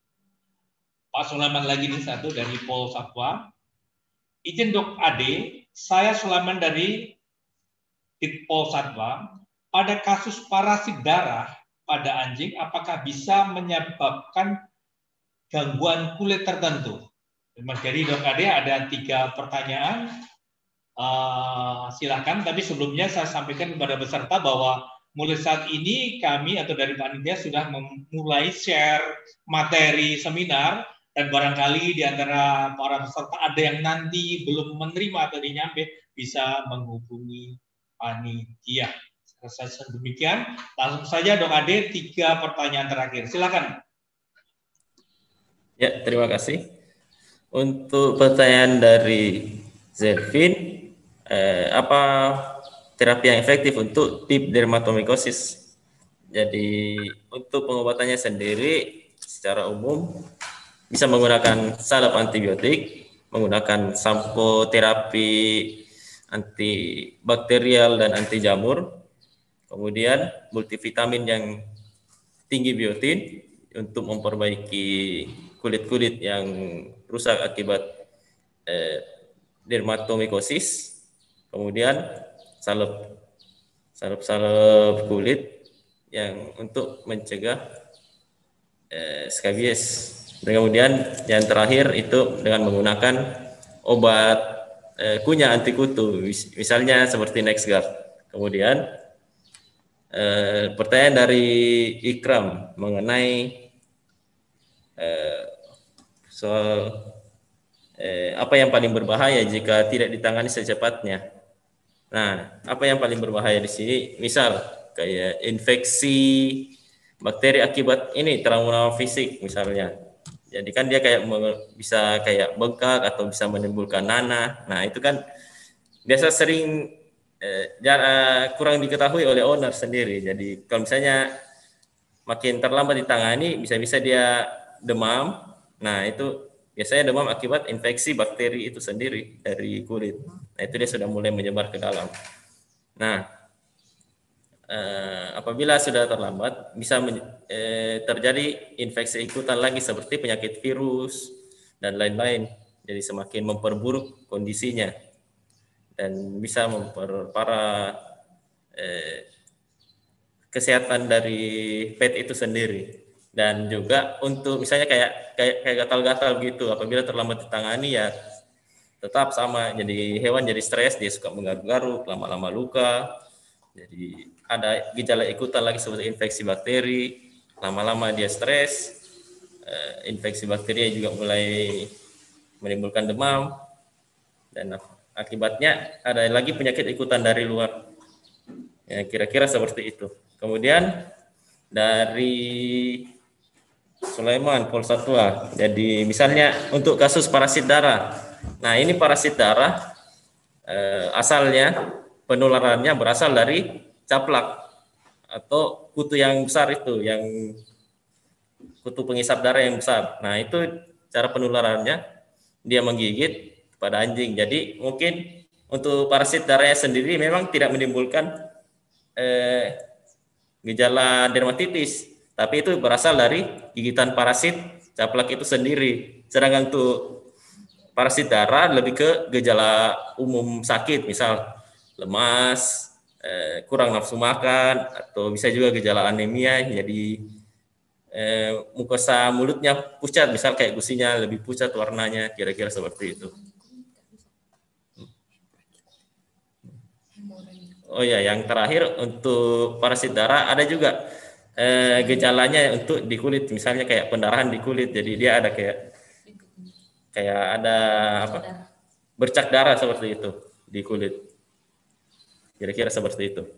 Pak Sulaiman lagi nih satu dari Pol Satwa. Izin Dok Ade, saya Sulaiman dari Pol Satwa. Pada kasus parasit darah pada anjing, apakah bisa menyebabkan gangguan kulit tertentu? Jadi Dok Ade ada tiga pertanyaan. Uh, silakan. Tapi sebelumnya saya sampaikan kepada peserta bahwa mulai saat ini kami atau dari panitia sudah memulai share materi seminar. Dan barangkali di antara para peserta ada yang nanti belum menerima atau dinyampe, bisa menghubungi panitia. Saya demikian. Langsung saja Dok Ade, tiga pertanyaan terakhir. Silakan. Ya, terima kasih. Untuk pertanyaan dari Zevin, eh, apa terapi yang efektif untuk tip dermatomikosis? Jadi untuk pengobatannya sendiri secara umum bisa menggunakan salep antibiotik, menggunakan sampo terapi antibakterial dan anti jamur, kemudian multivitamin yang tinggi biotin untuk memperbaiki kulit-kulit yang rusak akibat eh, dermatomikosis, kemudian salep salep-salep kulit yang untuk mencegah eh, skabies. Dan kemudian yang terakhir itu dengan menggunakan obat eh, kunyah anti kutu, misalnya seperti NexGard. Kemudian eh, pertanyaan dari Ikram mengenai eh, soal eh, apa yang paling berbahaya jika tidak ditangani secepatnya. Nah, apa yang paling berbahaya di sini? Misal kayak infeksi bakteri akibat ini trauma fisik misalnya. Jadi kan dia kayak bisa kayak bengkak atau bisa menimbulkan nanah. Nah, itu kan biasa sering eh, jarang, kurang diketahui oleh owner sendiri. Jadi kalau misalnya makin terlambat ditangani, bisa-bisa dia demam. Nah, itu biasanya demam akibat infeksi bakteri itu sendiri dari kulit. Nah, itu dia sudah mulai menyebar ke dalam. Nah, eh, apabila sudah terlambat, bisa men, eh, terjadi infeksi ikutan lagi seperti penyakit virus dan lain-lain. Jadi semakin memperburuk kondisinya dan bisa memperparah eh, kesehatan dari pet itu sendiri. Dan juga untuk misalnya kayak kayak kayak gatal-gatal gitu, apabila terlambat ditangani ya tetap sama, jadi hewan jadi stres, dia suka menggaruk-garuk, lama-lama luka, jadi ada gejala ikutan lagi seperti infeksi bakteri, lama-lama dia stres, infeksi bakteri juga mulai menimbulkan demam, dan akibatnya ada lagi penyakit ikutan dari luar, ya kira-kira seperti itu. Kemudian dari Sulaiman Polsatwa, jadi misalnya untuk kasus parasit darah. Nah, ini parasit darah eh, asalnya penularannya berasal dari caplak atau kutu yang besar itu, yang kutu pengisap darah yang besar. Nah, itu cara penularannya dia menggigit pada anjing. Jadi mungkin untuk parasit darahnya sendiri memang tidak menimbulkan eh, gejala dermatitis, tapi itu berasal dari gigitan parasit caplak itu sendiri. Sedangkan untuk parasit darah lebih ke gejala umum sakit, misal lemas, eh, kurang nafsu makan, atau bisa juga gejala anemia, jadi eh, mukosa mulutnya pucat, misal kayak gusinya lebih pucat warnanya, kira-kira seperti itu. Oh ya, yang terakhir untuk parasit darah ada juga eh, gejalanya untuk di kulit, misalnya kayak pendarahan di kulit, jadi dia ada kayak kayak ada apa bercak darah seperti itu di kulit, kira-kira seperti itu.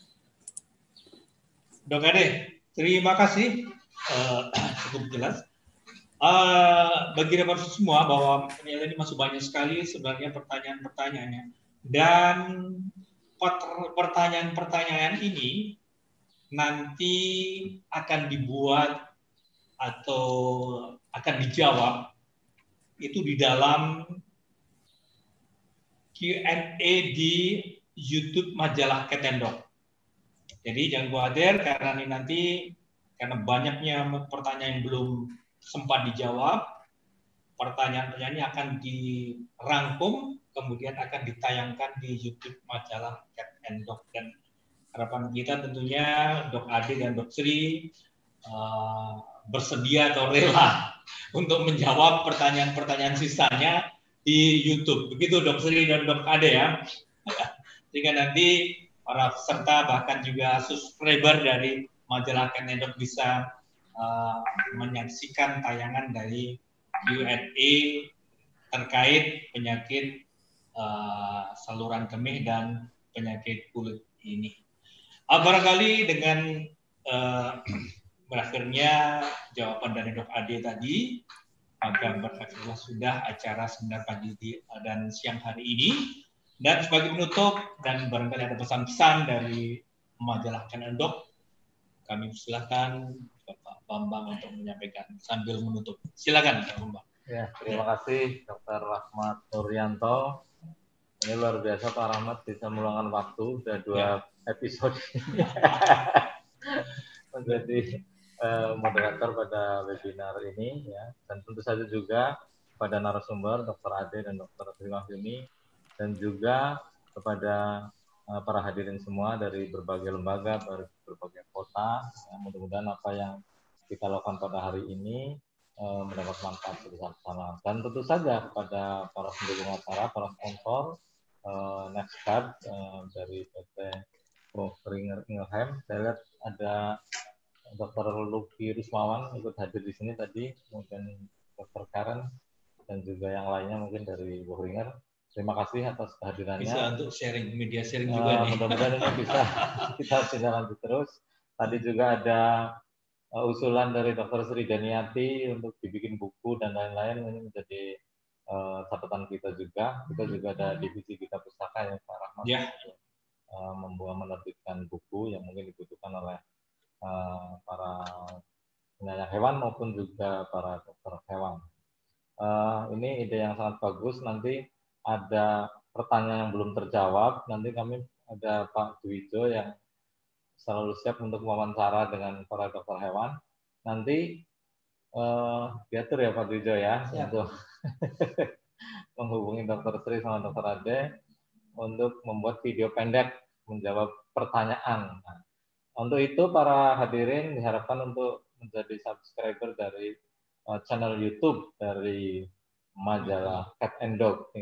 Dok Ade, terima kasih, uh, cukup jelas. Uh, bagi rekan semua bahwa ternyata ini masih banyak sekali sebenarnya pertanyaan-pertanyaannya, dan pertanyaan-pertanyaan ini nanti akan dibuat atau akan dijawab itu di dalam Q and A di YouTube majalah Cat and Dog. Jadi jangan khawatir karena ini nanti karena banyaknya pertanyaan yang belum sempat dijawab, pertanyaan-pertanyaan ini akan dirangkum kemudian akan ditayangkan di YouTube majalah Cat and Dog, dan harapan kita tentunya Dok Ade dan Dok Sri uh, bersedia atau rela untuk menjawab pertanyaan-pertanyaan sisanya di YouTube. Begitu Dok Sri dan Dok Ade ya. Sehingga nanti para peserta bahkan juga subscriber dari majalah Cat and Dog bisa uh, menyaksikan tayangan dari Q and A terkait penyakit uh, saluran kemih dan penyakit kulit ini. Ah, barangkali dengan uh, berakhirnya jawaban dari Dok Ade tadi, maka berakhirlah sudah acara seminar pagi dan siang hari ini. Dan sebagai penutup, dan barangkali ada pesan-pesan dari majalah Cat and Dog, kami silakan Bapak Bambang untuk menyampaikan sambil menutup. Silakan Pak Bambang. Ya, terima kasih Dokter Rahmat Nuryanto. Ini luar biasa Pak Rahmat bisa meluangkan waktu, sudah dua ya. episode menjadi uh, moderator pada webinar ini, ya. Dan tentu saja juga pada narasumber Dokter Ade dan Dokter Triwahyuni, dan juga kepada uh, para hadirin semua dari berbagai lembaga, dari berbagai kota. Ya, mudah-mudahan apa yang kita lakukan pada hari ini uh, mendapat manfaat bersama. Dan tentu saja kepada para pendukung acara, para sponsor, uh, Nextcard uh, dari P T Boehringer Ingelheim. Saya lihat ada Dokter Lucky Rusmawan ikut hadir di sini tadi, kemudian Dokter Karen, dan juga yang lainnya mungkin dari Boehringer. Terima kasih atas kehadirannya. Bisa untuk sharing, media sharing juga uh, nih. Mudah-mudahan ini bisa kita tidak lanjut terus. Tadi juga ada uh, usulan dari Dokter Sri Daniati untuk dibikin buku dan lain-lain. Ini menjadi uh, catatan kita juga. Kita juga ada divisi kita pustaka yang Pak Rahmat yeah. uh, membuat menerbitkan buku yang mungkin dibutuhkan oleh uh, para penyayang hewan maupun juga para dokter hewan. Uh, ini ide yang sangat bagus. Nanti ada pertanyaan yang belum terjawab, nanti kami ada Pak Dwijo yang selalu siap untuk wawancara dengan para dokter hewan. Nanti uh, diatur ya Pak Dwijo ya, siap. Untuk menghubungi Dokter Sri sama Dokter Ade untuk membuat video pendek menjawab pertanyaan. Nah, untuk itu para hadirin diharapkan untuk menjadi subscriber dari uh, channel YouTube dari majalah Cat and Dog.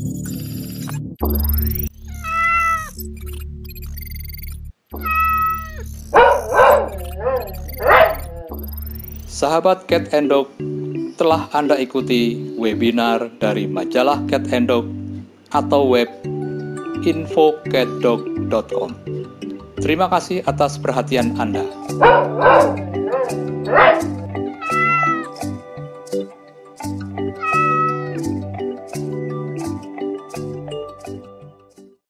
Sahabat Cat and Dog, telah Anda ikuti webinar dari majalah Cat and Dog atau web info cat dog dot com. Terima kasih atas perhatian Anda.